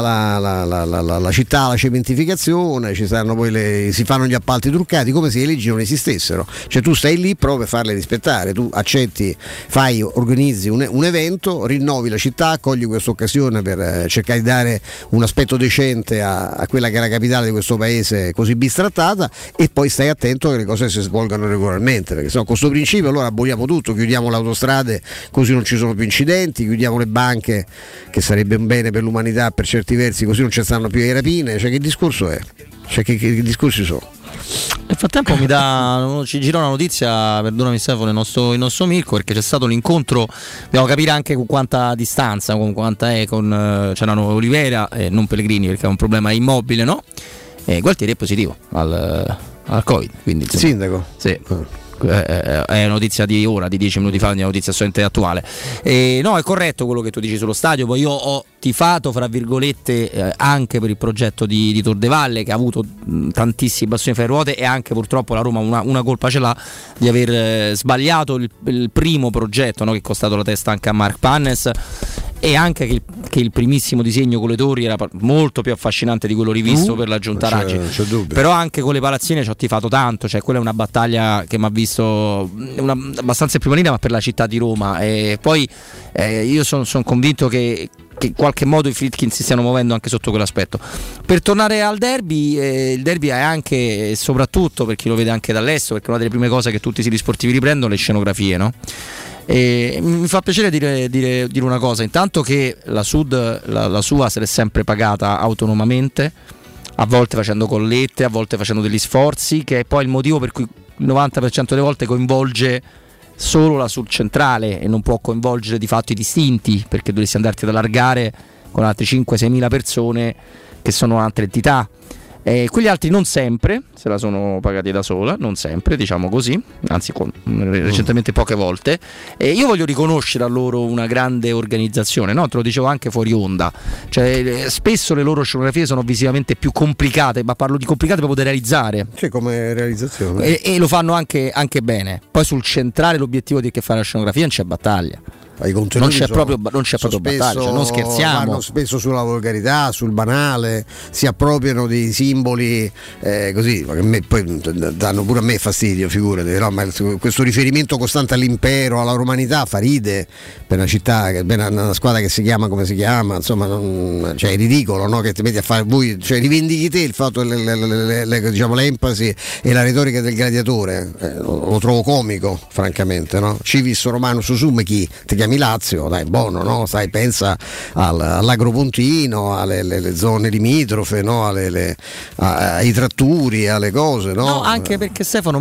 la città alla cementificazione, ci saranno poi si fanno gli appalti truccati, come se le leggi non esistessero. Cioè tu stai lì proprio per farle rispettare, tu accetti, organizzi un evento, rinnovi la città, accogli questa occasione per cercare di dare un aspetto decente a quella che è la capitale di questo paese così bistrattata, e poi stai attento che le cose si svolgano regolarmente, perché se no con questo principio allora aboliamo tutto, chiudiamo le autostrade così non ci sono più incidenti, chiudiamo le banche, che sarebbe un bene per l'umanità per certi versi, così non ci stanno più le rapine. Cioè che discorso è? Cioè che discorsi sono?
Nel frattempo ci gira una notizia, perdonami Stefano, il nostro Mirko, perché c'è stato l'incontro, dobbiamo capire anche con quanta distanza, con quanta è, c'erano Olivera e non Pellegrini, perché è un problema immobile, no? Gualtieri è positivo al Covid, quindi
il sindaco?
Sì. è notizia di ora, di 10 minuti fa, una notizia assolutamente attuale. No, è corretto quello che tu dici sullo stadio. Poi io ho tifato, fra virgolette, anche per il progetto di Tor de Valle, che ha avuto tantissimi bastoni fra le ruote, e anche purtroppo la Roma una colpa ce l'ha di aver sbagliato il primo progetto, no, che è costato la testa anche a Mark Pannes, e anche che il primissimo disegno con le torri era molto più affascinante di quello rivisto per la Giunta Raggi. Però anche con le palazzine ci ho tifato tanto, cioè quella è una battaglia che mi ha visto abbastanza in prima linea, ma per la città di Roma. E poi io sono convinto che in qualche modo i Friedkin si stiano muovendo anche sotto quell'aspetto. Per tornare al derby, il derby è anche e soprattutto, per chi lo vede anche dall'estero, perché una delle prime cose che tutti i siti sportivi riprendono le scenografie, no? E mi fa piacere dire una cosa, intanto che la Sud la sua se l'è sempre pagata autonomamente, a volte facendo collette, a volte facendo degli sforzi, che è poi il motivo per cui il 90% delle volte coinvolge solo la Sud centrale e non può coinvolgere di fatto i distinti, perché dovresti andarti ad allargare con altri 5-6 mila persone che sono altre entità. Quegli altri non sempre se la sono pagati da sola, non sempre, diciamo così, anzi recentemente poche volte. Io voglio riconoscere a loro una grande organizzazione, no? Te lo dicevo anche fuori onda, cioè spesso le loro scenografie sono visivamente più complicate, ma parlo di complicate proprio da realizzare,
cioè come realizzazione,
e lo fanno anche bene. Poi sul centrale l'obiettivo di che fare la scenografia non c'è battaglia. Non c'è proprio battaglia, cioè non scherziamo.
Vanno spesso sulla volgarità, sul banale, si appropriano dei simboli così, che poi danno pure a me fastidio, figurati, no? Ma questo riferimento costante all'impero, alla romanità fa ride per una città, per una squadra che si chiama come si chiama, insomma, cioè è ridicolo, no? Che ti metti a fare voi, cioè rivendichi te il fatto, diciamo, l'enfasi e la retorica del gladiatore, lo trovo comico, francamente, no? Civis Romanus sum, chi ti chiami Lazio, dai, buono, no? Sai, pensa all'Agropontino, alle zone limitrofe, no? Ai tratturi, alle cose, no?
No, anche perché Stefano,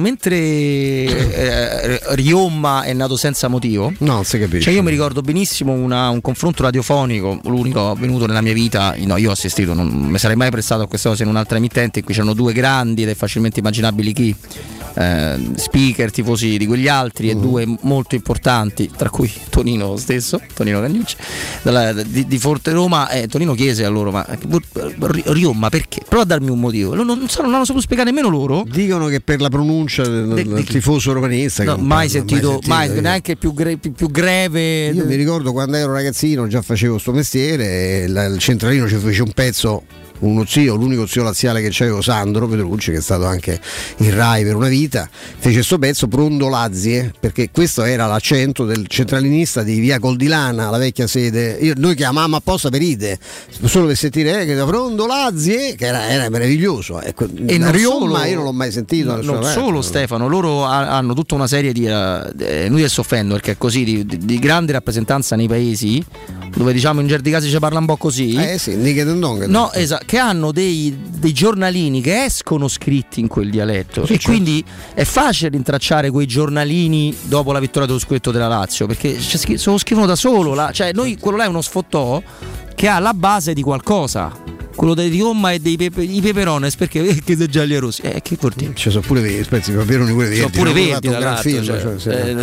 mentre Riomma è nato senza motivo,
no, si capisce.
Cioè io mi ricordo benissimo un confronto radiofonico, l'unico avvenuto nella mia vita, no, io ho assistito, non mi sarei mai prestato a questa cosa in un'altra emittente, in cui c'erano due grandi ed è facilmente immaginabili chi, speaker, tifosi di quegli altri, e due molto importanti, tra cui Tonino stesso, Tonino Cagnucci di Forte Roma. Tonino chiese a loro: ma Riomma perché? Prova a darmi un motivo. Non hanno saputo spiegare nemmeno loro.
Dicono che per la pronuncia del tifoso romanista,
no, mai sentito neanche più greve.
Io mi ricordo quando ero ragazzino, già facevo sto mestiere, il centralino ci fece un pezzo, l'unico zio laziale che c'avevo, Sandro Petrucci, che è stato anche in Rai per una vita, fece sto pezzo Prondo Lazie, perché questo era l'accento del centralinista di via Coldilana, la vecchia sede. Noi chiamavamo apposta per ride, solo per sentire che da Prondo Lazie, che era meraviglioso. Ecco, e non Riomma solo, io non l'ho mai sentito.
Non solo, Stefano, loro hanno tutta una serie di noi adesso offendo perché è così, di grande rappresentanza nei paesi dove, diciamo, in certi casi ci parla un po' così.
Sì,
no, esatto, che hanno dei giornalini che escono scritti in quel dialetto, sì, e certo. Quindi è facile rintracciare quei giornalini dopo la vittoria dello scudetto della Lazio, perché se lo scrivono da solo, cioè noi, quello là è uno sfottò che ha la base di qualcosa. Quello dei Riomma e i peperones, perché sono gialli e rossi, che portiamo.
Ci sono pure i peperoni pure verdi.
Sono pure verdi, un gran film,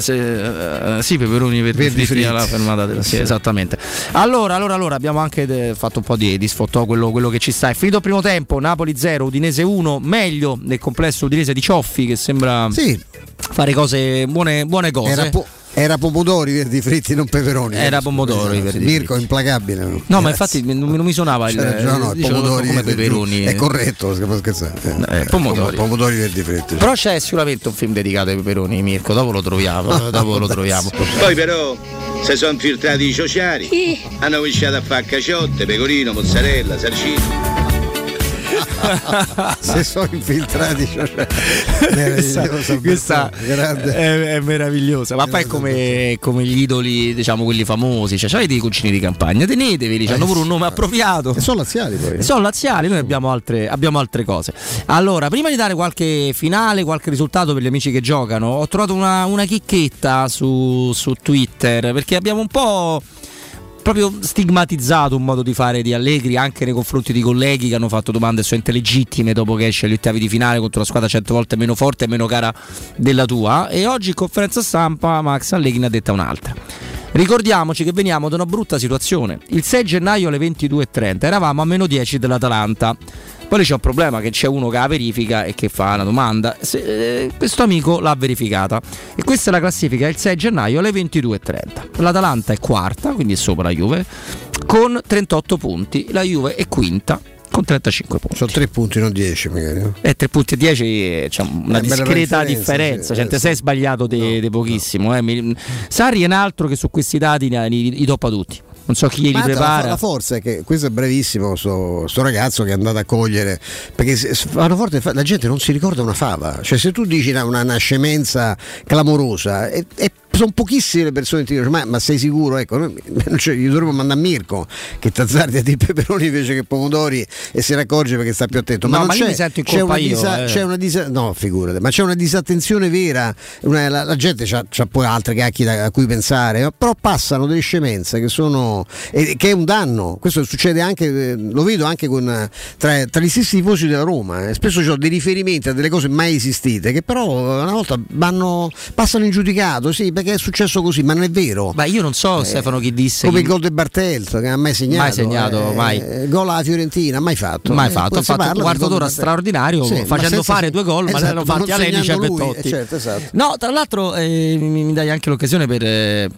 sì, peperoni verdi fritti alla fermata della, sì, esattamente. Allora abbiamo anche fatto un po' di sfottò quello che ci sta. È finito il primo tempo, Napoli 0, Udinese 1, meglio nel complesso udinese di Cioffi, che sembra fare cose buone cose.
Era pomodori verdi fritti, non peperoni.
Era pomodori verdi fritti.
Mirko implacabile. No,
grazie. Ma infatti non mi suonava
pomodori
come peperoni.
È corretto, stiamo scherzando. Pomodori verdi fritti.
Però c'è sicuramente un film dedicato ai peperoni, Mirko, dopo lo troviamo.
Poi però se sono infiltrati i ciociari, hanno cominciato a fare caciotte, pecorino, mozzarella, salsiccia.
Se sono infiltrati,
questa è meravigliosa, ma poi è come gli idoli, diciamo, quelli famosi, cioè avete i cugini di campagna, tenetevi, hanno pure un nome appropriato,
e sono laziali poi.
Sono laziali, noi abbiamo altre cose. Allora, prima di dare qualche finale, qualche risultato per gli amici che giocano, ho trovato una chicchetta su Twitter, perché abbiamo un po' proprio stigmatizzato un modo di fare di Allegri anche nei confronti di colleghi che hanno fatto domande assolutamente legittime dopo che esce agli ottavi di finale contro una squadra 100 volte meno forte e meno cara della tua. E oggi in conferenza stampa Max Allegri ne ha detta un'altra. Ricordiamoci che veniamo da una brutta situazione. Il 6 gennaio alle 22:30 eravamo a -10 dell'Atalanta. Poi lì c'è un problema, che c'è uno che la verifica e che fa una domanda. Questo amico l'ha verificata e questa è la classifica il 6 gennaio alle 22:30. L'Atalanta è quarta, quindi è sopra la Juve, con 38 punti. La Juve è quinta con 35 punti.
Sono 3 punti, non 10 magari.
3 punti e 10 c'è una discreta differenza. Sì, sei sbagliato di pochissimo. Sarri è un altro che su questi dati li toppa tutti. Non so chi li prepara.
La forza è che questo è brevissimo, sto ragazzo che è andato a cogliere, perché fanno forte, la gente non si ricorda una fava, cioè se tu dici una scemenza clamorosa sono pochissime le persone che ti dicono ma sei sicuro? Ecco, gli dovremmo mandare Mirko che t'azzardi a dire peperoni invece che pomodori e se ne accorge perché sta più attento. Ma
io mi sento in colpa
no, figurate, ma c'è una disattenzione vera, la gente c'ha poi altre cacchi a cui pensare, però passano delle scemenze che sono che è un danno. Questo succede anche, lo vedo anche tra gli stessi tifosi della Roma, spesso ho dei riferimenti a delle cose mai esistite che però una volta passano in giudicato, sì, perché è successo così, ma non è vero.
Ma io non so Stefano chi disse
come il gol di Bartelt che non ha mai segnato, gol alla Fiorentina, mai fatto.
Ha fatto un quarto d'ora straordinario, sì, facendo fare 2 gol, ma l'hanno fatti a Lenice e Bettotti.
Certo, esatto.
No, tra l'altro mi dai anche l'occasione per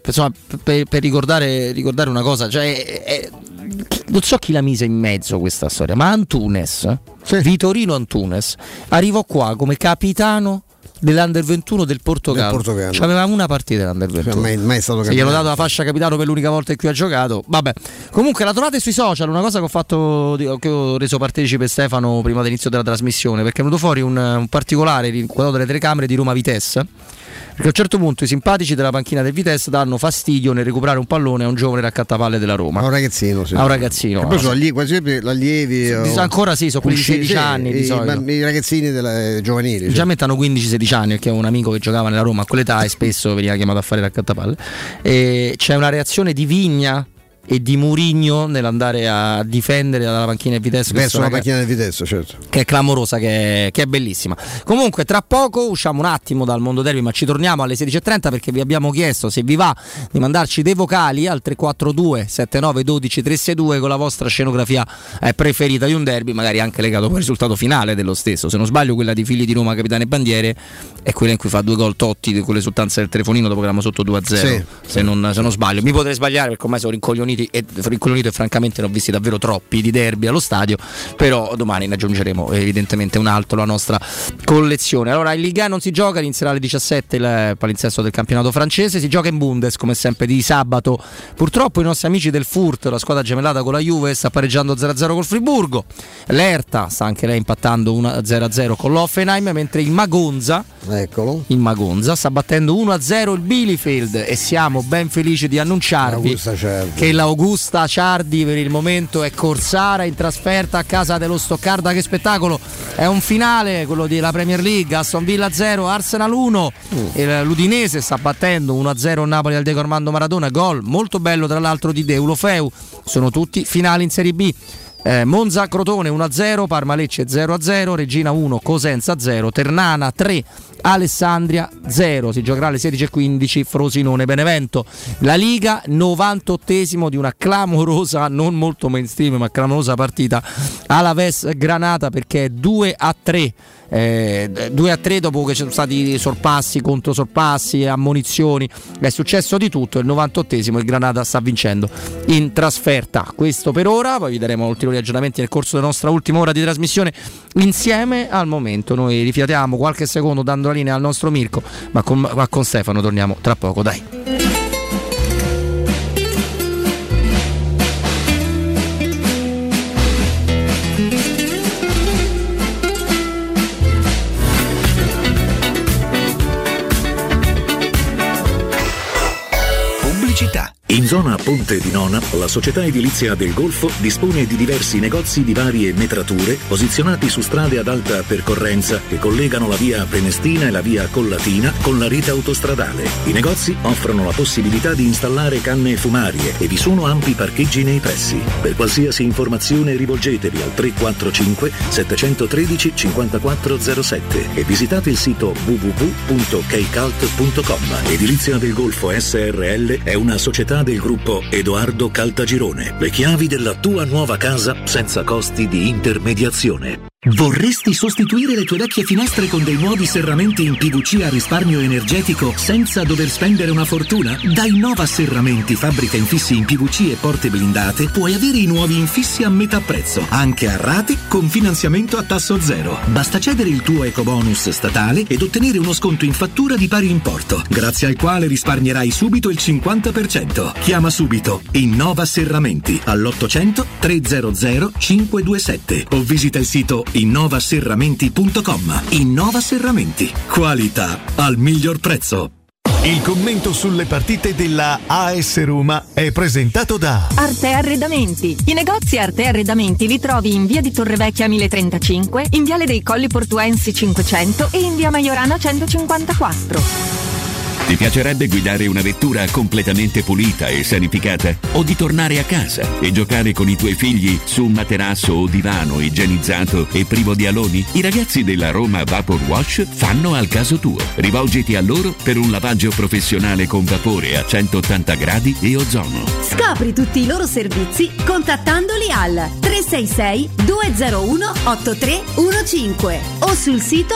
ricordare una cosa, cioè non so chi la mise in mezzo questa storia, ma Antunes, Vitorino Antunes arrivò qua come capitano dell'Under 21 del Portogallo. C'aveva una partita dell'Under 21.
Mai è stato
se gli hanno dato la fascia capitano per l'unica volta in cui ha giocato. Vabbè. Comunque la trovate sui social, una cosa che ho reso partecipe Stefano prima dell'inizio della trasmissione, perché è venuto fuori un particolare inquadrato dalle telecamere di Roma Vitesse. Perché a un certo punto i simpatici della panchina del Vitesse danno fastidio nel recuperare un pallone a un giovane raccattavalle della Roma.
A un ragazzino, sì.
A un ragazzino.
E poi sono allievi.
Ancora sì, sono quelli di 16 anni di solito.
I ragazzini giovanili.
Già hanno 15-16 anni, perché ho un amico che giocava nella Roma a quell'età e spesso veniva chiamato a fare raccattapalle. E c'è una reazione di Vigna e di Mourinho nell'andare a difendere dalla panchina del Vitesse
verso la panchina del Vitesse, certo,
che è clamorosa, che è bellissima. Comunque tra poco usciamo un attimo dal mondo derby, ma ci torniamo alle 16:30 perché vi abbiamo chiesto se vi va di mandarci dei vocali al 342 79 12 362 con la vostra scenografia preferita di un derby, magari anche legato al risultato finale dello stesso. Se non sbaglio quella di Figli di Roma, Capitani e Bandiere, è quella in cui fa 2 gol Totti con l'esultanza del telefonino dopo che eravamo sotto 2-0, sì, se non sbaglio. Mi potrei sbagliare perché ormai sono rincoglionito e francamente ne ho visti davvero troppi di derby allo stadio, però domani ne aggiungeremo evidentemente un altro alla nostra collezione. Allora in Liga non si gioca, inizierà alle 17 il palinsesto del campionato francese, si gioca in Bundes come sempre di sabato. Purtroppo i nostri amici del Furt, la squadra gemellata con la Juve, sta pareggiando 0-0 col Friburgo, l'Erta sta anche lei impattando 1-0 con l'Hoffenheim, mentre il Magonza sta battendo 1-0 il Bielefeld, e siamo ben felici di annunciarvi che l'Augusta Ciardi per il momento è corsara in trasferta a casa dello Stoccarda. Che spettacolo, è un finale quello della Premier League. Aston Villa 0, Arsenal 1 e l'Udinese sta battendo 1-0 Napoli al Diego Armando Maradona, gol molto bello tra l'altro di Deulofeu. Sono tutti finali in Serie B. Monza Crotone 1-0, Parma Lecce 0-0, Regina 1, Cosenza 0, Ternana 3, Alessandria 0. Si giocherà alle 16:15 Frosinone Benevento. La Liga, 98esimo di una clamorosa, non molto mainstream ma clamorosa partita, Alaves Granata, perché è 2-3. 2-3 dopo che ci sono stati sorpassi contro sorpassi e ammonizioni, è successo di tutto. Il 98esimo il Granada sta vincendo in trasferta. Questo per ora, poi vi daremo ulteriori aggiornamenti nel corso della nostra ultima ora di trasmissione insieme. Al momento noi rifiatiamo qualche secondo dando la linea al nostro Mirko, ma con Stefano torniamo tra poco, dai.
zona Ponte di Nona, la società edilizia del Golfo dispone di diversi negozi di varie metrature posizionati su strade ad alta percorrenza che collegano la via Prenestina e la via Collatina con la rete autostradale. I negozi offrono la possibilità di installare canne fumarie e vi sono ampi parcheggi nei pressi. Per qualsiasi informazione rivolgetevi al 345 713 5407 e visitate il sito www.keicalt.com. Edilizia del Golfo SRL è una società del gruppo Edoardo Caltagirone. Le chiavi della tua nuova casa senza costi di intermediazione. Vorresti sostituire le tue vecchie finestre con dei nuovi serramenti in PVC a risparmio energetico senza dover spendere una fortuna? Da Innova Serramenti, fabbrica infissi in PVC e porte blindate, puoi avere i nuovi infissi a metà prezzo, anche a rate con finanziamento a tasso zero. Basta cedere il tuo ecobonus statale ed ottenere uno sconto in fattura di pari importo, grazie al quale risparmierai subito il 50%. Chiama subito Innova Serramenti all'800 300 527 o visita il sito innovaserramenti.com. Innova Serramenti, qualità al miglior prezzo.
Il commento sulle partite della AS Roma è presentato da
Arte Arredamenti. I negozi Arte Arredamenti li trovi in via di Torrevecchia 1035, in viale dei Colli Portuensi 500 e in via Maiorana 154.
Ti piacerebbe guidare una vettura completamente pulita e sanificata? O di tornare a casa e giocare con i tuoi figli su un materasso o divano igienizzato e privo di aloni? I ragazzi della Roma Vapor Wash fanno al caso tuo. Rivolgiti a loro per un lavaggio professionale con vapore a 180 gradi e ozono.
Scopri tutti i loro servizi contattandoli al 366 201 8315 o sul sito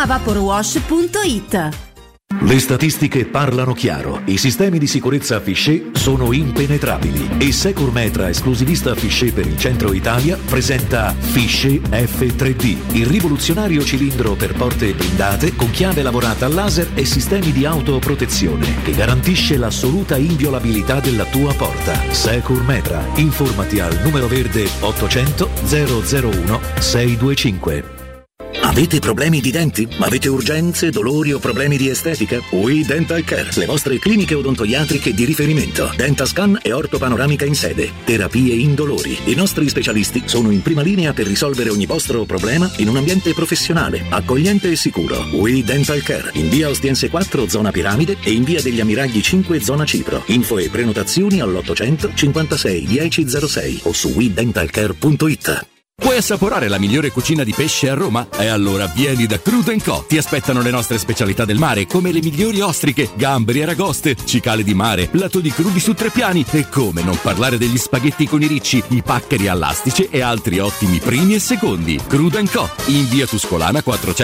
romavaporwash.it.
Le statistiche parlano chiaro. I sistemi di sicurezza Fichet sono impenetrabili e Securmetra, esclusivista Fichet per il centro Italia, presenta Fichet F3D, il rivoluzionario cilindro per porte blindate con chiave lavorata a laser e sistemi di autoprotezione che garantisce l'assoluta inviolabilità della tua porta. Securmetra. Informati al numero verde 800 001 625. Avete problemi di denti? Avete urgenze, dolori o problemi di estetica? We Dental Care, le vostre cliniche odontoiatriche di riferimento. Dentascan e ortopanoramica in sede. Terapie indolori. I nostri specialisti sono in prima linea per risolvere ogni vostro problema in un ambiente professionale, accogliente e sicuro. We Dental Care, in via Ostiense 4, zona Piramide e in via degli Ammiragli 5, zona Cipro. Info e prenotazioni all'800 56 1006 o su wedentalcare.it.
Puoi assaporare la migliore cucina di pesce a Roma? E allora vieni da Crudo & Co. Ti aspettano le nostre specialità del mare, come le migliori ostriche, gamberi, aragoste, cicale di mare, lato di crudi su 3 piani e come non parlare degli spaghetti con i ricci, i paccheri all'astice e altri ottimi primi e secondi. Crudo & Co. in via Tuscolana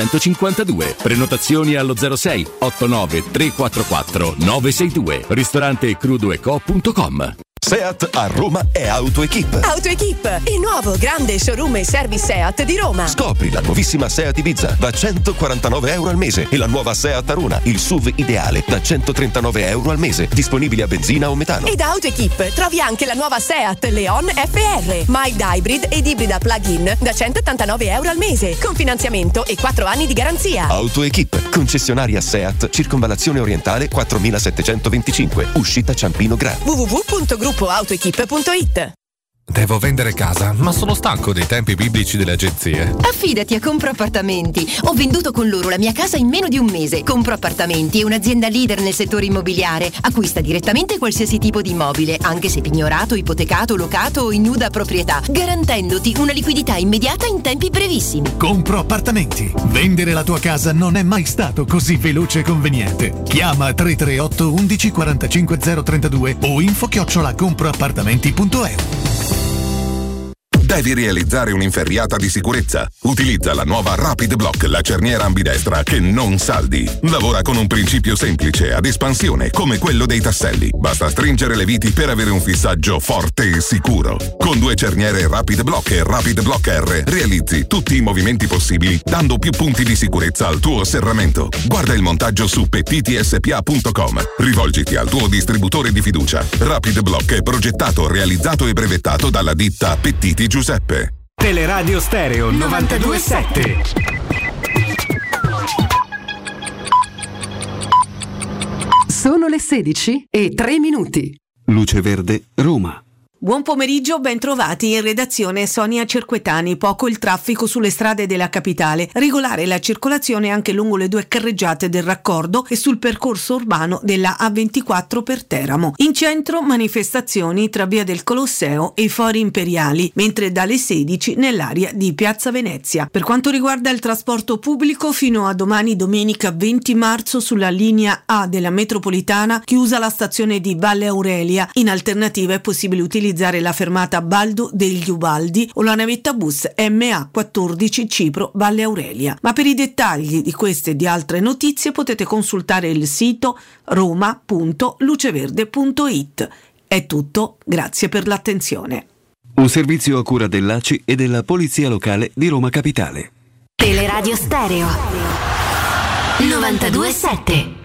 452. Prenotazioni allo 06 89 344 962. Ristorante crudoeco.com.
Seat a Roma è AutoEquip.
AutoEquip, il nuovo grande showroom e service Seat di Roma.
Scopri la nuovissima Seat Ibiza da €149 al mese e la nuova Seat Arona, il SUV ideale, da €139 al mese, disponibili a benzina o metano.
E da AutoEquip trovi anche la nuova Seat Leon FR, mild hybrid ed ibrida plug-in da €189 al mese, con finanziamento e 4 anni di garanzia.
AutoEquip, concessionaria Seat, Circonvallazione Orientale 4725, uscita Ciampino Gra.
www.gruppoautoequip.it.
Devo vendere casa, ma sono stanco dei tempi biblici delle agenzie.
Affidati a Compro Appartamenti. Ho venduto con loro la mia casa in meno di un mese. Compro Appartamenti è un'azienda leader nel settore immobiliare. Acquista direttamente qualsiasi tipo di immobile, anche se pignorato, ipotecato, locato o in nuda proprietà, garantendoti una liquidità immediata in tempi brevissimi.
Compro Appartamenti. Vendere la tua casa non è mai stato così veloce e conveniente. Chiama 338 11 45 032 o info@comproappartamenti.eu.
Devi realizzare un'inferriata di sicurezza? Utilizza la nuova Rapid Block, la cerniera ambidestra che non saldi. Lavora con un principio semplice ad espansione come quello dei tasselli. Basta stringere le viti per avere un fissaggio forte e sicuro. Con 2 cerniere Rapid Block e Rapid Block R realizzi tutti i movimenti possibili, dando più punti di sicurezza al tuo serramento. Guarda il montaggio su pettitspa.com. Rivolgiti al tuo distributore di fiducia. Rapid Block è progettato, realizzato e brevettato dalla ditta Pettiti Giuseppe.
Teleradio Stereo 92.7.
Sono le 16:03.
Luce Verde, Roma.
Buon pomeriggio, ben trovati in redazione Sonia Cerquetani. Poco il traffico sulle strade della capitale, regolare la circolazione anche lungo le 2 carreggiate del raccordo e sul percorso urbano della A24 per Teramo. In centro manifestazioni tra Via del Colosseo e i Fori Imperiali, mentre dalle 16 nell'area di Piazza Venezia. Per quanto riguarda il trasporto pubblico, fino a domani domenica 20 marzo sulla linea A della metropolitana chiusa la stazione di Valle Aurelia. In alternativa è possibile utilizzare la fermata Baldo degli Ubaldi o la navetta bus MA14 Cipro Valle Aurelia. Ma per i dettagli di queste e di altre notizie potete consultare il sito roma.luceverde.it. È tutto, grazie per l'attenzione.
Un servizio a cura dell'ACI e della Polizia Locale di Roma Capitale.
Teleradio Stereo 92.7.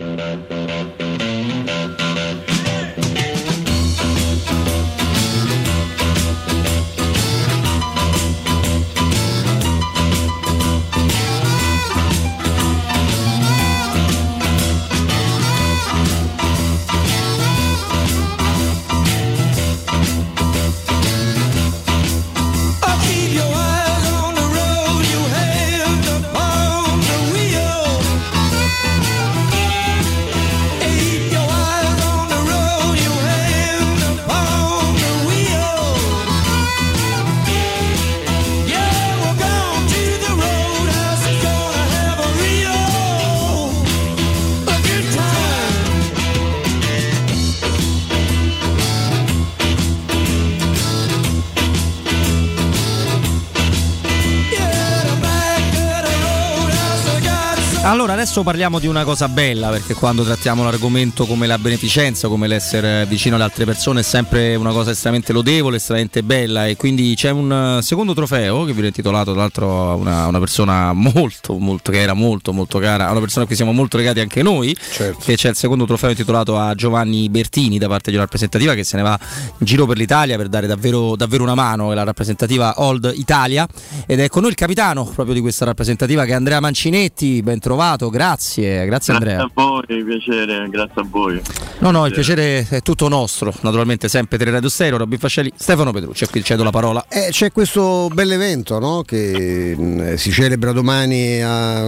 Allora adesso parliamo di una cosa bella, perché quando trattiamo l'argomento come la beneficenza, come l'essere vicino alle altre persone, è sempre una cosa estremamente lodevole, estremamente bella, e quindi c'è un secondo trofeo che viene intitolato tra l'altro a una persona molto che era molto cara, una persona a cui siamo molto legati anche noi, certo. Che c'è il secondo trofeo intitolato a Giovanni Bertini da parte di una rappresentativa che se ne va in giro per l'Italia per dare davvero una mano, è la rappresentativa Old Italia, ed è con noi il capitano proprio di questa rappresentativa che è Andrea Mancinetti. Ben trovato, grazie Andrea.
Grazie a voi, piacere, grazie a voi.
No, il piacere è tutto nostro, naturalmente sempre Teleradio Stereo, Robin Fascelli, Stefano Petrucci, a cui cedo la parola.
C'è questo bell'evento, no? Che si celebra domani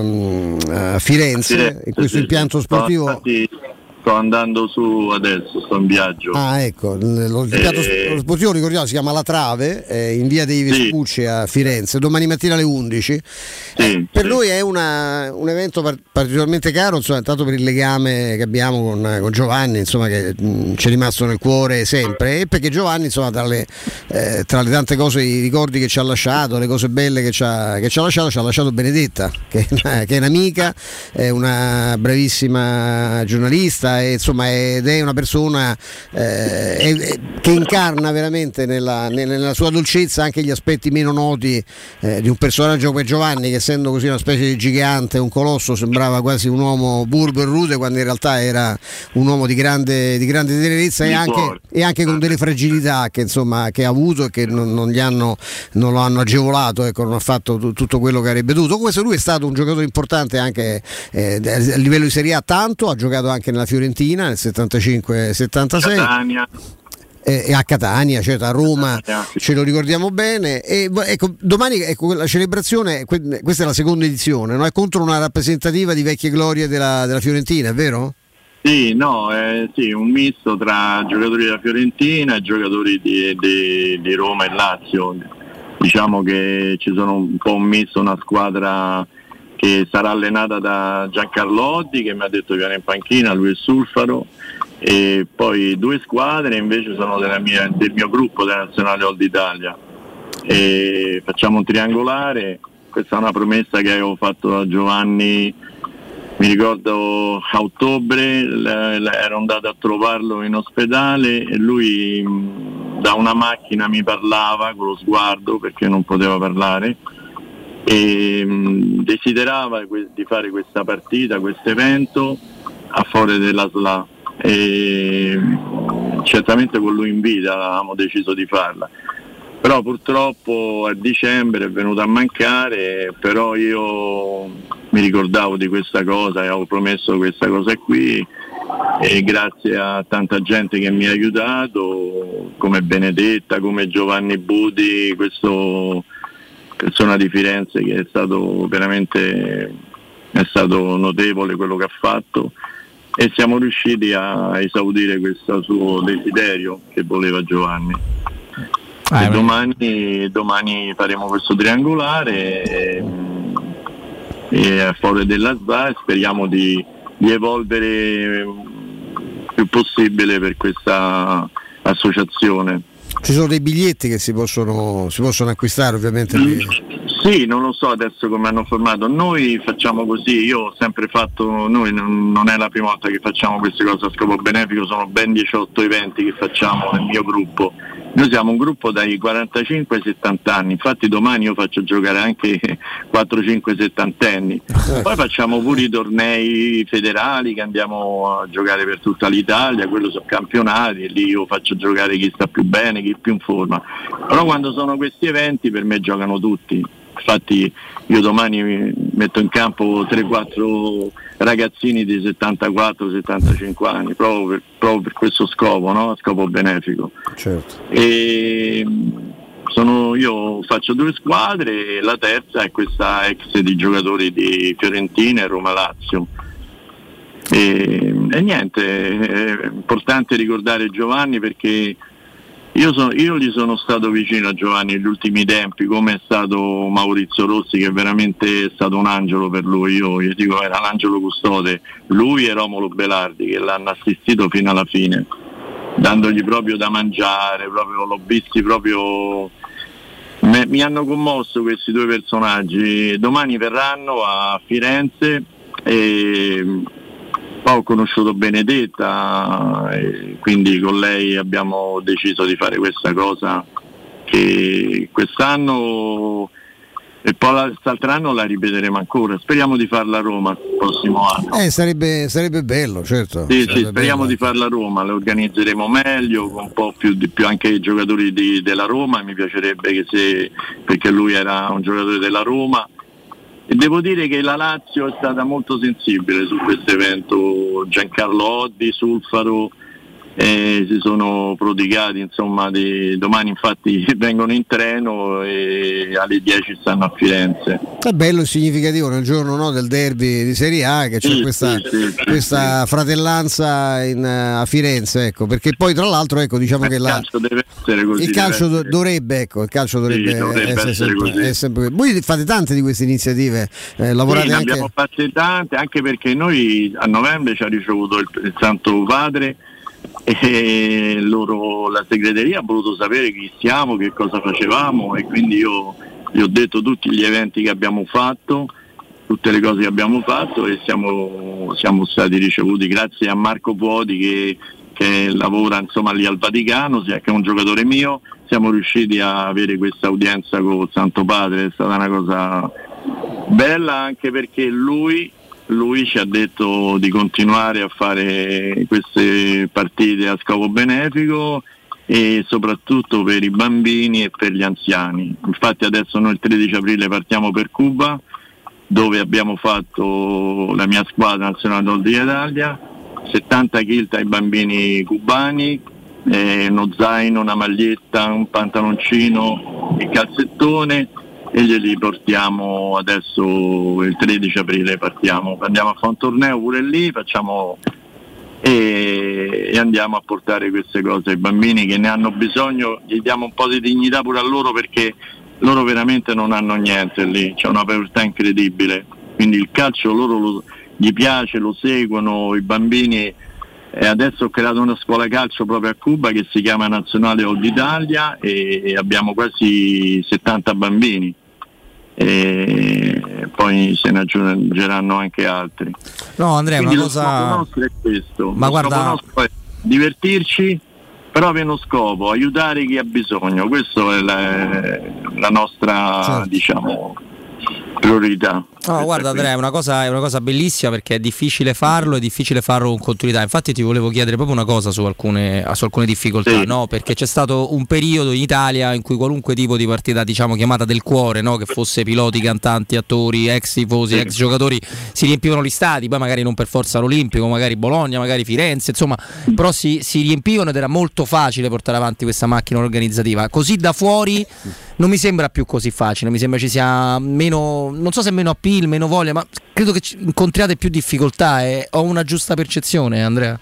a Firenze, in questo impianto sportivo.
Sto andando su adesso, sto in viaggio.
Ecco, lo sportivo, ricordiamo, si chiama La Trave, in via dei Vespucci a Firenze, domani mattina alle 11. Per noi è un evento particolarmente caro, insomma, intanto per il legame che abbiamo con Giovanni, insomma, che ci è rimasto nel cuore sempre, e perché Giovanni, insomma, tra le tante cose, i ricordi che ci ha lasciato, le cose belle che ci ha lasciato Benedetta, che è un'amica, è una bravissima giornalista, e, insomma, ed è una persona che incarna veramente nella sua dolcezza anche gli aspetti meno noti di un personaggio come Giovanni, che essendo così una specie di gigante, un colosso, sembrava quasi un uomo burdo e rude, quando in realtà era un uomo di grande tenerezza e anche con delle fragilità che, insomma, che ha avuto e che non lo hanno agevolato, ecco, non ha fatto tutto quello che avrebbe dovuto. Questo, lui è stato un giocatore importante anche a livello di Serie A, tanto ha giocato anche nella Fiorentina nel 75-76 e a Catania, certo, a Roma, ce lo ricordiamo bene. E ecco, domani, ecco, la celebrazione, questa è la seconda edizione, no? È contro una rappresentativa di vecchie glorie della Fiorentina, è vero?
Sì, un misto tra giocatori della Fiorentina e giocatori di Roma e Lazio. Diciamo che ci sono un po' messo una squadra che sarà allenata da Giancarlotti, che mi ha detto che viene in panchina, lui e Sulfaro, e poi 2 squadre invece sono del mio gruppo della Nazionale Old Italia, e facciamo un triangolare. Questa è una promessa che avevo fatto a Giovanni, mi ricordo a ottobre, ero andato a trovarlo in ospedale e lui da una macchina mi parlava con lo sguardo, perché non poteva parlare, e desiderava di fare questa partita, questo evento a favore della SLA, e certamente con lui in vita avevamo deciso di farla, però purtroppo a dicembre è venuto a mancare. Però io mi ricordavo di questa cosa e avevo promesso questa cosa qui, e grazie a tanta gente che mi ha aiutato, come Benedetta, come Giovanni Budi, questo persona di Firenze che è stato notevole quello che ha fatto, e siamo riusciti a esaudire questo suo desiderio che voleva Giovanni. Domani faremo questo triangolare e a favore della SDA, speriamo di evolvere più possibile per questa associazione.
Ci sono dei biglietti che si possono acquistare, ovviamente.
Sì, non lo so adesso come hanno formato. Noi facciamo così, io ho sempre fatto, noi non è la prima volta che facciamo queste cose a scopo benefico, sono ben 18 eventi che facciamo nel mio gruppo. Noi siamo un gruppo dai 45 ai 70 anni, infatti domani io faccio giocare anche 4-5 settantenni. Poi facciamo pure i tornei federali che andiamo a giocare per tutta l'Italia, quello sono campionati, e lì io faccio giocare chi sta più bene, chi è più in forma. Però quando sono questi eventi per me giocano tutti. Infatti io domani metto in campo 3-4 ragazzini di 74-75 anni proprio per questo scopo, no? Scopo benefico.
Certo.
E io faccio 2 squadre e la terza è questa ex di giocatori di Fiorentina e Roma Lazio. E niente, è importante ricordare Giovanni perché io gli sono stato vicino a Giovanni negli ultimi tempi, come è stato Maurizio Rossi, che veramente è stato un angelo per lui. Io dico era l'angelo custode, lui e Romolo Belardi che l'hanno assistito fino alla fine, dandogli proprio da mangiare, proprio l'ho visti proprio. Mi hanno commosso questi 2 personaggi. Domani verranno a Firenze e poi ho conosciuto Benedetta e quindi con lei abbiamo deciso di fare questa cosa che quest'anno e poi quest'altro anno la ripeteremo ancora. Speriamo di farla a Roma il prossimo anno.
Sarebbe bello, certo.
Sì, speriamo di farla a Roma, la organizzeremo meglio con un po' più anche i giocatori della Roma. Mi piacerebbe perché lui era un giocatore della Roma. E devo dire che la Lazio è stata molto sensibile su questo evento. Giancarlo Oddi, Sulfaro si sono prodigati, insomma, domani infatti vengono in treno e alle 10 stanno a Firenze.
È bello e significativo nel giorno del derby di Serie A che c'è questa fratellanza a Firenze, ecco, perché poi tra l'altro diciamo che
il calcio deve essere così.
Il calcio dovrebbe essere così. Sempre. Voi fate tante di queste iniziative, lavorate anche.
Abbiamo fatte tante, anche perché noi a novembre ci ha ricevuto il Santo Padre e la segreteria ha voluto sapere chi siamo, che cosa facevamo, e quindi io gli ho detto tutti gli eventi che abbiamo fatto, tutte le cose che abbiamo fatto, e siamo stati ricevuti grazie a Marco Puoti che lavora insomma lì al Vaticano, che è un giocatore mio. Siamo riusciti a avere questa udienza con il Santo Padre, è stata una cosa bella, anche perché lui ci ha detto di continuare a fare queste partite a scopo benefico e soprattutto per i bambini e per gli anziani. Infatti adesso noi il 13 aprile partiamo per Cuba, dove abbiamo fatto la mia squadra nazionale d'Italia, 70 kg ai bambini cubani, uno zaino, una maglietta, un pantaloncino, il calzettone, e glieli portiamo adesso il 13 aprile andiamo a fare un torneo pure lì, facciamo e andiamo a portare queste cose ai bambini che ne hanno bisogno, gli diamo un po' di dignità pure a loro, perché loro veramente non hanno niente lì, c'è una povertà incredibile, quindi il calcio loro gli piace, lo seguono i bambini. E adesso ho creato una scuola calcio proprio a Cuba che si chiama Nazionale d'Italia e abbiamo quasi 70 bambini e poi se ne aggiungeranno anche altri.
No, Andrea, quindi una cosa...
lo scopo nostro è questo,
ma guarda,
scopo nostro è divertirci, però avere uno scopo, aiutare chi ha bisogno, questa è la nostra, certo, diciamo, priorità.
No, guarda Andrea, è una cosa bellissima, perché è difficile farlo con continuità. Infatti ti volevo chiedere proprio una cosa su alcune difficoltà, no? Perché c'è stato un periodo in Italia in cui qualunque tipo di partita, diciamo chiamata del cuore, no? Che fosse piloti, cantanti, attori, ex tifosi, ex giocatori, si riempivano gli stadi, poi magari non per forza l'Olimpico, magari Bologna, magari Firenze, insomma, però si riempivano ed era molto facile portare avanti questa macchina organizzativa. Così da fuori non mi sembra più così facile, mi sembra ci sia meno, non so se meno appeal, meno voglia, ma credo che incontriate più difficoltà. Ho una giusta percezione, Andrea?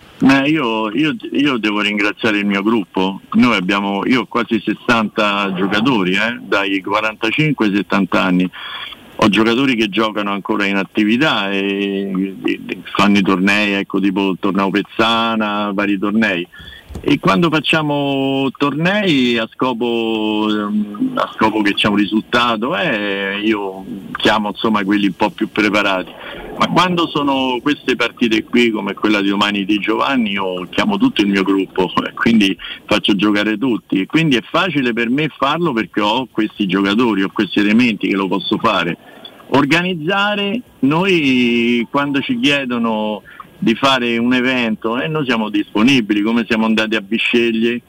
Io devo ringraziare il mio gruppo. Io ho quasi 60 giocatori, dai 45 ai 70 anni. Ho giocatori che giocano ancora in attività e fanno i tornei, ecco, tipo il torneo Pezzana, vari tornei. E quando facciamo tornei a scopo che c'è un risultato, io chiamo insomma quelli un po' più preparati, ma quando sono queste partite qui come quella di domani di Giovanni, io chiamo tutto il mio gruppo e quindi faccio giocare tutti, e quindi è facile per me farlo perché ho questi giocatori, ho questi elementi che lo posso fare. Organizzare, noi quando ci chiedono di fare un evento noi siamo disponibili, come siamo andati a Bisceglie,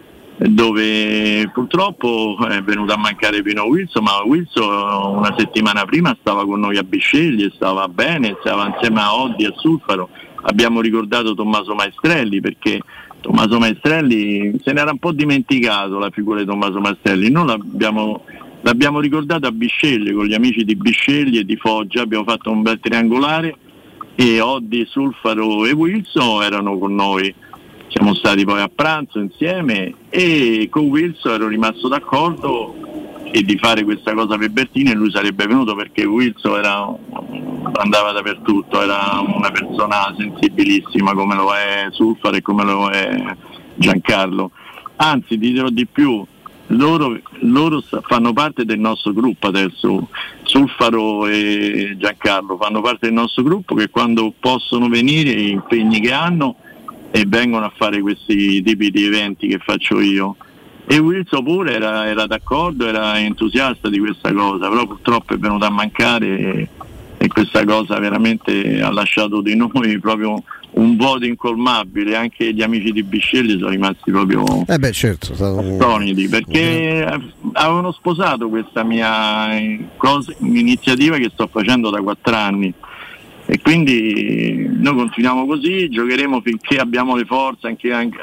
dove purtroppo è venuto a mancare Pino Wilson, ma Wilson una settimana prima stava con noi a Bisceglie, stava bene, stava insieme a Oddi e a Sulfaro. Abbiamo ricordato Tommaso Maestrelli, perché Tommaso Maestrelli se n'era un po' dimenticato, la figura di Tommaso Maestrelli. Noi l'abbiamo ricordato a Bisceglie con gli amici di Bisceglie e di Foggia, abbiamo fatto un bel triangolare e Oddi, Sulfaro e Wilson erano con noi. Siamo stati poi a pranzo insieme e con Wilson ero rimasto d'accordo e di fare questa cosa per Bertini, e lui sarebbe venuto perché Wilson andava dappertutto, era una persona sensibilissima come lo è Sulfaro e come lo è Giancarlo. Anzi, ti dirò di più, loro fanno parte del nostro gruppo adesso. Sulfaro e Giancarlo fanno parte del nostro gruppo, che quando possono venire, gli impegni che hanno, e vengono a fare questi tipi di eventi che faccio io. E Wilson pure era d'accordo, era entusiasta di questa cosa, però purtroppo è venuto a mancare e questa cosa veramente ha lasciato di noi proprio un vuoto incolmabile. Anche gli amici di Bisceglie sono rimasti proprio attoniti, perché avevano sposato questa mia iniziativa che sto facendo da 4 anni, e quindi noi continuiamo così, giocheremo finché abbiamo le forze,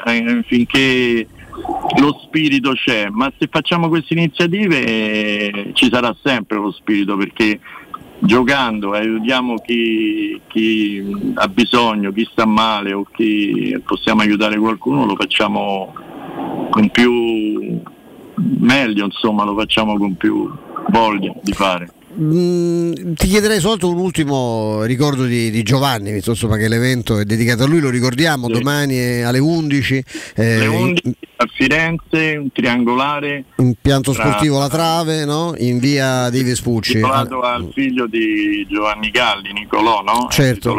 finché lo spirito c'è, ma se facciamo queste iniziative ci sarà sempre lo spirito, perché giocando aiutiamo chi ha bisogno, chi sta male o chi possiamo aiutare qualcuno, lo facciamo con più meglio, insomma, lo facciamo con più voglia di fare.
Ti chiederei soltanto un ultimo ricordo di Giovanni, insomma, che l'evento è dedicato a lui, lo ricordiamo, sì. Domani alle 11
alle 11 a Firenze, un triangolare,
impianto sportivo La Trave, no? In via dei Vespucci,
intitolato al figlio di Giovanni Galli, Nicolò, no?
Certo.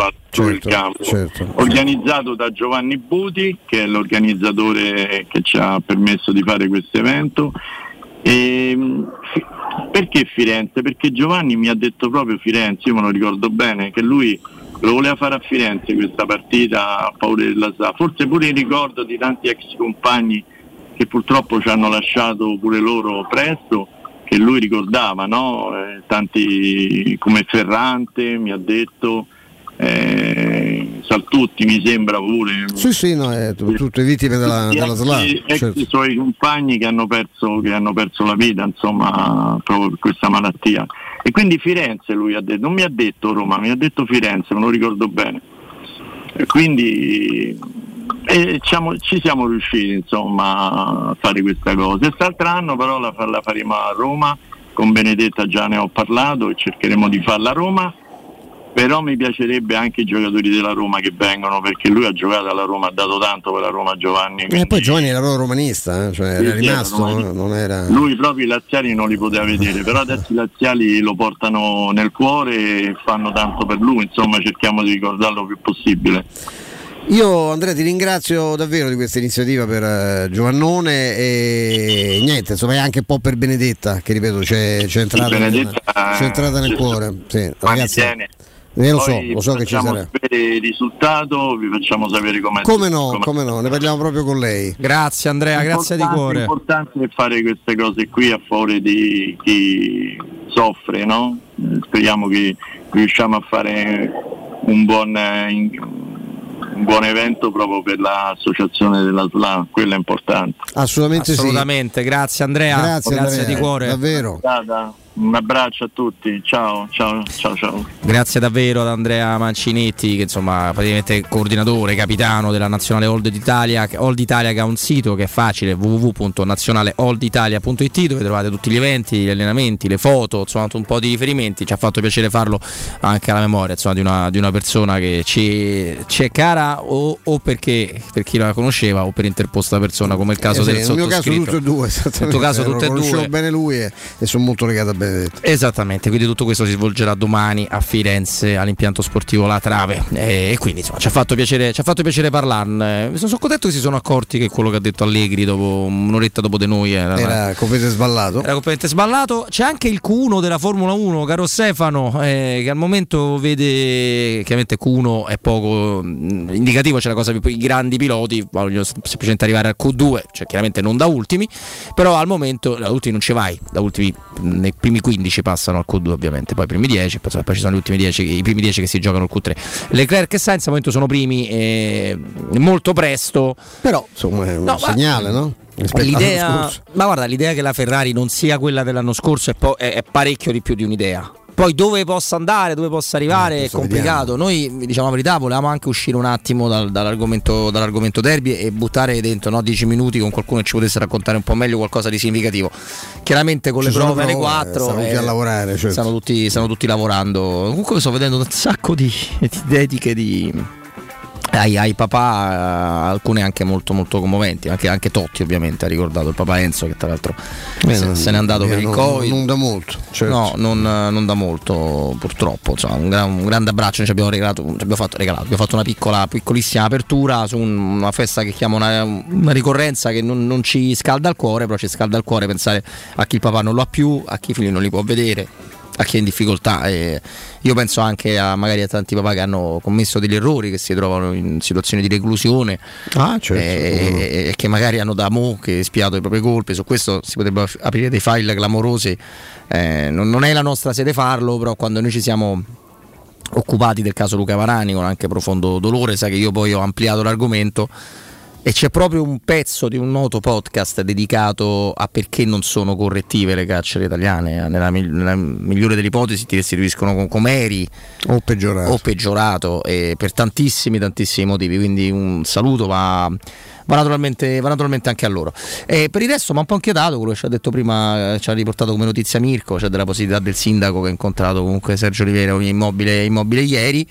Organizzato da Giovanni Buti, che è l'organizzatore che ci ha permesso di fare questo evento. Perché Firenze? Perché Giovanni mi ha detto proprio Firenze, io me lo ricordo bene, che lui lo voleva fare a Firenze questa partita, a paura della SA, forse pure il ricordo di tanti ex compagni che purtroppo ci hanno lasciato pure loro presto, che lui ricordava, no? Tanti come Ferrante mi ha detto, Saltutti mi sembra pure,
tutte vittime della SLA,
i suoi compagni che hanno perso la vita, insomma, proprio per questa malattia. E quindi Firenze lui ha detto, non mi ha detto Roma, mi ha detto Firenze, me lo ricordo bene, e quindi ci siamo riusciti, insomma, a fare questa cosa. E quest'altro anno però la faremo a Roma, con Benedetta già ne ho parlato e cercheremo di farla a Roma. Però mi piacerebbe anche i giocatori della Roma che vengono, perché lui ha giocato alla Roma, ha dato tanto per la Roma Giovanni.
E poi Giovanni era proprio romanista, era rimasto, non era...
Lui proprio i laziali non li poteva vedere, però adesso i laziali lo portano nel cuore e fanno tanto per lui, insomma cerchiamo di ricordarlo il più possibile.
Io Andrea ti ringrazio davvero di questa iniziativa per Giovannone e niente, insomma è anche un po' per Benedetta che ripeto c'è entrata nel cuore. Sì, ragazzi, lo so che ci sarà.
Il risultato vi facciamo sapere
come no, ne parliamo proprio con lei.
Grazie Andrea, grazie di cuore.
L'importante è fare queste cose qui a favore di chi soffre, no? Speriamo che riusciamo a fare un buon evento proprio per l'associazione della SLA, quello è importante.
Assolutamente, sì. Grazie Andrea, grazie di cuore.
Davvero.
Un abbraccio a tutti, ciao.
Grazie davvero ad Andrea Mancinetti, che insomma praticamente coordinatore, capitano della Nazionale Old Italia che ha un sito che è facile, www.nazionaleolditalia.it, dove trovate tutti gli eventi, gli allenamenti, le foto, insomma un po' di riferimenti. Ci ha fatto piacere farlo anche alla memoria, insomma, di una persona che ci è cara o perché per chi la conosceva o per interposta persona, come il caso del sottoscritto.
Nel mio caso tutte e due,
nel tuo caso tutte e due.
Conoscevo bene lui e sono molto legato a Benedetto.
Esattamente, quindi tutto questo si svolgerà domani a Firenze all'impianto sportivo La Trave e quindi insomma ci ha fatto piacere parlarne. Sono contento che si sono accorti che quello che ha detto Allegri dopo un'oretta dopo di noi
era completamente sballato.
C'è anche il Q1 della Formula 1, caro Stefano, che al momento vede chiaramente Q1 è poco indicativo, c'è la cosa più i grandi piloti vogliono semplicemente arrivare al Q2, cioè chiaramente non da ultimi, però al momento da ultimi non ci vai, da ultimi nei primi 15 passano al Q2 ovviamente, poi i primi 10, poi ci sono gli ultimi 10, i primi 10 che si giocano al Q3. Leclerc e Sainz al momento sono primi molto presto,
però insomma è un segnale, no?
L'idea che la Ferrari non sia quella dell'anno scorso è parecchio di più di un'idea. Poi dove possa andare, dove possa arrivare è complicato. Noi, diciamo la verità, volevamo anche uscire un attimo dall'argomento derby e buttare dentro 10 minuti con qualcuno che ci potesse raccontare un po' meglio qualcosa di significativo. Chiaramente con le prove alle 4
stanno tutti a lavorare, certo.
stanno tutti lavorando. Comunque sto vedendo un sacco di dediche ai papà, alcune anche molto molto commoventi, anche Totti ovviamente ha ricordato il papà Enzo che tra l'altro se n'è andato per il Covid.
Non da molto, certo.
No, non da molto purtroppo, insomma, un grande abbraccio. Noi abbiamo fatto una piccolissima apertura su una festa che chiamo una ricorrenza che non ci scalda il cuore, però ci scalda il cuore pensare a chi il papà non lo ha più, a chi i figli non li può vedere, a chi è in difficoltà. E io penso anche magari a tanti papà che hanno commesso degli errori, che si trovano in situazioni di reclusione,
certo.
E che magari hanno da che espiato le proprie colpe. Su questo si potrebbero aprire dei file clamorosi, non è la nostra sede farlo, però quando noi ci siamo occupati del caso Luca Varani con anche profondo dolore, sai che io poi ho ampliato l'argomento e c'è proprio un pezzo di un noto podcast dedicato a perché non sono correttive le carceri italiane. Nella migliore delle ipotesi ti restituiscono come eri
o
peggiorato, e per tantissimi motivi, quindi un saluto va naturalmente anche a loro. Per il resto mi ha un po' inquietato quello che ci ha detto prima, ci ha riportato come notizia Mirko, cioè della possibilità del sindaco che ha incontrato comunque Sergio Olivera immobile ieri,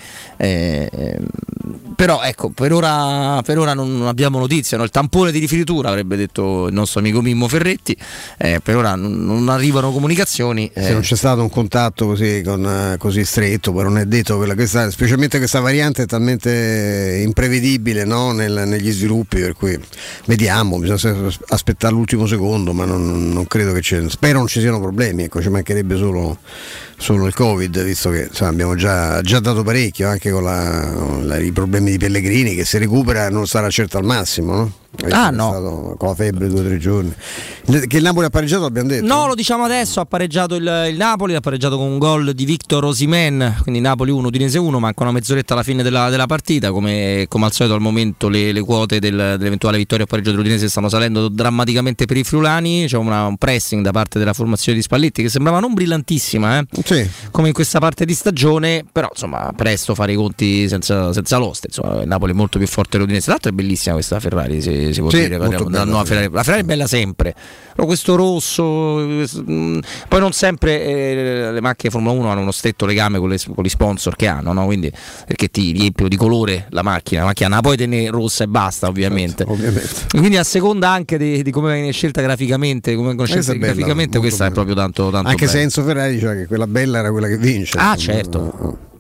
però ecco, per ora non abbiamo notizie, no? Il tampone di rifinitura, avrebbe detto il nostro amico Mimmo Ferretti, per ora non arrivano comunicazioni.
Se non c'è stato un contatto così stretto, poi non è detto specialmente questa variante è talmente imprevedibile, no? Negli sviluppi, per cui vediamo, bisogna aspettare l'ultimo secondo, ma non credo spero non ci siano problemi, ecco, ci mancherebbe solo il Covid, visto che abbiamo già dato parecchio anche con i problemi di Pellegrini, che se recupera non sarà certo al massimo, no?
No,
con la febbre 2 o 3 giorni. Che il Napoli ha pareggiato, abbiamo detto?
No, lo diciamo adesso, ha pareggiato il Napoli, ha pareggiato con un gol di Victor Osimhen, quindi Napoli 1, Udinese 1, manca una mezz'oretta alla fine della partita, come al solito al momento le quote dell'eventuale vittoria o pareggio dell'Udinese stanno salendo drammaticamente per i friulani. C'è un pressing da parte della formazione di Spalletti che sembrava non brillantissima,
sì,
come in questa parte di stagione, però insomma presto fare i conti senza l'oste, insomma il Napoli è molto più forte dell'Udinese. Tra l'altro è bellissima questa Ferrari, si può dire, la Ferrari è bella sempre, però questo rosso, poi non sempre le macchine Formula 1 hanno uno stretto legame con gli sponsor che hanno, no? Quindi perché ti riempiono di colore la macchina non la puoi tenere rossa e basta, ovviamente. Quindi a seconda anche di come viene scelta graficamente, questa è proprio tanto
anche
se
Enzo Ferrari diceva che quella bella era quella che vince,
certo.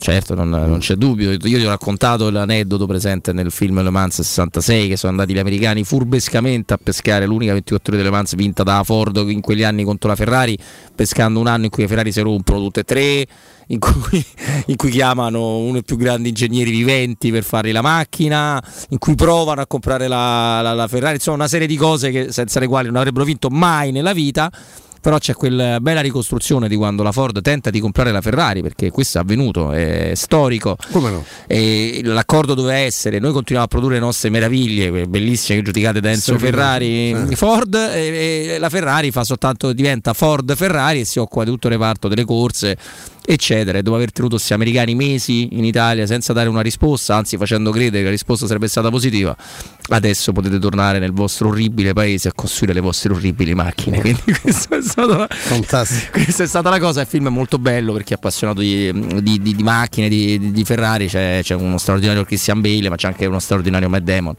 certo, non c'è dubbio. Io ti ho raccontato l'aneddoto presente nel film Le Mans 66, che sono andati gli americani furbescamente a pescare l'unica 24 ore di Le Mans vinta da Ford in quegli anni contro la Ferrari, pescando un anno in cui le Ferrari si rompono tutte e tre, in cui chiamano uno dei più grandi ingegneri viventi per fargli la macchina, in cui provano a comprare la Ferrari, insomma una serie di cose senza le quali non avrebbero vinto mai nella vita. Però c'è quella bella ricostruzione di quando la Ford tenta di comprare la Ferrari, perché questo è avvenuto, è storico.
Come no?
E l'accordo doveva essere: noi continuiamo a produrre le nostre meraviglie bellissime giudicate da Enzo Ferrari Ford, e la Ferrari diventa Ford Ferrari e si occupa di tutto il reparto delle corse, eccetera. E dopo aver tenuto questi americani mesi in Italia senza dare una risposta, anzi facendo credere che la risposta sarebbe stata positiva, adesso potete tornare nel vostro orribile paese a costruire le vostre orribili macchine. Quindi questo è stato
fantastico.
Questa è stata la cosa. Il film è molto bello perché è appassionato di macchine, di Ferrari. C'è uno straordinario Christian Bale, ma c'è anche uno straordinario Matt Damon,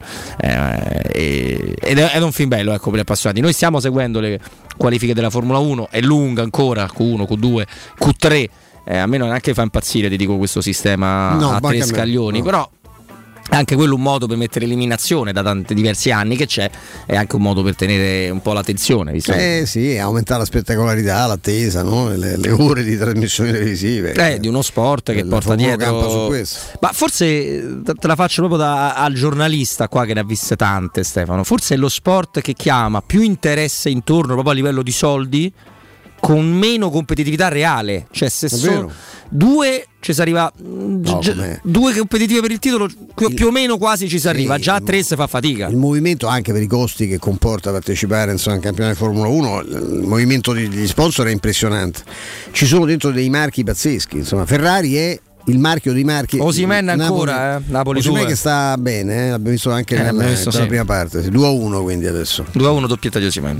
ed è un film bello, ecco, per gli appassionati. Noi stiamo seguendo le qualifiche della Formula 1, è lunga ancora, Q1, Q2, Q3. A me non neanche fa impazzire, ti dico, questo sistema a tre scaglioni, però è anche quello un modo per mettere eliminazione da diversi anni che c'è, è anche un modo per tenere un po' l'attenzione,
sì, aumentare la spettacolarità, l'attesa, no? le ore di trasmissioni televisive
di uno sport che porta dietro
su questo.
Ma forse te la faccio proprio al giornalista qua, che ne ha viste tante, Stefano. Forse è lo sport che chiama più interesse intorno, proprio a livello di soldi, con meno competitività reale. Cioè, se sono due ci si arriva, due competitive per il titolo più o meno quasi ci si arriva, già a tre si fa fatica.
Il movimento, anche per i costi che comporta partecipare a un campionato di Formula 1, il movimento degli sponsor è impressionante. Ci sono dentro dei marchi pazzeschi, insomma. Ferrari è il marchio dei marchi.
Osimhen ancora, Napoli
Osimhen che sta bene, l'abbiamo visto anche nella prima parte, 2-1, quindi adesso
2-1 doppietta di Osimhen.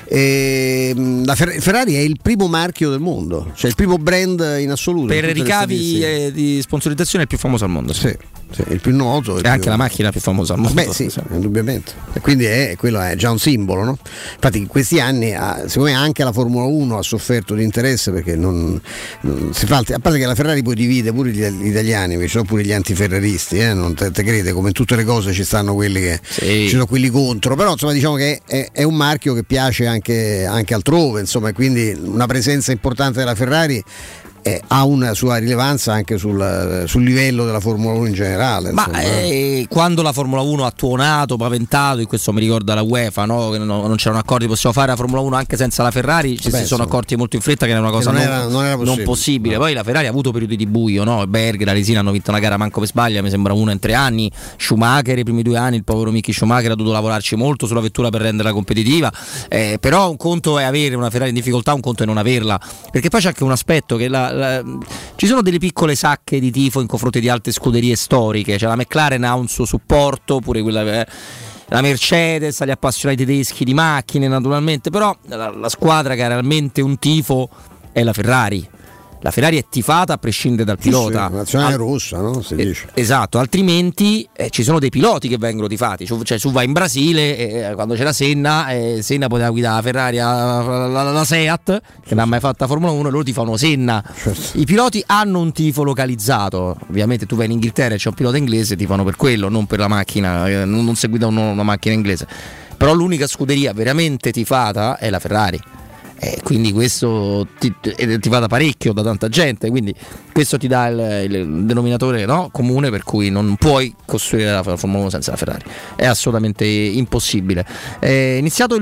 La Ferrari è il primo marchio del mondo, cioè il primo brand in assoluto
per ricavi di sponsorizzazione, è il più famoso al mondo.
Sì, il più noto,
è anche la macchina più famosa al mondo.
Indubbiamente. E quindi quello è già un simbolo, no? Infatti in questi anni secondo me anche la Formula 1 ha sofferto di interesse, perché non si fa, a parte che la Ferrari poi divide pure gli italiani, perché ci sono pure gli antiferraristi, non te crede, come in tutte le cose ci stanno quelli che ci sono quelli contro, però insomma diciamo che è un marchio che piace anche altrove, insomma, e quindi una presenza importante della Ferrari ha una sua rilevanza anche sul livello della Formula 1 in generale.
Ma quando la Formula 1 ha tuonato, paventato, in questo mi ricorda la UEFA, no? Che non c'erano accordi, possiamo fare la Formula 1 anche senza la Ferrari, si sono accorti molto in fretta che era una cosa non possibile. Poi la Ferrari ha avuto periodi di buio, no? Berger e la Resina hanno vinto una gara manco per sbaglia, mi sembra una in 3 anni. Schumacher i primi 2 anni, il povero Mick Schumacher ha dovuto lavorarci molto sulla vettura per renderla competitiva, però un conto è avere una Ferrari in difficoltà, un conto è non averla, perché poi c'è anche un aspetto che ci sono delle piccole sacche di tifo in confronto di altre scuderie storiche, cioè la McLaren ha un suo supporto, pure quella la Mercedes, gli appassionati tedeschi di macchine naturalmente, però la squadra che ha realmente un tifo è la Ferrari. La Ferrari è tifata a prescindere dal pilota.
Nazionale rossa, no? Si dice.
Esatto, altrimenti ci sono dei piloti che vengono tifati. Cioè, tu vai in Brasile, quando c'era Senna poteva guidare la Ferrari, la Seat, che non ha mai fatto la Formula 1, loro tifano Senna. Certo. I piloti hanno un tifo localizzato. Ovviamente tu vai in Inghilterra e c'è un pilota inglese, tifano per quello, non per la macchina, non si guida una macchina inglese. Però l'unica scuderia veramente tifata è la Ferrari. Quindi questo ti va da parecchio da tanta gente, quindi questo ti dà il denominatore, no, comune, per cui non puoi costruire la Formula 1 senza la Ferrari, è assolutamente impossibile. È iniziato il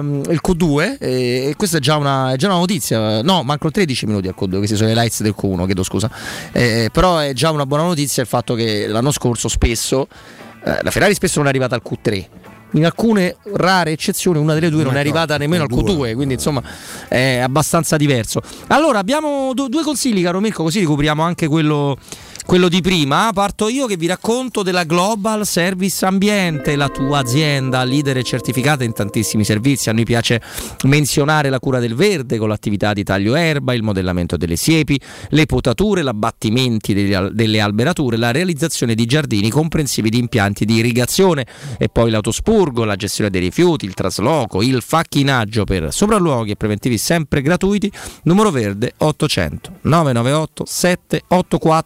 Q2 e questa è già una notizia, no, mancano 13 minuti al Q2, questi sono i lights del Q1, chiedo scusa, però è già una buona notizia il fatto che l'anno scorso spesso la Ferrari spesso non è arrivata al Q3. In alcune rare eccezioni una delle due non è arrivata nemmeno al Q2, quindi insomma è abbastanza diverso. Allora abbiamo due consigli, caro Mirko, così ricopriamo anche quello di prima. Parto io che vi racconto della Global Service Ambiente, la tua azienda leader e certificata in tantissimi servizi. A noi piace menzionare la cura del verde con l'attività di taglio erba, il modellamento delle siepi, le potature, l'abbattimenti delle alberature, la realizzazione di giardini comprensivi di impianti di irrigazione e poi l'autospurgo, la gestione dei rifiuti, il trasloco, il facchinaggio per sopralluoghi e preventivi sempre gratuiti. Numero verde 800 998 784, sconti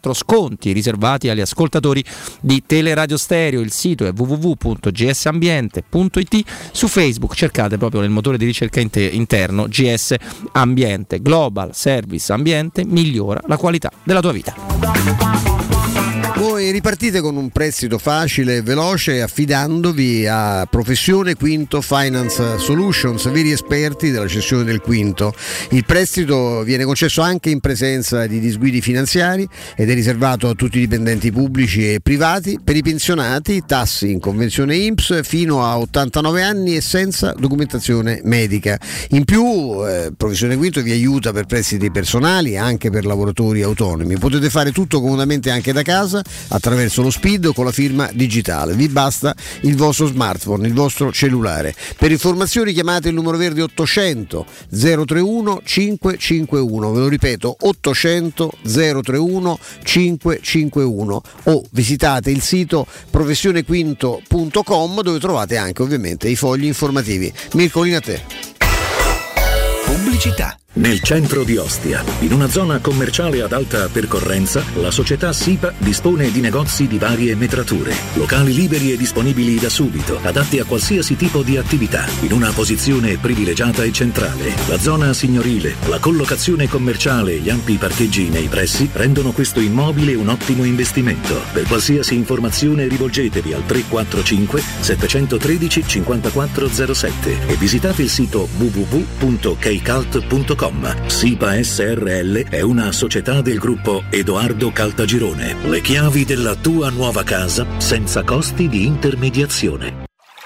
sconti riservati agli ascoltatori di Teleradio Stereo. Il sito è www.gsambiente.it. Su Facebook cercate proprio nel motore di ricerca interno GS Ambiente. Global Service Ambiente migliora la qualità della tua vita.
Voi ripartite con un prestito facile e veloce affidandovi a Professione Quinto Finance Solutions, veri esperti della cessione del quinto. Il prestito viene concesso anche in presenza di disguidi finanziari ed è riservato a tutti i dipendenti pubblici e privati. Per i pensionati, tassi in convenzione INPS fino a 89 anni e senza documentazione medica. In più, Professione Quinto vi aiuta per prestiti personali e anche per lavoratori autonomi. Potete fare tutto comodamente anche da casa attraverso lo SPID o con la firma digitale. Vi basta il vostro smartphone, il vostro cellulare. Per informazioni chiamate il numero verde 800 031 551, ve lo ripeto 800 031 551, o visitate il sito professionequinto.com dove trovate anche ovviamente i fogli informativi. Mirko, linea a te.
Pubblicità. Nel centro di Ostia, in una zona commerciale ad alta percorrenza, la società SIPA dispone di negozi di varie metrature, locali liberi e disponibili da subito, adatti a qualsiasi tipo di attività, in una posizione privilegiata e centrale. La zona signorile, la collocazione commerciale e gli ampi parcheggi nei pressi rendono questo immobile un ottimo investimento. Per qualsiasi informazione rivolgetevi al 345 713 5407 e visitate il sito www.keicalt.com. SIPA SRL è una società del gruppo Edoardo Caltagirone. Le chiavi della tua nuova casa senza costi di intermediazione.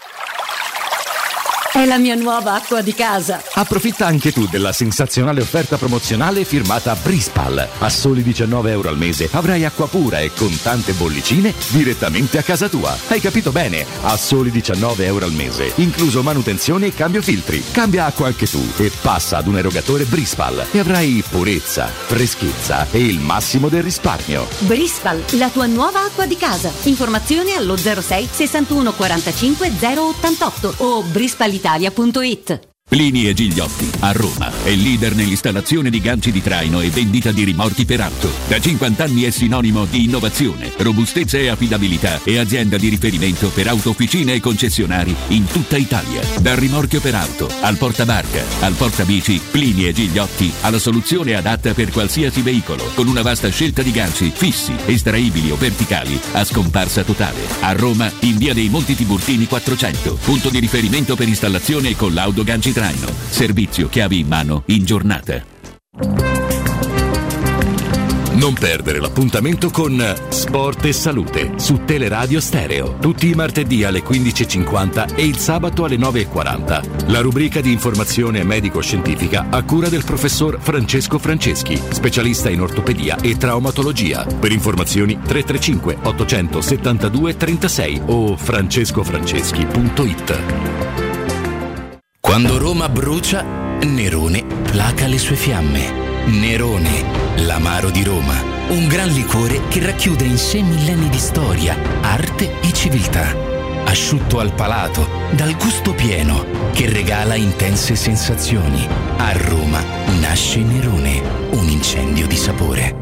È la mia nuova acqua di casa.
Approfitta anche tu della sensazionale offerta promozionale firmata Brispal. A soli €19 al mese avrai acqua pura e con tante bollicine direttamente a casa tua. Hai capito bene? A soli €19 al mese, incluso manutenzione e cambio filtri. Cambia acqua anche tu e passa ad un erogatore Brispal e avrai purezza, freschezza e il massimo del risparmio.
Brispal, la tua nuova acqua di casa. Informazioni allo 06 61 45 088 o brispalitalia.it.
Plini e Gigliotti, a Roma, è leader nell'installazione di ganci di traino e vendita di rimorchi per auto. Da 50 anni è sinonimo di innovazione, robustezza e affidabilità e azienda di riferimento per autofficine e concessionari in tutta Italia. Dal rimorchio per auto, al portabarca, al portabici, Plini e Gigliotti ha la soluzione adatta per qualsiasi veicolo, con una vasta scelta di ganci fissi, estraibili o verticali, a scomparsa totale. A Roma, in via dei Monti Tiburtini 400, punto di riferimento per installazione con l'auto ganci traino. Servizio chiavi in mano in giornata.
Non perdere l'appuntamento con Sport e Salute su Teleradio Stereo, tutti i martedì alle 15.50 e il sabato alle 9.40. La rubrica di informazione medico-scientifica a cura del professor Francesco Franceschi, specialista in ortopedia e traumatologia. Per informazioni 335 872 36 o francescofranceschi.it.
Quando Roma brucia, Nerone placa le sue fiamme. Nerone, l'amaro di Roma, un gran liquore che racchiude in sé millenni di storia, arte e civiltà. Asciutto al palato, dal gusto pieno, che regala intense sensazioni. A Roma nasce Nerone, un incendio di sapore.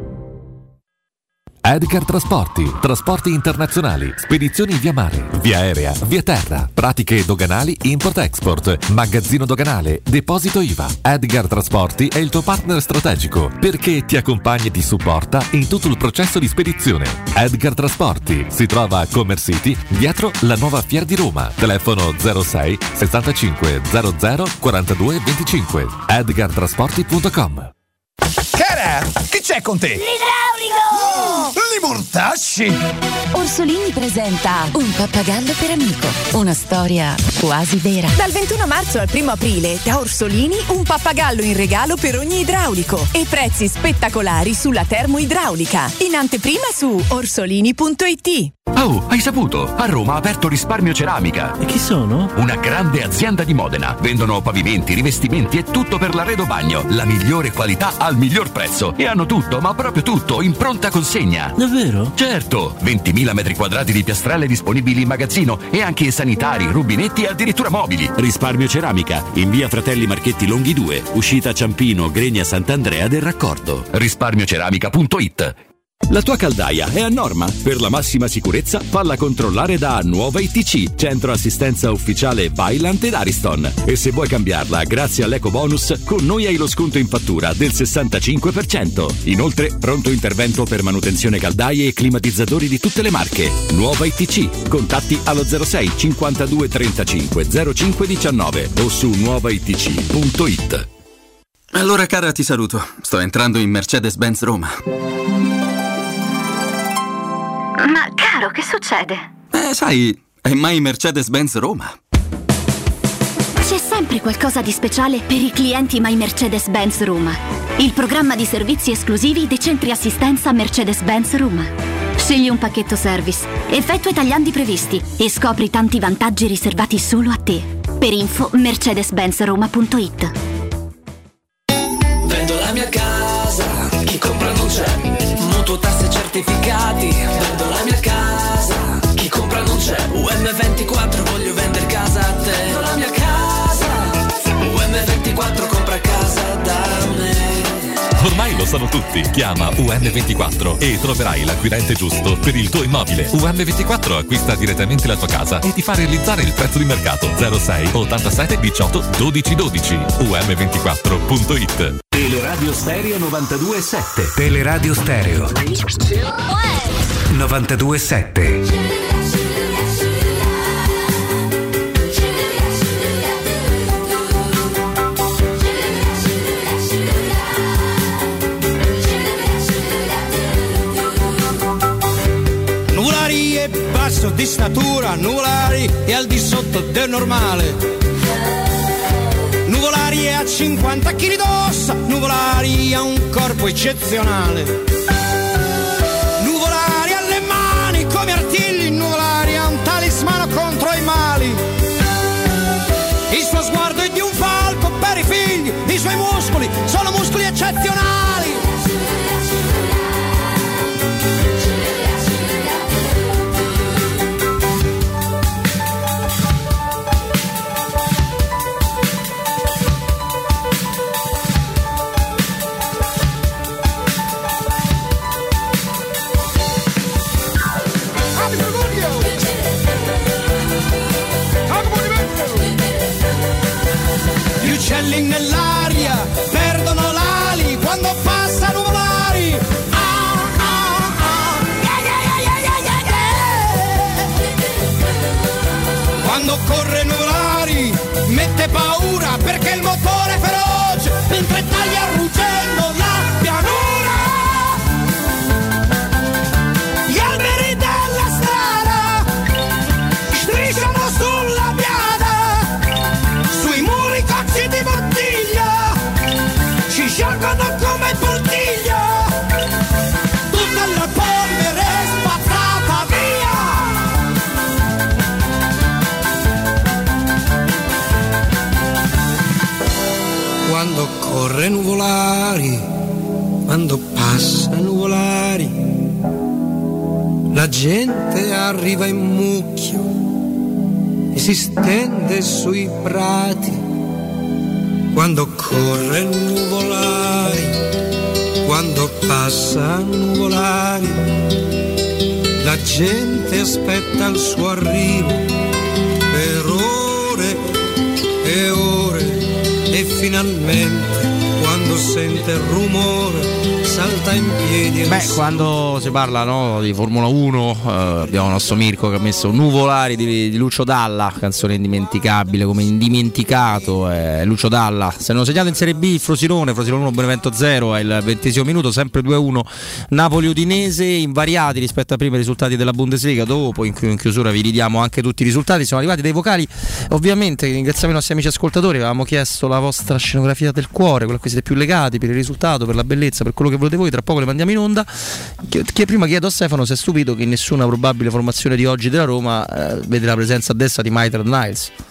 Edgar Trasporti, trasporti internazionali, spedizioni via mare, via aerea, via terra, pratiche doganali, import-export, magazzino doganale, deposito IVA. Edgar Trasporti è il tuo partner strategico perché ti accompagna e ti supporta in tutto il processo di spedizione. Edgar Trasporti si trova a Commerce City, dietro la nuova Fiera di Roma. Telefono 06 65 00 42 25. edgartrasporti.com.
Cara, che c'è con te?
L'idraulico!
Li mortasci!
Orsolini presenta Un pappagallo per amico, una storia quasi vera.
Dal 21 marzo al 1 aprile, da Orsolini, un pappagallo in regalo per ogni idraulico e prezzi spettacolari sulla termoidraulica. In anteprima su orsolini.it.
Oh, hai saputo? A Roma ha aperto Risparmio Ceramica.
E chi sono?
Una grande azienda di Modena. Vendono pavimenti, rivestimenti e tutto per l'arredo bagno. La migliore qualità al miglior prezzo. E hanno tutto, ma proprio tutto, in pronta consegna.
Davvero?
Certo! 20.000 metri quadrati di piastrelle disponibili in magazzino e anche sanitari, rubinetti e addirittura mobili. Risparmio Ceramica, in via Fratelli Marchetti Longhi 2, uscita Ciampino, Gregna Sant'Andrea del Raccordo. Risparmioceramica.it.
La tua caldaia è a norma? Per la massima sicurezza falla controllare da Nuova ITC, centro assistenza ufficiale Vaillant ed Ariston. E se vuoi cambiarla grazie all'eco bonus, con noi hai lo sconto in fattura del 65%. Inoltre, pronto intervento per manutenzione caldaie e climatizzatori di tutte le marche. Nuova ITC. Contatti allo 06 52 35 05 19 o su nuovaitc.it.
Allora cara, ti saluto. Sto entrando in Mercedes-Benz Roma.
Ma caro, che succede?
Sai, è mai Mercedes-Benz Roma.
C'è sempre qualcosa di speciale per i clienti My Mercedes-Benz Roma. Il programma di servizi esclusivi dei centri assistenza Mercedes-Benz Roma. Scegli un pacchetto service, effettua i tagliandi previsti e scopri tanti vantaggi riservati solo a te. Per info mercedes-benzroma.it.
Vendo la mia casa, chi compra non c'è. Mutuo, tasse, certificati. Vendo la mia casa, chi compra non c'è. UM24, voglio vendere casa a te. Vendo la mia casa, UM24, compra casa da me.
Ormai lo sanno tutti. Chiama UM24 e troverai l'acquirente giusto per il tuo immobile. UM24 acquista direttamente la tua casa e ti fa realizzare il prezzo di mercato. 06 87 18 12 12. UM24.it.
Teleradio Stereo 92.7. Teleradio Stereo 92.7.
Basso di statura, nuvolari e al di sotto del normale. Nuvolari è a 50 kg d'ossa, Nuvolari ha un corpo eccezionale. Nuvolari alle mani come artigli, Nuvolari ha un talismano contro i mali. Il suo sguardo è di un falco per i figli, i suoi muscoli sono muscoli eccezionali. Gli uccelli nell'aria perdono l'ali quando passa Nuvolari. Quando corre Nuvolari mette paura perché il motore è feroce mentre taglia ruggendo la pianura. Gli alberi della strada strisciano sulla biada, sui muri cozzi di bottiglia ci sciolgono come bottiglia, tutta la polvere è spazzata via. Quando corre Nuvolari, quando passa Nuvolari, la gente arriva in mucchio e si stende sui prati. Quando corre Nuvolari, quando passa Nuvolari, la gente aspetta il suo arrivo per ore e ore e finalmente quando sente il rumore salta in piedi.
Quando si parla, no, di Formula 1 abbiamo il nostro Mirko che ha messo Nuvolari di Lucio Dalla, canzone indimenticabile, come indimenticato Lucio Dalla. Se non segnato in Serie B Frosinone 1 Benevento 0 è il 20° minuto, sempre 2-1 Napoli-Udinese, invariati rispetto ai primi risultati della Bundesliga. Dopo in chiusura vi ridiamo anche tutti i risultati. Sono arrivati dei vocali, ovviamente ringraziamo i nostri amici ascoltatori. Avevamo chiesto la vostra scenografia del cuore, quella a cui siete più legati, per il risultato, per la bellezza, per quello che volete voi. Tra poco le mandiamo in onda. Prima chiedo a Stefano se è stupito che in nessuna probabile formazione di oggi della Roma vede la presenza a destra di Maitland Niles.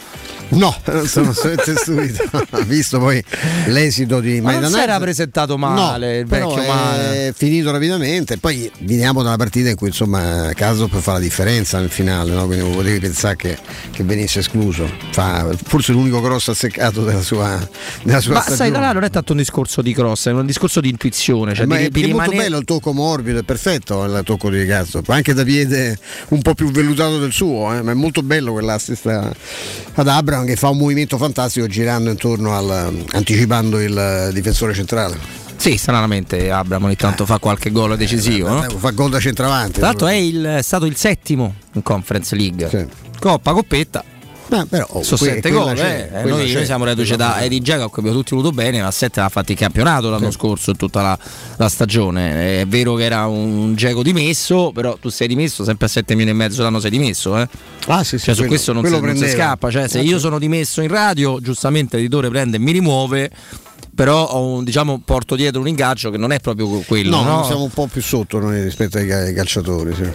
No, non sono assolutamente stupito. Visto poi l'esito di
ma non si era presentato male, no, il vecchio male.
È finito rapidamente. Poi veniamo da una partita in cui insomma Karsdorp fa la differenza nel finale, no? Quindi non potevi pensare che venisse escluso. Fa forse l'unico cross azzeccato della sua
ma
stagione.
Sai, là non è tanto un discorso di cross, è un discorso di intuizione. Cioè
è molto bello il tocco morbido, è perfetto il tocco di Karsdorp, anche da piede un po' più vellutato del suo, ma è molto bello quell'assist ad Abraham, che fa un movimento fantastico girando intorno anticipando il difensore centrale.
Sì, stranamente Abraham ogni tanto fa qualche gol decisivo, no?
Fa gol da centravanti.
Tra l'altro è stato il settimo in Conference League, sì. Coppetta.
Però
sono 7 gol, noi siamo reduci da Eddie Dzeko, a cui abbiamo tutti voluto bene, ma 7 l'ha fatto il campionato l'anno scorso in tutta la stagione. È vero che era un Dzeko dimesso, però tu sei dimesso sempre a 7 milioni e mezzo l'anno sei dimesso,
sì,
cioè, su questo non si scappa, cioè, se io sono dimesso in radio, giustamente l'editore prende e mi rimuove, però porto dietro un ingaggio che non è proprio quello.
No? Siamo un po' più sotto noi rispetto ai calciatori. Sì.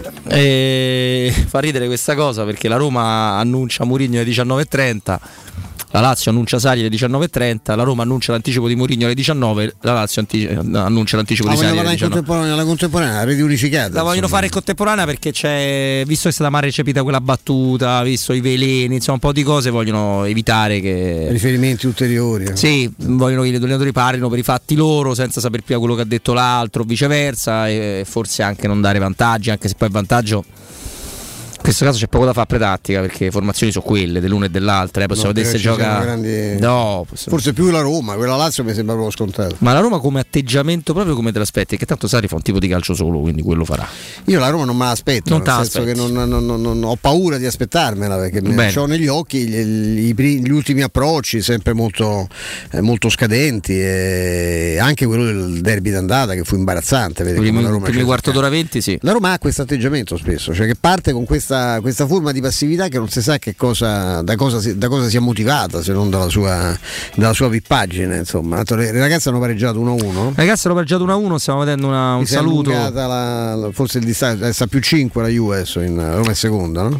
Fa ridere questa cosa perché la Roma annuncia Mourinho alle 19:30, la Lazio annuncia Sarri alle 19:30, la Roma annuncia l'anticipo di Mourinho alle 19, la Lazio annuncia l'anticipo di Sarri alle 19.
La contemporanea, la rete unificata.
La vogliono fare contemporanea perché visto che è stata mal recepita quella battuta, visto i veleni, insomma un po' di cose vogliono evitare che
riferimenti ulteriori.
Sì, vogliono che gli allenatori parlino per i fatti loro senza saper prima quello che ha detto l'altro, viceversa, e forse anche non dare vantaggi, anche se poi il vantaggio in questo caso c'è poco da fare pretattica perché le formazioni sono quelle dell'una e dell'altra, possiamo vedere se gioca
forse più la Roma, quella Lazio mi sembra proprio scontato.
Ma la Roma come atteggiamento, proprio come te l'aspetti, che tanto Sarri fa un tipo di calcio solo, quindi quello farà.
Io la Roma non me l'aspetto, nel senso che non ho paura di aspettarmela perché ho negli occhi gli ultimi approcci sempre molto scadenti, e anche quello del derby d'andata che fu imbarazzante.
Il primo quarto d'ora 20 sì.
La Roma ha questo atteggiamento spesso, cioè che parte con questa forma di passività che non si sa da cosa sia motivata, se non dalla sua vippaggine, insomma. Le ragazze hanno pareggiato 1-1.
Ragazzi hanno pareggiato 1-1, stiamo vedendo un saluto.
Forse il distacco sta più 5 la Juve adesso, Roma è seconda, no?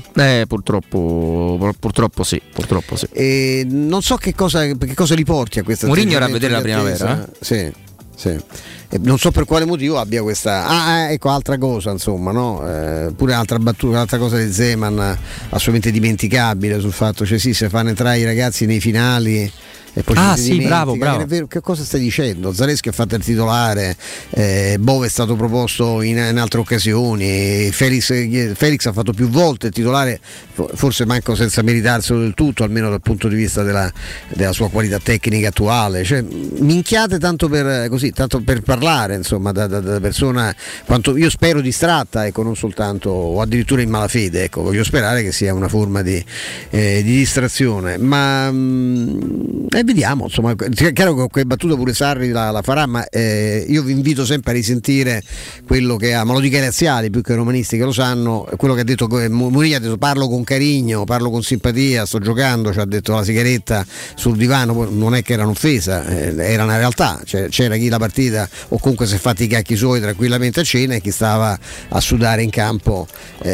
Purtroppo sì.
E non so che cosa li porti a questa
Mourinho era a vedere la primavera.
Sì. Non so per quale motivo abbia questa. Ecco, altra cosa, insomma, no? Pure altra battuta, un'altra cosa di Zeman assolutamente dimenticabile sul fatto, cioè si fanno entrare i ragazzi nei finali e poi
bravo.
Che cosa stai dicendo? Zaleschi ha fatto il titolare, Bove è stato proposto in altre occasioni, Felix ha fatto più volte il titolare, forse manco senza meritarselo del tutto, almeno dal punto di vista della sua qualità tecnica attuale, cioè minchiate tanto per parlare, insomma, da persona quanto io spero distratta, ecco, non soltanto o addirittura in malafede, ecco, voglio sperare che sia una forma di distrazione, ma vediamo, insomma, è chiaro che quella battuta pure Sarri la farà, ma io vi invito sempre a risentire quello che ma lo dico ai laziali più che ai romanisti che lo sanno, quello che ha detto Mourinho, ha detto parlo con cariño, parlo con simpatia, sto giocando, ci ha detto la sigaretta sul divano, non è che era un'offesa, era una realtà, cioè, c'era chi la partita o comunque si è fatti i cacchi suoi tranquillamente a cena e chi stava a sudare in campo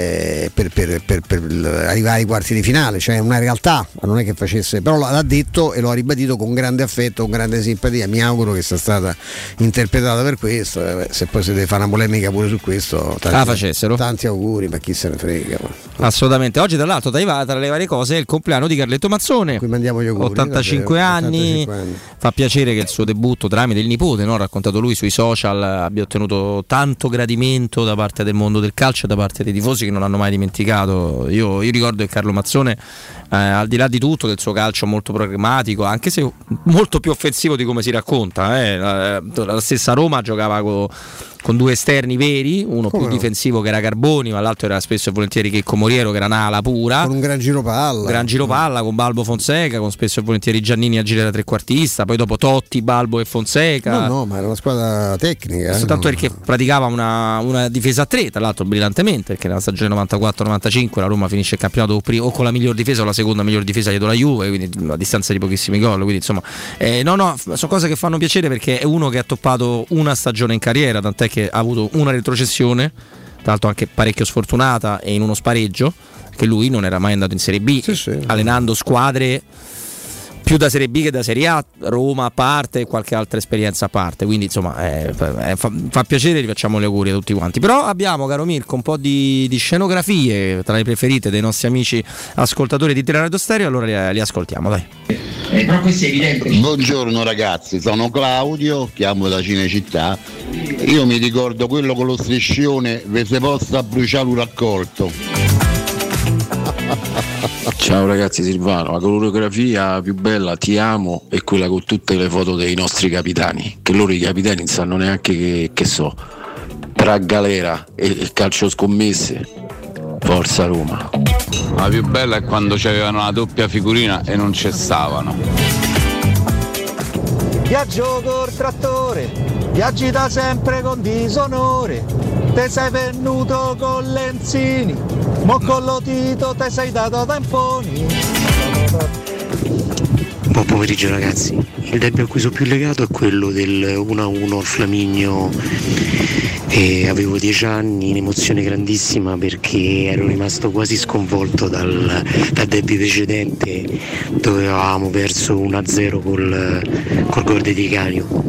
per arrivare ai quarti di finale, cioè una realtà, non è che facesse, però l'ha detto e lo ha ribadito con grande affetto, con grande simpatia. Mi auguro che sia stata interpretata per questo, se poi si deve fare una polemica pure su questo tanti auguri, ma chi se ne frega.
Assolutamente. Oggi tra l'altro tra le varie cose è il compleanno di Carletto Mazzone,
qui mandiamo gli auguri,
85 anni. Fa piacere che il suo debutto tramite il nipote, no? Ha raccontato lui sui social, abbia ottenuto tanto gradimento da parte del mondo del calcio e da parte dei tifosi che non l'hanno mai dimenticato. Io ricordo che Carlo Mazzone, al di là di tutto del suo calcio molto pragmatico, anche se molto più offensivo di come si racconta, la stessa Roma giocava con due esterni veri, uno più difensivo che era Carboni, ma l'altro era spesso e volentieri Checco Moriero, che era un'ala pura,
con un gran giro palla,
con Balbo Fonseca, con spesso e volentieri Giannini a girare da trequartista, poi dopo Totti, Balbo e Fonseca.
No, ma era una squadra tecnica,
soltanto perché praticava una difesa a 3, tra l'altro brillantemente, perché nella stagione 94-95 la Roma finisce il campionato o con la miglior difesa o la seconda miglior difesa dietro la Juve, quindi a distanza di pochissimi gol, quindi insomma sono cose che fanno piacere perché è uno che ha toppato una stagione in carriera, tant'è che ha avuto una retrocessione, tra l'altro anche parecchio sfortunata e in uno spareggio, che lui non era mai andato in Serie B, allenando squadre più da Serie B che da Serie A, Roma a parte e qualche altra esperienza a parte, quindi insomma fa piacere, gli facciamo gli auguri a tutti quanti. Però abbiamo, caro Mirko, un po' di scenografie tra le preferite dei nostri amici ascoltatori di Teleradio Stereo, allora li ascoltiamo, dai.
Però questo è evidente. Buongiorno ragazzi, sono Claudio, chiamo da Cinecittà. Io mi ricordo quello con lo striscione, ve se possa bruciare un raccolto.
Ciao ragazzi, Silvano, la coreografia più bella, Ti amo, è quella con tutte le foto dei nostri capitani, che loro i capitani non sanno neanche che so, tra galera e calcio scommesse, forza Roma.
La più bella è quando c'avevano la doppia figurina e non cestavano.
Viaggio col trattore, viaggi da sempre con disonore, te sei venuto con Lenzini, mo con lo Tito te sei dato tamponi.
Buon pomeriggio ragazzi, il derby a cui sono più legato è quello del 1-1 al Flaminio, e avevo 10 anni, un'emozione grandissima perché ero rimasto quasi sconvolto dal derby precedente dove avevamo perso 1-0 col gol di Canio.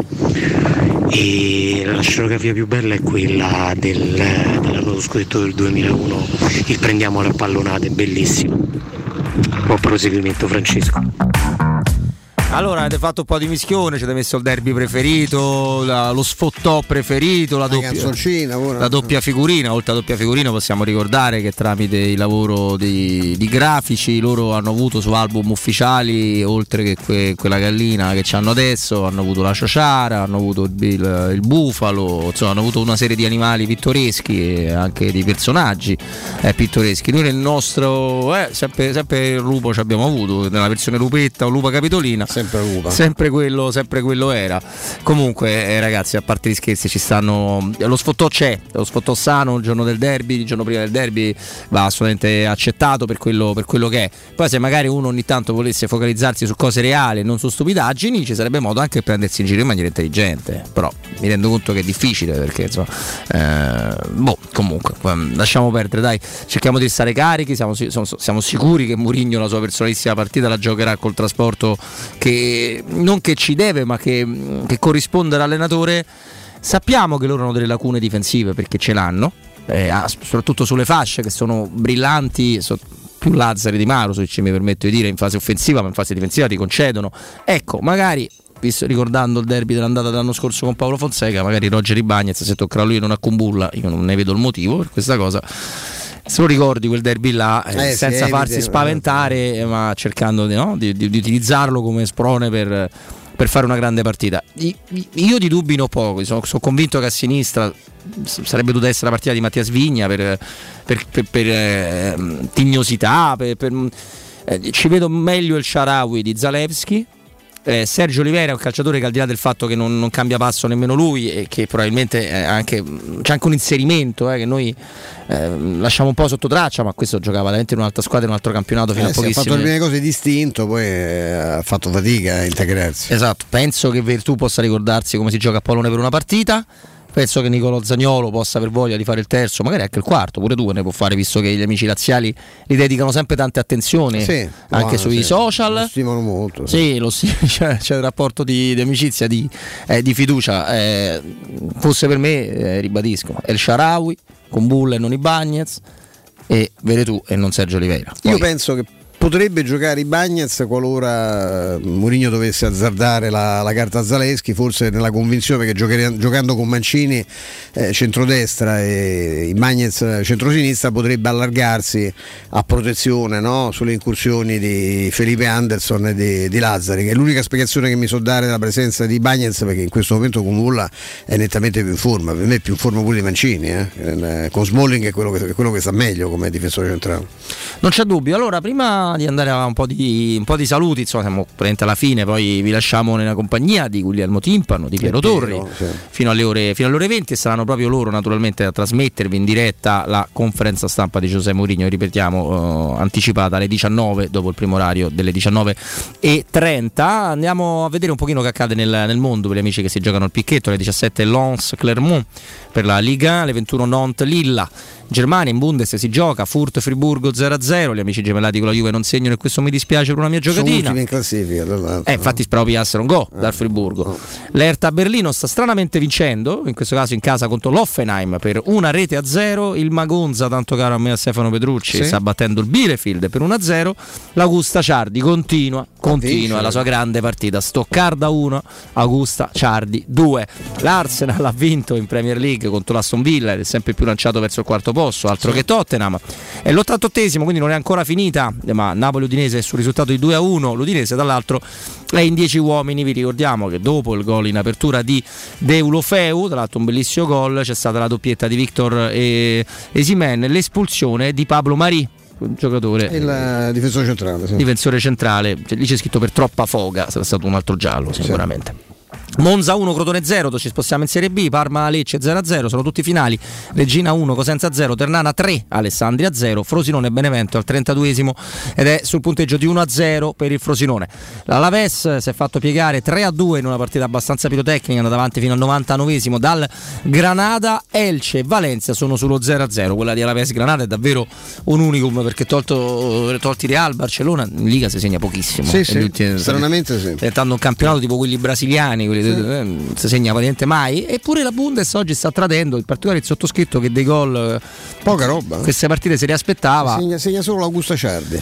E la scenografia più bella è quella dell'anno scudetto del 2001, il prendiamo la pallonata, è bellissimo. Buon proseguimento Francesco.
Allora avete fatto un po' di mischione, ci avete messo il derby preferito, lo sfottò preferito, la doppia figurina. Oltre alla doppia figurina possiamo ricordare che tramite il lavoro di grafici loro hanno avuto su album ufficiali, oltre che quella gallina che c'hanno adesso, hanno avuto la ciociara, hanno avuto il bufalo, insomma hanno avuto una serie di animali pittoreschi e anche di personaggi pittoreschi. Noi nel nostro sempre il lupo ci abbiamo avuto, nella versione lupetta o lupa capitolina, sempre quello era. Comunque ragazzi, a parte gli scherzi, ci stanno, lo sfottò sano il giorno del derby, il giorno prima del derby va assolutamente accettato per quello che è. Poi se magari uno ogni tanto volesse focalizzarsi su cose reali e non su stupidaggini, ci sarebbe modo anche per prendersi in giro in maniera intelligente, però mi rendo conto che è difficile perché insomma comunque lasciamo perdere, dai, cerchiamo di stare carichi, siamo sicuri che Mourinho la sua personalissima partita la giocherà col trasporto che non che ci deve, ma che corrisponde all'allenatore. Sappiamo che loro hanno delle lacune difensive perché ce l'hanno, soprattutto sulle fasce che sono brillanti, più Lazzari di Mauro, se ci mi permetto di dire, in fase offensiva, ma in fase difensiva ti concedono. Ecco, magari ricordando il derby dell'andata dell'anno scorso con Paolo Fonseca, magari Roger Ibañez, se toccherà a lui non accumbulla, io non ne vedo il motivo per questa cosa. Se lo ricordi quel derby là, senza farsi spaventare, ma cercando di utilizzarlo come sprone per fare una grande partita. Io di dubbi ne ho poco, sono convinto che a sinistra sarebbe dovuta essere la partita di Mattias Vigna per tignosità, ci vedo meglio il Shaarawy di Zalewski. Sergio Oliveira è un calciatore che, al di là del fatto che non cambia passo nemmeno lui e che probabilmente c'è anche un inserimento che noi lasciamo un po' sotto traccia, ma questo giocava veramente in un'altra squadra, in un altro campionato fino a pochissimo. Ha fatto
le prime cose distinto, poi ha fatto fatica a integrarsi.
Esatto, penso che Vertù possa ricordarsi come si gioca a pallone per una partita. Penso che Nicolò Zaniolo possa aver voglia di fare il terzo, magari anche il quarto, pure tu ne può fare, visto che gli amici laziali gli dedicano sempre tante attenzioni, anche sui social.
Lo stimano molto.
Sì, c'è un rapporto di amicizia, di fiducia. Fosse per me, ribadisco, El Shaarawy con Bulla e non Ibañez, e Veretù e non Sergio Oliveira.
Io penso che potrebbe giocare Ibañez qualora Mourinho dovesse azzardare la carta Zalewski, forse nella convinzione che giocando con Mancini centrodestra e Ibañez centrosinistra potrebbe allargarsi a protezione, no? Sulle incursioni di Felipe Anderson e di Lazzari, che è l'unica spiegazione che mi so dare della presenza di Ibañez, perché in questo momento con Mulla è nettamente più in forma, per me è più in forma pure di Mancini, con Smalling è quello che sta meglio come difensore centrale.
Non c'è dubbio. Allora, prima prima di andare a un po' di saluti, insomma siamo praticamente alla fine, poi vi lasciamo nella compagnia di Guglielmo Timpano, di Piero Torri, sì, fino alle ore 20 e saranno proprio loro naturalmente a trasmettervi in diretta la conferenza stampa di José Mourinho, ripetiamo, anticipata alle 19 dopo il primo orario delle 19:30. Andiamo a vedere un pochino che accade nel mondo per gli amici che si giocano il picchetto. Alle 17 Lens Clermont per la Ligue 1, alle 21 Nantes Lilla. Germania in Bundes si gioca Furt Friburgo 0-0, gli amici gemellati con la Juve non segnano e questo mi dispiace per una mia giocatina.
Sono ultimi in classifica,
infatti speravo piassero un gol dal Friburgo. L'Hertha Berlino sta stranamente vincendo, in questo caso in casa contro l'Hoffenheim per 1-0. Il Magonza, tanto caro a me a Stefano Petrucci, sta battendo il Bielefeld per 1-0. l'Augusta Ciardi continua la sua grande partita. Stoccarda 1, Augusta Ciardi 2. L'Arsenal ha vinto in Premier League contro l'Aston Villa ed è sempre più lanciato verso il quarto posto, altro che Tottenham. È l'88esimo, quindi non è ancora finita, ma Napoli-Udinese è sul risultato di 2-1. L'Udinese dall'altro è in 10 uomini. Vi ricordiamo che dopo il gol in apertura di Deulofeu, tra l'altro un bellissimo gol, c'è stata la doppietta di Victor Osimhen, l'espulsione di Pablo Mari, giocatore,
il difensore centrale, sì.
Difensore centrale, lì c'è scritto per troppa foga, sarà stato un altro giallo sicuramente. Sì. Monza 1, Crotone 0, ci spostiamo in Serie B. Parma Lecce 0-0, sono tutti finali. Regina 1, Cosenza 0, Ternana 3, Alessandria 0, Frosinone Benevento al 32esimo ed è sul punteggio di 1-0 per il Frosinone. L'Alaves si è fatto piegare 3-2 in una partita abbastanza pirotecnica, è andata avanti fino al 99esimo dal Granada. Elche e Valencia sono sullo 0-0. Quella di Alaves Granada è davvero un unicum, perché tolti Real, Barcellona in Liga si segna pochissimo.
Stranamente sì.
Diventando un campionato tipo quelli brasiliani, quelli non si segna praticamente mai. Eppure la Bundes oggi sta tradendo, in particolare il sottoscritto, che dei gol,
poca roba,
queste partite se li aspettava.
Segna solo l'Augusta Ciardi.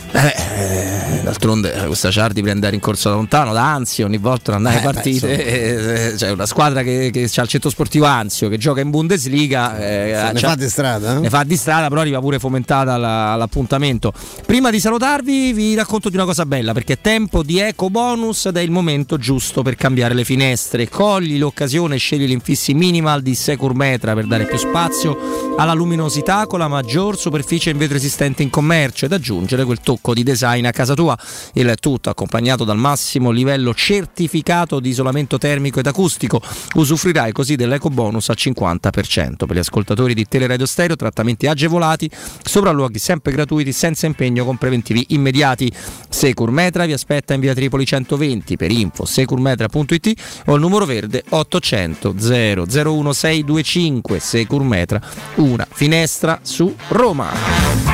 D'altronde questa Ciardi prende a rincorso da lontano da Anzio ogni volta non andare partite, c'è una squadra che c'ha il centro sportivo Anzio che gioca in Bundesliga,
ne fa di strada,
però arriva pure fomentata all'appuntamento. Prima di salutarvi vi racconto di una cosa bella, perché è tempo di eco bonus ed è il momento giusto per cambiare le finestre. Cogli l'occasione e scegli l'infissi minimal di Securmetra per dare più spazio alla luminosità con la maggior superficie in vetro esistente in commercio ed aggiungere quel tocco di design a casa tua. Il tutto accompagnato dal massimo livello certificato di isolamento termico ed acustico. Usufruirai così dell'eco bonus al 50%. Per gli ascoltatori di Teleradio Stereo, trattamenti agevolati, sopralluoghi sempre gratuiti senza impegno con preventivi immediati. Securmetra vi aspetta in via Tripoli 120. Per info securmetra.it o il numero verde 800 001 625. Securmetra, una finestra su Roma.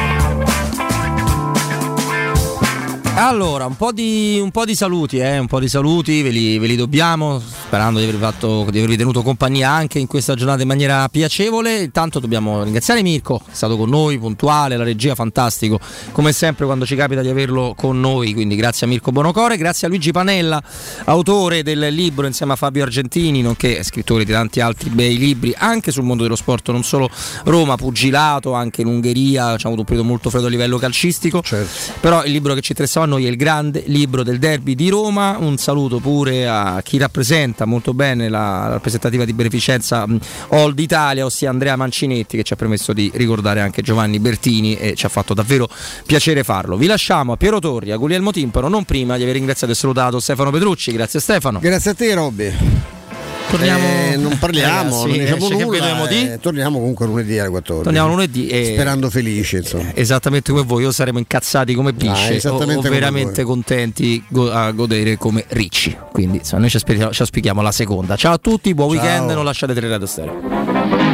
Allora, un po' di saluti, ve li dobbiamo, sperando di avervi tenuto compagnia anche in questa giornata in maniera piacevole. Intanto dobbiamo ringraziare Mirko, che è stato con noi, puntuale, la regia fantastico, come sempre quando ci capita di averlo con noi, quindi grazie a Mirko Bonocore, grazie a Luigi Panella, autore del libro insieme a Fabio Argentini, nonché scrittore di tanti altri bei libri anche sul mondo dello sport, non solo Roma, pugilato, anche in Ungheria, c'è avuto un periodo molto freddo a livello calcistico, però il libro che ci interessava a noi è il grande libro del derby di Roma. Un saluto pure a chi rappresenta molto bene la rappresentativa di beneficenza Old Italia, ossia Andrea Mancinetti, che ci ha permesso di ricordare anche Giovanni Bertini e ci ha fatto davvero piacere farlo. Vi lasciamo a Piero Torri, a Guglielmo Timpano, non prima di aver ringraziato e salutato Stefano Petrucci. Grazie Stefano.
Grazie a te Robby. Non parliamo, non diciamo nulla, torniamo comunque lunedì alle 14.
Torniamo lunedì
sperando felici, insomma.
Esattamente come voi, o saremo incazzati come bisce o veramente contenti a godere come ricci. Quindi insomma, noi ci auspichiamo la seconda. Ciao a tutti, buon weekend, non lasciate Teleradio Stereo.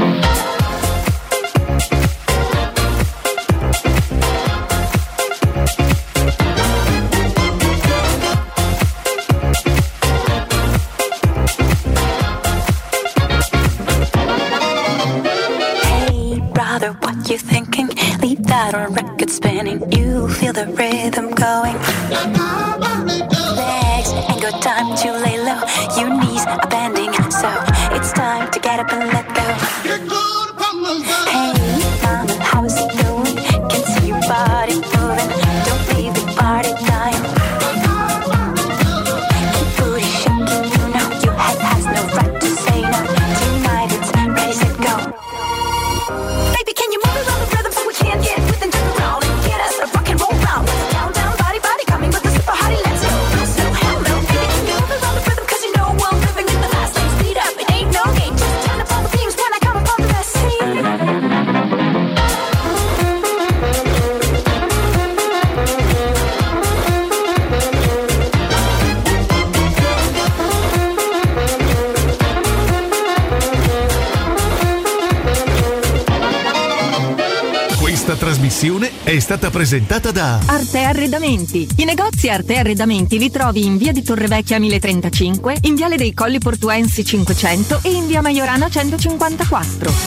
What you thinking? Leave that on record spinning. You feel the rhythm going. Legs ain't got time to lay low. Your knees are bending, so it's time to get up and let go. Hey, mama, how's it going? Can see your body moving. Don't leave the party time. Keep booty shaking, you know your head has no right to say no. Tonight it's ready, set, go. Baby, can you move it on the rhythm so we can't get with and do the roll and get us a rock and roll round? Count
trasmissione è stata presentata da
Arte Arredamenti. I negozi Arte Arredamenti li trovi in via di Torrevecchia 1035, in viale dei Colli Portuensi 500 e in via Maiorana 154.